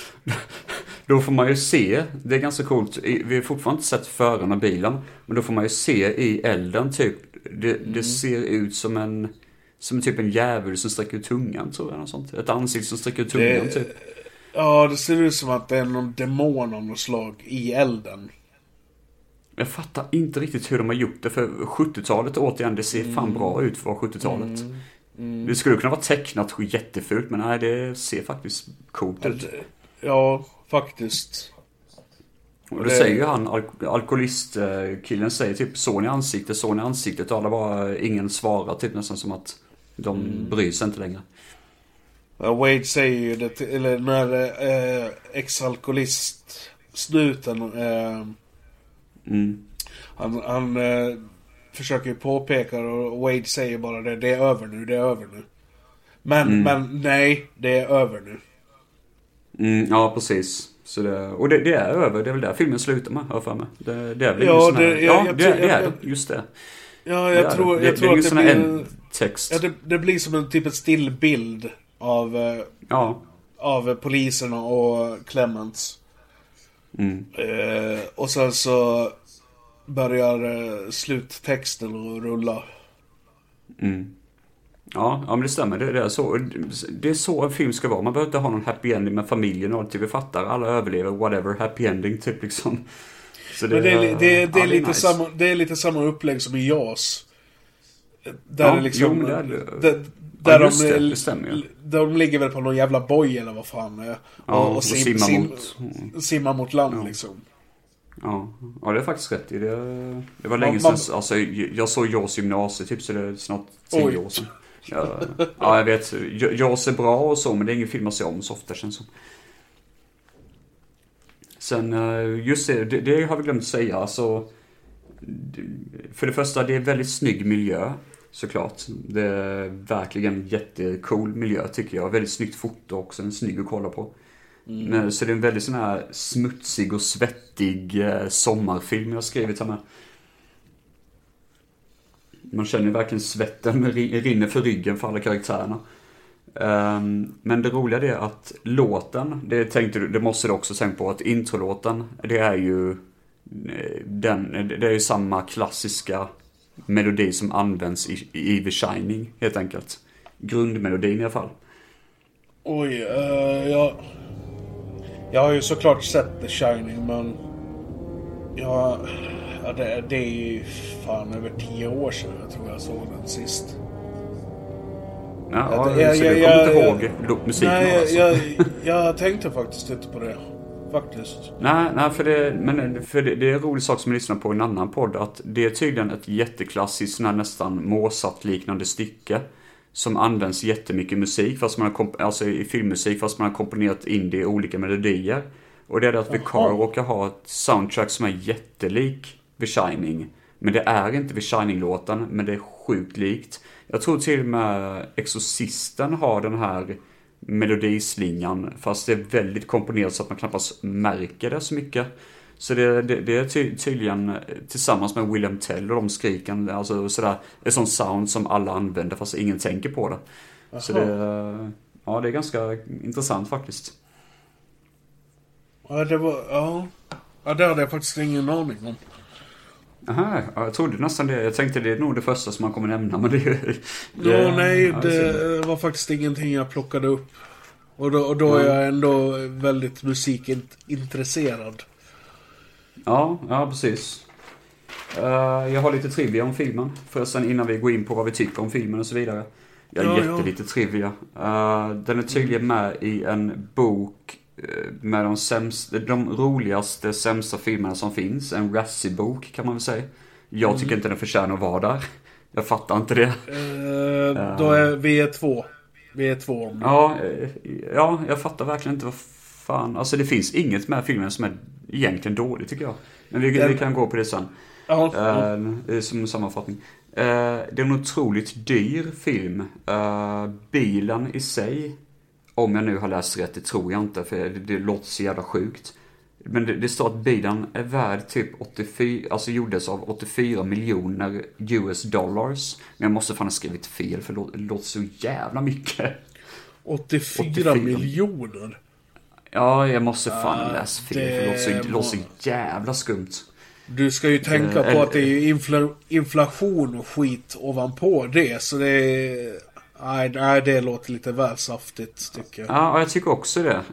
S1: då får man ju se, det är ganska coolt, vi har fortfarande inte sett förarna bilen, men då får man ju se i elden typ, det, mm. det ser ut som en som typ en djävul som sträcker ut tungan, tror jag, något sånt. Ett ansikte som sträcker ut tungan det, typ.
S2: Ja, det ser ut som att det är någon demon av något slag i elden.
S1: Jag fattar inte riktigt hur de har gjort det. För sjuttiotalet återigen, det ser fan bra ut för sjuttiotalet. Mm. Mm. Det skulle kunna vara tecknat jättefult, men nej, det ser faktiskt coolt ut.
S2: Ja, faktiskt.
S1: Och det säger ju han, alk- alkoholistkillen säger typ son i ansiktet, son i ansiktet. Och alla bara, ingen svarar, typ nästan som att de mm. bryr sig inte längre.
S2: Wade säger ju det till, eller när eh, ex-alkoholist snuten eh, mm. han, han eh, försöker ju påpeka och Wade säger bara det, det är över nu, det är över nu. Men, mm. men nej, det är över nu.
S1: Mm, ja, precis. Så det, och det, det är över, det är väl där filmen slutar med, hör för mig. Det, det är väl
S2: ja,
S1: sån här,
S2: det, jag,
S1: ja,
S2: jag,
S1: det,
S2: jag,
S1: det är
S2: jag,
S1: just det.
S2: Ja, jag
S1: det
S2: tror,
S1: det.
S2: jag
S1: det,
S2: tror
S1: det
S2: att det blir
S1: en text.
S2: Ja, det, det blir som en typ en stillbild av
S1: ja.
S2: av poliserna och Clements. Mm. Eh, och sen så börjar eh, sluttexten att rulla.
S1: Mm. Ja, ja, men det stämmer. Det, det, är så, det är så en film ska vara. Man behöver inte ha någon happy ending med familjen och allt vi fattar. Alla överlever, whatever, happy ending typ liksom.
S2: Så det, men det, är, det, det, det, är ja, lite nice. samma, det är lite samma upplägg som i Jaws. Där
S1: ja,
S2: är liksom...
S1: Jo, där,
S2: där, där
S1: ja,
S2: de,
S1: det, det stämmer, ja.
S2: De ligger väl på någon jävla boj eller vad fan är.
S1: Ja, och, och sim,
S2: simmar
S1: sim,
S2: mot, mm. simma mot land
S1: ja.
S2: liksom.
S1: Ja. Ja, det är faktiskt rätt i det. Det var länge man, sedan, alltså jag såg Jaws gymnasiet typ, så det är snart tio oj. år sedan. Ja, ja, jag vet. Jaws är bra och så, men det är ingen film att se om så ofta, känns som. Sen, just det, det, det har vi glömt säga. Alltså, för det första, det är väldigt snygg miljö, såklart. Det är verkligen jättecool miljö, tycker jag. Väldigt snyggt foto också, en snygg att kolla på. Mm. Men, så det är en väldigt sån här smutsig och svettig eh, sommarfilm jag har skrivit här med. Man känner verkligen svetten rinner för ryggen för alla karaktärerna. Um, men det roliga är att låten, det tänkte du, det måste du också tänka på, att introlåten, det är ju den, det är ju samma klassiska melodi som används i, i The Shining, helt enkelt. Grundmelodin i alla fall.
S2: Oj, uh, jag jag har ju såklart sett The Shining, men jag ja, det, det är ju fan över tio år sedan jag tror jag såg den sist.
S1: Ja, jag, jag, så jag, du kommer inte ihåg jag, musiken?
S2: Nej,
S1: alltså.
S2: jag, jag tänkte faktiskt inte på det. Faktiskt.
S1: Nej, nej för, det, men för det, det är en rolig sak som jag lyssnar på i en annan podd. Att det är tydligen ett jätteklassiskt, nästan Mozart-liknande stycke. Som används jättemycket musik, fast man har, alltså i filmmusik, fast man har komponerat in det i olika melodier. Och det är det att Vicar råkar ha ett soundtrack som är jättelik The Shining. Men det är inte The Shining-låten, men det är sjukt likt. Jag tror till och med Exorcisten har den här melodislingan, fast det är väldigt komponerat så att man knappast märker det så mycket. Så det, det, det är ty, tydligen tillsammans med William Tell och de skriken, alltså sådär, ett sånt sound som alla använder fast ingen tänker på det. Aha. Så det, ja, det är ganska intressant faktiskt.
S2: Ja, det var, ja, ja det hade jag faktiskt ingen aning om.
S1: Aha, jag trodde nästan det. Jag tänkte det är nog det första som man kommer nämna, men det är
S2: det, ja, nej, det var faktiskt ingenting jag plockade upp. Och då, och då är jag ändå väldigt musikintresserad.
S1: Ja, ja, precis. Uh, jag har lite trivia om filmen. Förresten innan vi går in på vad vi tycker om filmen och så vidare. Jag har ja, jättelite ja. trivia. Uh, den är tydligen med i en bok uh, med de, sämsta, de roligaste, sämsta filmerna som finns. En Razzie-bok kan man väl säga. Jag mm. tycker inte den förtjänar att vara där. Jag fattar inte det.
S2: Uh, då är vi är två. Vi är två om det.
S1: Ja, ja, jag fattar verkligen inte vad fan. Alltså det finns inget med filmen som är egentligen dåligt tycker jag. Men vi, den... vi kan gå på det sen. Uh, uh. Som sammanfattning. Uh, det är en otroligt dyr film. Uh, bilen i sig, om jag nu har läst rätt, det tror jag inte. För det, det låter så jävla sjukt. Men det, det står att bilen är värd typ åttiofyra, alltså gjordes av åttiofyra miljoner U S dollars. Men jag måste fan ha skrivit fel för det låter så jävla mycket.
S2: åttiofyra, åttiofyra miljoner?
S1: Ja, jag måste fan ha läst fel det... för det låter, så, det låter så jävla skumt.
S2: Du ska ju tänka uh, på eller... att det är infl- inflation och skit ovanpå det. Så det är... Nej, nej, det låter lite väl saftigt tycker jag.
S1: Ja, jag tycker också det.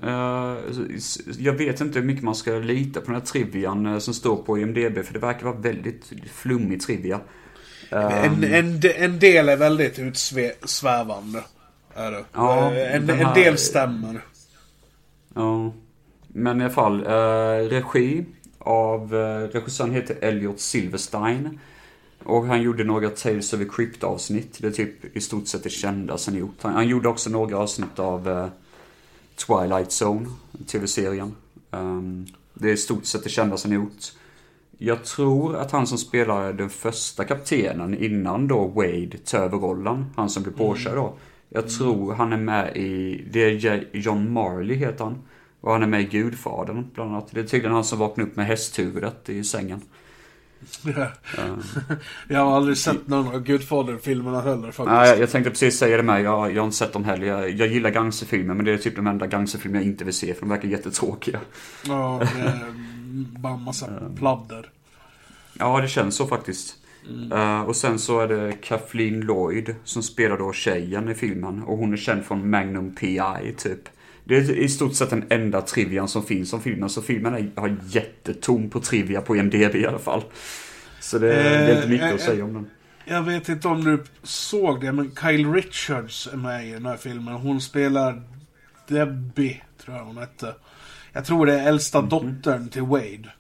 S1: Jag vet inte hur mycket man ska lita på den här trivian som står på I M D B. För det verkar vara väldigt flummig trivia.
S2: En, en, en del är väldigt utsvävande. Är det?
S1: Ja,
S2: en,
S1: här...
S2: en del stämmer.
S1: Ja, men i alla fall. Regi av... Regissören heter Elliot Silverstein. Och han gjorde några Tales of the Crypt-avsnitt. Det är typ i stort sett det kända sen gjort. Han, han gjorde också några avsnitt av uh, Twilight Zone, tv-serien. Um, det är i stort sett det kända sen gjort. Jag tror att han som spelar den första kaptenen innan då Wade tar över rollen, han som blir påkörd då. Jag mm. tror han är med i, det är John Marley heter han. Och han är med i Gudfadern bland annat. Det är tydligen han som vaknar upp med hästhuvudet i sängen.
S2: Ja. Uh. Jag har aldrig sett någon av Gudfader-filmerna heller faktiskt.
S1: Nej, jag, jag tänkte precis säga det med. Jag, jag har inte sett dem heller. Jag, jag gillar gangsterfilmer, men det är typ de enda gangsterfilmer jag inte vill se, för de verkar jättetråkiga.
S2: Ja, det är bara en massa pladder.
S1: Ja, det känns så faktiskt. Mm. Uh, och sen så är det Kathleen Lloyd som spelar då tjejen i filmen. Och hon är känd från Magnum P I typ. Det är i stort sett den enda trivian som finns om filmen. Så filmen är, har jättetom på trivia på I M D B i alla fall. Så det, eh, det är inte mycket eh, att säga om den.
S2: Jag vet inte om du såg det, men Kyle Richards är med i den här filmen. Hon spelar Debbie, tror jag hon hette. Jag tror det är äldsta mm. dottern till Wade.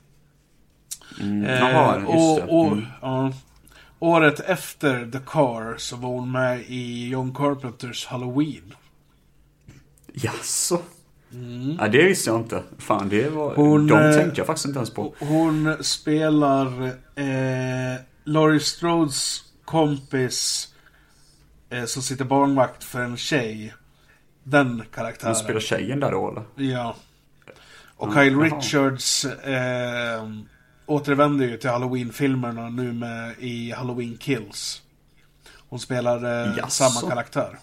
S1: Mm. Eh, Jaha, just
S2: och,
S1: det.
S2: och,
S1: mm.
S2: ja, året efter The Car så var hon med i John Carpenters Halloween.
S1: Jaså?
S2: Mm.
S1: Ja, det visste jag inte. Fan, det var...
S2: Hon,
S1: de tänkte jag faktiskt inte ens på.
S2: Hon spelar eh, Laurie Strodes kompis eh, som sitter barnvakt för en tjej. Den karaktären.
S1: Hon spelar tjejen där då, eller?
S2: Ja. Och Kyle ja, Richards eh, återvänder ju till Halloween-filmerna nu med i Halloween Kills. Hon spelar eh, samma karaktär.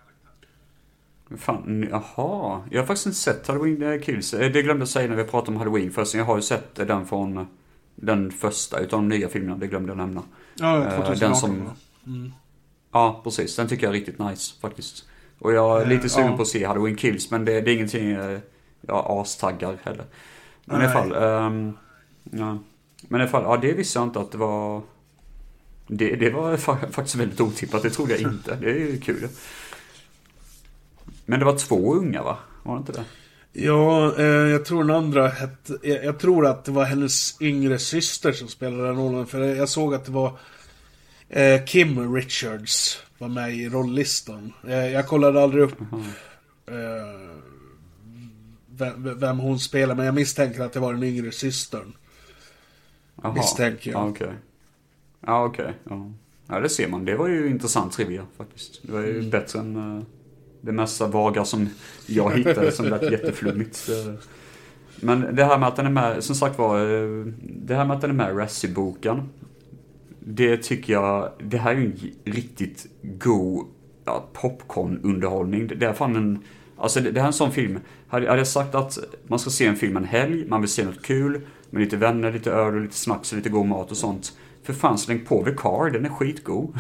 S1: Fan, jaha. Jag har faktiskt inte sett Halloween Kills. Det glömde jag säga när vi pratade om Halloween först. Jag har ju sett den från den första utav de nya filmerna. Det glömde jag nämna.
S2: Ja, tjugohundraarton. Den som...
S1: mm. Ja, precis. Den tycker jag är riktigt nice faktiskt. Och jag är lite sugen ja. på att se Halloween Kills. Men det, det är ingenting jag astaggar heller. Men Nej. i alla fall... Um, ja. Men i alla fall, ja, det visste jag inte att det var... Det, det var faktiskt väldigt otippat. Det trodde jag inte. Det är ju kul. Men det var två unga, va? Var det inte det?
S2: Ja, eh, jag tror den andra hette, jag, jag tror att det var hennes yngre syster som spelade den rollen. För jag såg att det var eh, Kim Richards var med i rolllistan. Eh, jag kollade aldrig upp eh, vem, vem hon spelar, men jag misstänker att det var den yngre systern.
S1: Aha.
S2: Misstänker jag.
S1: Ja, okej. Okay. Ja, okej. Okay. Ja. Ja, det ser man. Det var ju intressant trivia faktiskt. Det var ju mm. bättre än... Uh... det mesta vaga som jag hittade som lät jätteflummigt. Men det här med att den är med, som sagt var, det här med att den är med i Razzie-boken, det tycker jag, det här är ju en riktigt god ja, popcorn-underhållning. Det är fan en, alltså det, det här är en sån film. Hade, hade jag sagt att man ska se en film en helg, man vill se något kul, med lite vänner, lite öl och lite snacks och lite god mat och sånt. För fan, släng på The Car, den är skitgod.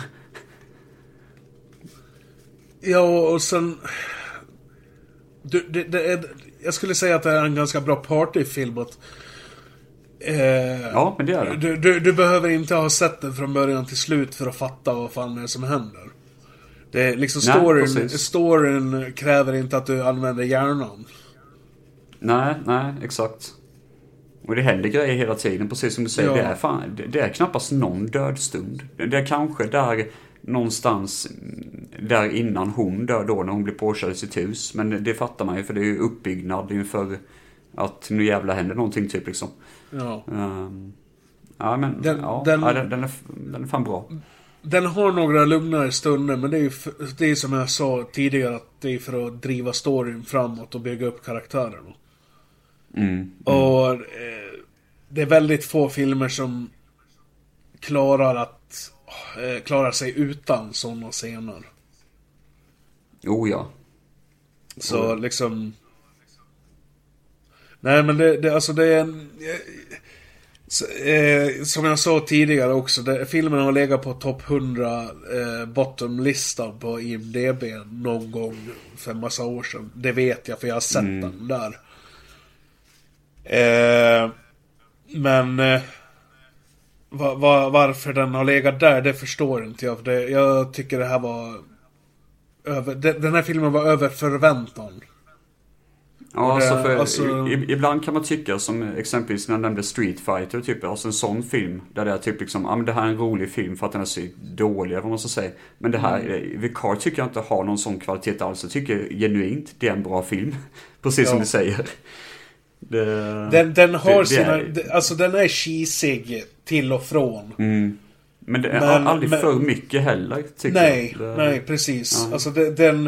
S2: Ja, och sen... Du, det, det är, jag skulle säga att det är en ganska bra partyfilm. Att, eh,
S1: ja, men det är det.
S2: Du, du, du behöver inte ha sett den från början till slut för att fatta vad fan det är som händer. Det är liksom
S1: Nej,
S2: storyn,
S1: precis.
S2: storyn kräver inte att du använder hjärnan.
S1: Nej, nej, exakt. Och det händer grejer hela tiden, precis som du säger.
S2: Ja.
S1: Det, är fan, det, det är knappast någon död stund. Det är kanske där någonstans där innan hon dör då, när hon blir påkörd i sitt hus. Men det, det fattar man ju, för det är ju uppbyggnad inför att nu jävla händer någonting typ liksom.
S2: Ja.
S1: Um, ja, men
S2: Den-
S1: ja,
S2: den-
S1: ja, den, den, är, den är fan bra.
S2: Den har några lugnare stunder, men det är ju för, det är som jag sa tidigare, att det är för att driva storyn framåt och bygga upp karaktärerna.
S1: Mm, mm.
S2: Och eh, det är väldigt få filmer som klarar att eh, klarar sig utan sådana scener.
S1: Oh ja.
S2: Så
S1: Oh ja.
S2: liksom... Nej, men det, det alltså det är en... Eh, så, eh, som jag sa tidigare också, det, filmen har legat på topp hundra eh, bottom-listan på I M D B någon gång för en massa år sedan. Det vet jag, för jag har sett
S1: Mm.
S2: den där. Eh, men eh, va, va, varför den har legat där, det förstår inte jag. För det, jag tycker det här var över, det, den här filmen var över förväntan.
S1: Ja,
S2: det-
S1: alltså för
S2: alltså-
S1: i, ibland kan man tycka, som exempelvis när jag nämnde Street Fighter, typ, alltså en sån film där det är typ liksom, ja men det här är en rolig film för att den är så dålig, vad man ska säga. Men det här, mm. Vicar tycker jag inte har någon sån kvalitet alls. Jag tycker genuint det är en bra film. Precis
S2: Ja.
S1: som du säger. Det,
S2: Den, den har
S1: det- det
S2: sina...
S1: är-
S2: det- Alltså den är cheesig till och från.
S1: Mm. Men det är
S2: Men-
S1: aldrig
S2: men-
S1: för mycket heller, tycker
S2: Nej,
S1: jag. Det,
S2: nej, precis.
S1: Ja.
S2: Alltså det, den...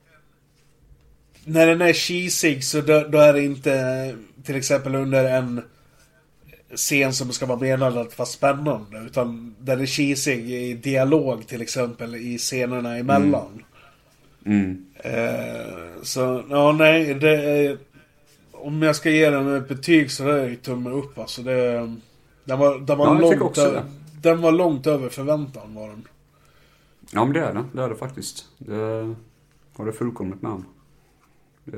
S2: När den är cheesig så då, då är det inte till exempel under en scen som ska vara menad att vara spännande, utan den är cheesig i dialog till exempel i scenerna emellan.
S1: Mm.
S2: Eh, så, ja nej, det är, om jag ska ge den ett betyg så är det ju tumme upp alltså. Det, den var, den var,
S1: Ja, jag tycker
S2: långt,
S1: också
S2: ö-
S1: det.
S2: den var långt över förväntan var den.
S1: Ja, men det är det. Det är det faktiskt. Det har det fullkomligt med om. Det...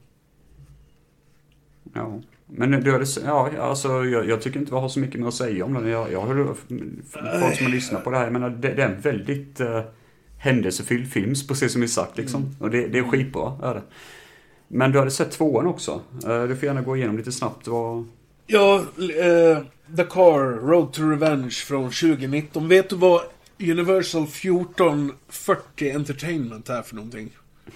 S1: Ja. Men du hade... Ja, alltså jag, jag tycker inte vi har så mycket mer att säga om den. Jag, jag har folk som har lyssnat på det här. Jag menar, det, det är en väldigt uh, händelsefylld film, precis som vi sagt liksom.
S2: Mm.
S1: Och det, det är skitbra, är det. Men du hade sett tvåan också. Uh, du får gärna gå igenom lite snabbt vad...
S2: Ja, eh, The Car, Road to Revenge från tjugonitton. Vet du vad Universal fjorton fyrtio Entertainment är för någonting?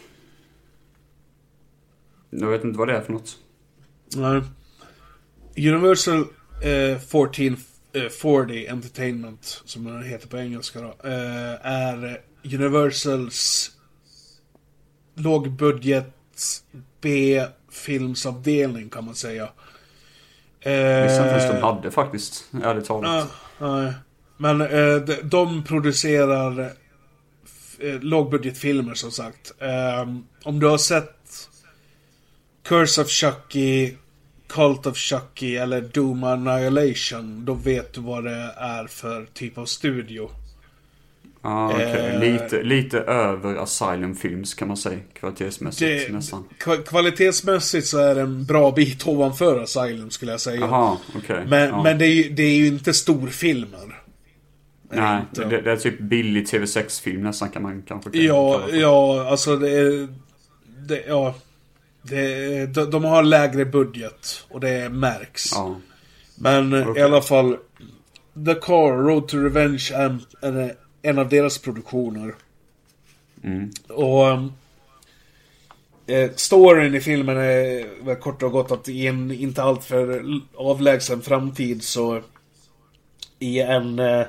S1: Jag vet inte vad det är för något.
S2: Nej. Universal eh, fjorton fyrtio Entertainment, som den heter på engelska då, eh, är Universals lågbudget B-filmsavdelning, kan man säga.
S1: Jag visste inte ens de
S2: Eh,
S1: hade faktiskt, ärligt talat.
S2: Ja, nej. Men eh, de, de producerar eh, lågbudgetfilmer, som sagt. Eh, om du har sett Curse of Chucky, Cult of Chucky eller Doom Annihilation, då vet du vad det är för typ av studio.
S1: Ah, okej.
S2: eh,
S1: lite, lite över Asylum Films kan man säga, kvalitetsmässigt
S2: Det,
S1: nästan.
S2: kva- kvalitetsmässigt så är det en bra bit ovanför Asylum, skulle jag säga.
S1: Jaha, okej.
S2: Men,
S1: ja.
S2: men det, är ju, det är ju inte storfilmer.
S1: Nej,
S2: inte.
S1: det, det är typ billig T V sex-film nästan, kan man kanske kalla
S2: Ja,
S1: det.
S2: ja, alltså det är... Det, ja, det, de, de har lägre budget och det märks.
S1: Ja.
S2: Men eh, i
S1: Okej.
S2: alla fall, The Car, Road to Revenge är en, en av deras produktioner.
S1: Mm.
S2: Och eh, storyn i filmen är väl kort och gott att i en inte allt för avlägsen framtid så i en eh,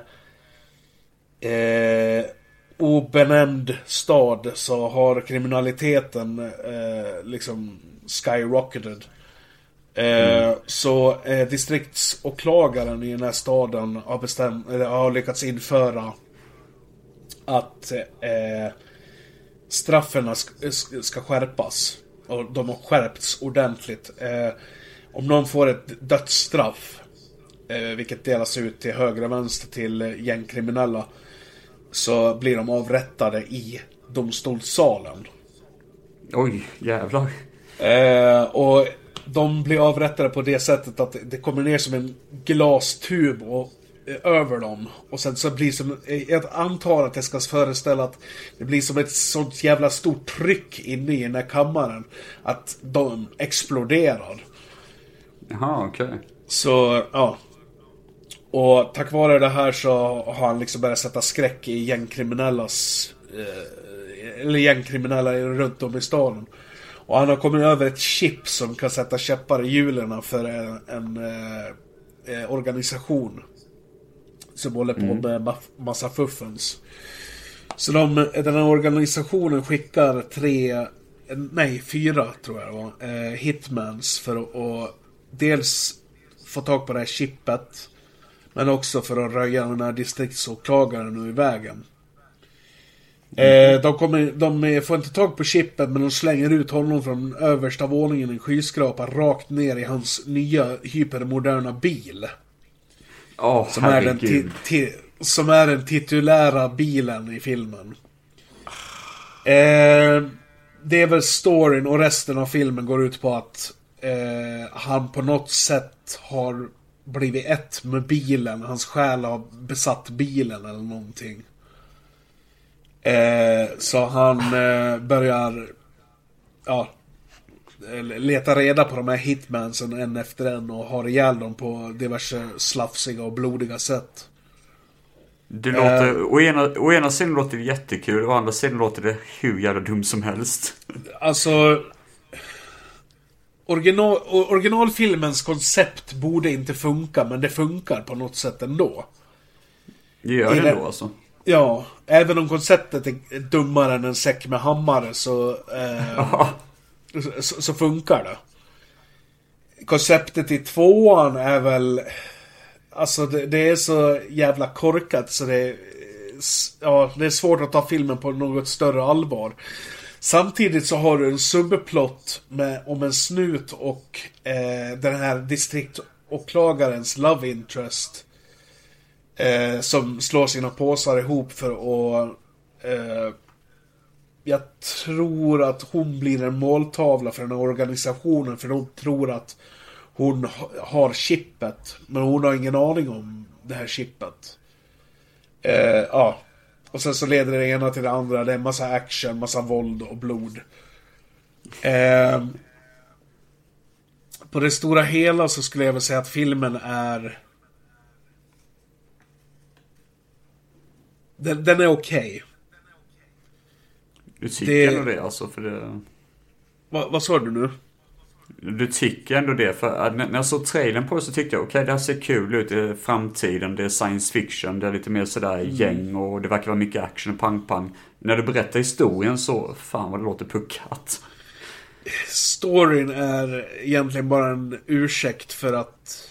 S2: eh, obenämnd stad så har kriminaliteten eh, liksom skyrocketed. Eh,
S1: Mm.
S2: Så eh, distriktsåklagaren i den här staden har, bestämt, eller har lyckats införa att eh, strafferna ska, ska skärpas. Och de har skärpts ordentligt. Eh, om någon får ett dödsstraff, eh, vilket delas ut till höger och vänster till gängkriminella, så blir de avrättade i domstolssalen.
S1: Oj, jävlar.
S2: Eh, och de blir avrättade på det sättet att det kommer ner som en glastub och över dem. Och sen så blir det som, jag antar att jag ska föreställa att det blir som ett sånt jävla stort tryck inne i den här kammaren att de exploderar.
S1: Jaha, okej. Okay.
S2: Så, ja. Och tack vare det här så har han liksom börjat sätta skräck i gängkriminellas eh, eller gängkriminella runt om i staden. Och han har kommit över ett chip som kan sätta käppar i hjulen för en, en eh, organisation som håller på mm. med ma- massa fuffens. Så de, den här organisationen skickar tre, nej fyra tror jag det var, eh, hitmans för att och dels få tag på det här chippet, men också för att röja den här distriktsåklagaren ur vägen. Mm. Eh, de, kommer, de får inte tag på chippet, men de slänger ut honom från översta våningen i en skyskrapa rakt ner i hans nya hypermoderna bil.
S1: Oh,
S2: som, är den ti- ti- som är den titulära bilen i filmen. Eh, det är väl storyn, och resten av filmen går ut på att eh, han på något sätt har blivit ett med bilen. Hans själ har besatt bilen eller någonting. Eh, så han eh, börjar ja, leta reda på de här hitmansen en efter en och har ihjäl dem på diverse slafsiga och blodiga sätt.
S1: Det låter, eh, å, ena, å ena sidan låter det jättekul, å andra sidan låter det hur jävla dumt som helst.
S2: Alltså original, originalfilmens koncept borde inte funka, men det funkar på något sätt ändå.
S1: Det gör det ändå alltså.
S2: Ja, även om konceptet är dummare än en säck med hammare så, eh, så, så funkar det. Konceptet i tvåan är väl, alltså det, det är så jävla korkat så det, ja, det är svårt att ta filmen på något större allvar. Samtidigt så har du en subplot med, om en snut och eh, den här distriktåklagarens love interest. Eh, som slår sina påsar ihop för att eh, jag tror att hon blir en måltavla för den här organisationen, för de tror att hon har chippet, men hon har ingen aning om det här chippet. Eh, ja. Och sen så leder det ena till det andra. Det är massa action, massa våld och blod. Eh, på det stora hela så skulle jag väl säga att filmen är Den, den är okej. Okay.
S1: Du tycker det... ändå det alltså för det...
S2: Va, vad sa du nu?
S1: Du tycker ändå det för när jag såg trailern på det så tyckte jag okej, okay, det här ser kul ut i framtiden, det är science fiction, det är lite mer sådär mm. gäng och det verkar vara mycket action och pang-pang. När du berättar historien så fan vad det låter puckat.
S2: Storyn är egentligen bara en ursäkt för att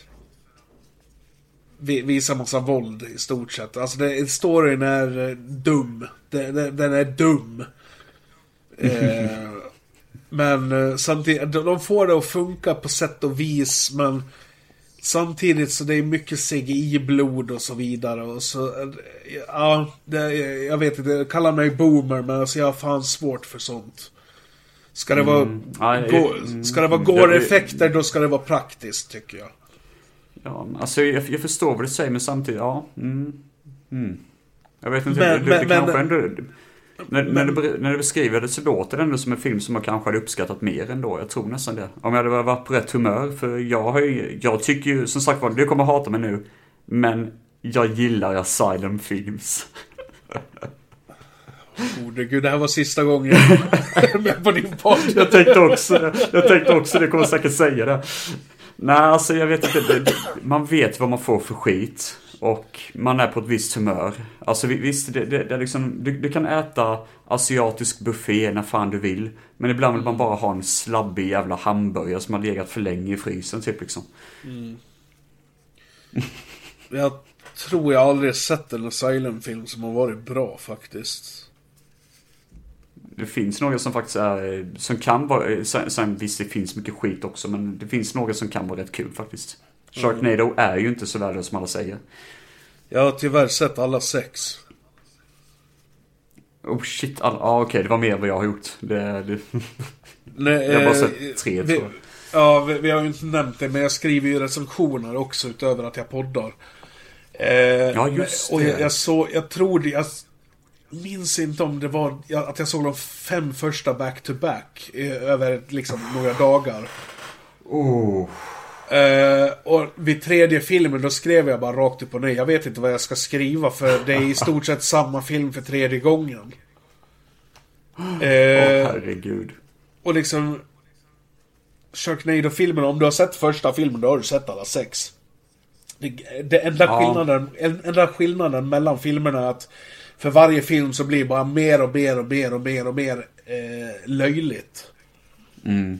S2: visa massa våld i stort sett. Alltså det, storyn är dum. Den, den, den är dum. eh, men samtidigt, de får det att funka på sätt och vis, men samtidigt så det är mycket C G I-blod och så vidare. Och så, ja, det, jag vet inte, kalla mig boomer, men alltså jag har fan svårt för sånt. Ska det vara,
S1: mm. Aj,
S2: gå, ska det vara gore-effekter, då ska det vara praktiskt, tycker jag.
S1: Ja, alltså jag, jag förstår vad du säger, men samtidigt, ja. Mm, mm. Jag vet inte,
S2: men,
S1: du,
S2: men,
S1: du kanske
S2: men,
S1: ändå... När, men, när, du, när du beskriver det så låter det ändå som en film som jag kanske hade uppskattat mer ändå. Jag tror nästan det. Om jag hade varit på rätt humör. För jag har ju, jag tycker ju, som sagt var, du kommer hata mig nu. Men jag gillar asylum films.
S2: Oh, gud, det här var sista gången jag är med på din podd.
S1: Jag tänkte också det. Jag tänkte också det, kommer säkert säga det. Nej, alltså jag vet inte. Det, man vet vad man får för skit. Och man är på ett visst humör. Alltså visst, det, det, det är liksom, du, du kan äta asiatisk buffé när fan du vill. Men ibland vill man bara ha en slabbig jävla hamburgare som har legat för länge i frysen typ liksom.
S2: Mm. Jag tror jag aldrig sett en Asylum-film som har varit bra faktiskt.
S1: Det finns några som faktiskt är, som kan vara, sen, sen visst det finns mycket skit också, men det finns några som kan vara rätt kul faktiskt. Sharknado mm. är ju inte så värdelös som alla säger.
S2: Jag har tyvärr sett alla sex.
S1: Oh shit, all, ah, okej, okay, det var mer vad jag har gjort. Det, det...
S2: Nej,
S1: jag har bara sett tre,
S2: vi,
S1: tror jag.
S2: Ja, vi, vi har ju inte nämnt det, men jag skriver ju recensioner också utöver att jag poddar. Eh,
S1: ja, just det.
S2: Och jag, jag, såg, jag tror det, jag minns inte om det var att jag såg de fem första back-to-back över liksom några dagar.
S1: Oh.
S2: Uh, och vid tredje filmen då skrev jag bara rakt upp och ner. Jag vet inte vad jag ska skriva, för det är i stort sett samma film för tredje gången. Åh uh,
S1: oh, herregud.
S2: Och liksom Sharknado-filmen, om du har sett första filmen, då har du sett alla sex. Det, det enda, ja. skillnaden, enda skillnaden mellan filmerna är att för varje film så blir det bara mer och mer och mer och mer och mer eh, löjligt.
S1: Mm.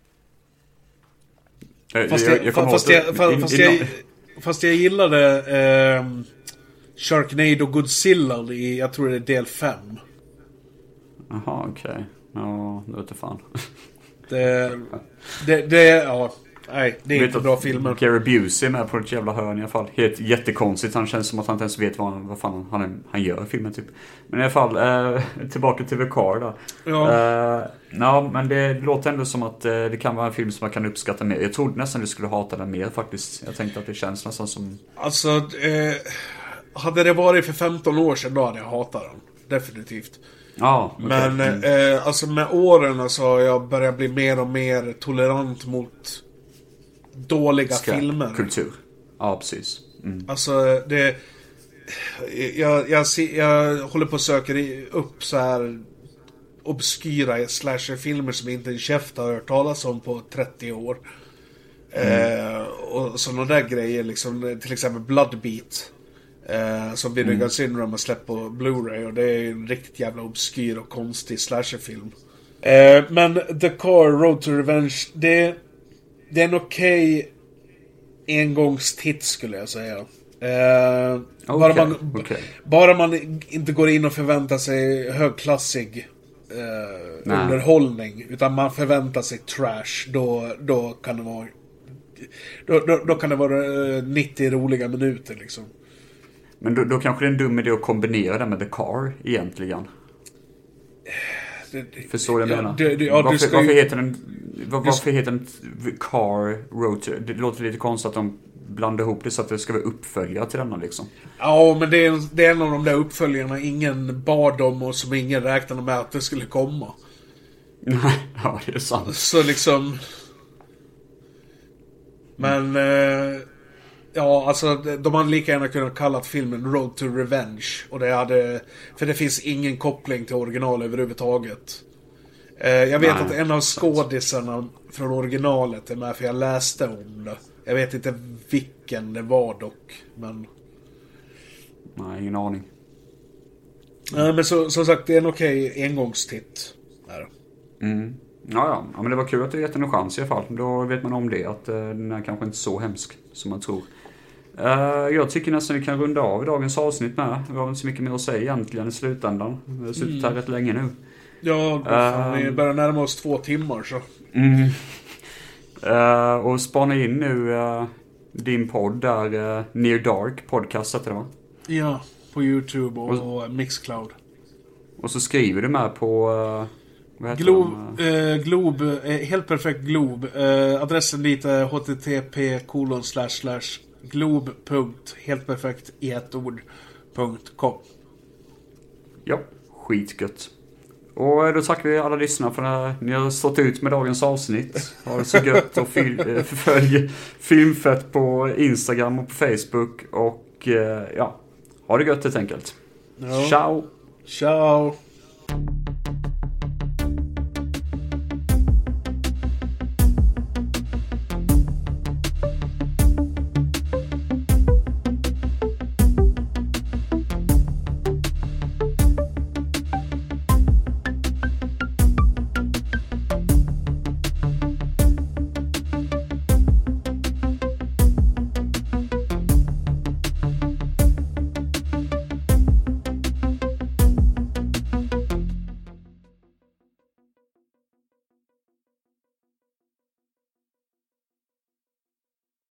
S2: Fast jag, jag, jag fast, jag, fast, fast, jag, fast jag gillade eh, Sharknado Godzilla i, jag tror det är del fem.
S1: Jaha, okej. Okay. Ja, det vet jag fan.
S2: Det, det, det, ja, nej, det är inte bra filmer.
S1: Gary Busey är med på ett jävla hörn i alla fall. Helt jättekonstigt. Han känns som att han inte ens vet vad, vad fan han, han gör i filmen typ. Men i alla fall, eh, tillbaka till The Car då. Ja. Eh, ja, men det låter ändå som att eh, det kan vara en film som man kan uppskatta mer. Jag trodde nästan du skulle hata den mer faktiskt. Jag tänkte att det känns nästan som...
S2: Alltså, eh, hade det varit för femton år sedan då hade jag hatat den. Definitivt.
S1: Ja, okay.
S2: Men eh, alltså med åren alltså, har jag börjat bli mer och mer tolerant mot dåliga Ska, filmer.
S1: Kultur. Ja, precis. Mm.
S2: Alltså det jag, jag, jag håller på att söka upp så här obskyra slasherfilmer som inte en käft har hört talas om på trettio år. Mm. Eh, och sådana där grejer liksom, till exempel Bloodbeat. Eh, som Vinegar mm. Syndrome har släppt på Blu-ray. Och det är en riktigt jävla obskyr och konstig slasherfilm. eh, Men The Car, Road to Revenge, Det, det är en okej okay engångstitt skulle jag säga. eh, okay. bara, man, okay. bara man inte går in och förväntar sig högklassig eh, underhållning, utan man förväntar sig trash. Då, då kan det vara då, då, då kan det vara nittio roliga minuter liksom.
S1: Men då, då kanske det är en dum idé att kombinera det med The Car egentligen. Det, det, Förstår jag ja, menar? Det, det, ja, varför, ska varför, ju... heter den, var, varför heter den Car Road to... Det låter lite konstigt att de blandar ihop det så att det ska vara uppföljare till denna liksom.
S2: Ja, men det är, det är en av de där uppföljarna ingen bad om och som ingen räknade med att det skulle komma.
S1: Ja, det är sant.
S2: Så liksom... Men... Eh... Ja, alltså de hade lika gärna kunnat kalla filmen Road to Revenge. Och det hade... För det finns ingen koppling till original överhuvudtaget. Eh, jag vet Nej, att en av skådisarna från originalet är med, för jag läste om det. Jag vet inte vilken det var dock, men...
S1: Nej, ingen aning.
S2: Nej, men så, som sagt, det är en okej okay engångstitt. Där.
S1: Mm. Ja, ja, ja, men det var kul att du gett en chans i alla fall. Då vet man om det, att uh, den är kanske inte så hemsk som man tror. Uh, jag tycker nästan vi kan runda av i dagens avsnitt med. Vi har inte så mycket mer att säga egentligen i slutändan. Vi har suttit här mm. rätt länge nu.
S2: Ja, fan, vi börjar närma oss två timmar så.
S1: Mm. Uh, och spana in nu uh, din podd där, uh, Near Dark podcast heter det, va?
S2: Ja, på YouTube och, och Mixcloud.
S1: Och så skriver du med på... Uh,
S2: Glob, eh, Glob eh, helt perfekt Glob. eh, Adressen lite http kolon slash slash glob punkt helt perfekt i ett ord punkt com.
S1: Ja, skitgött. Och då tackar vi alla lyssnare för att ni har stått ut med dagens avsnitt. Ha det så gött och fil- följ Filmfett på Instagram och på Facebook. Och ja, ha det gött helt enkelt.
S2: Ja.
S1: Ciao.
S2: Ciao.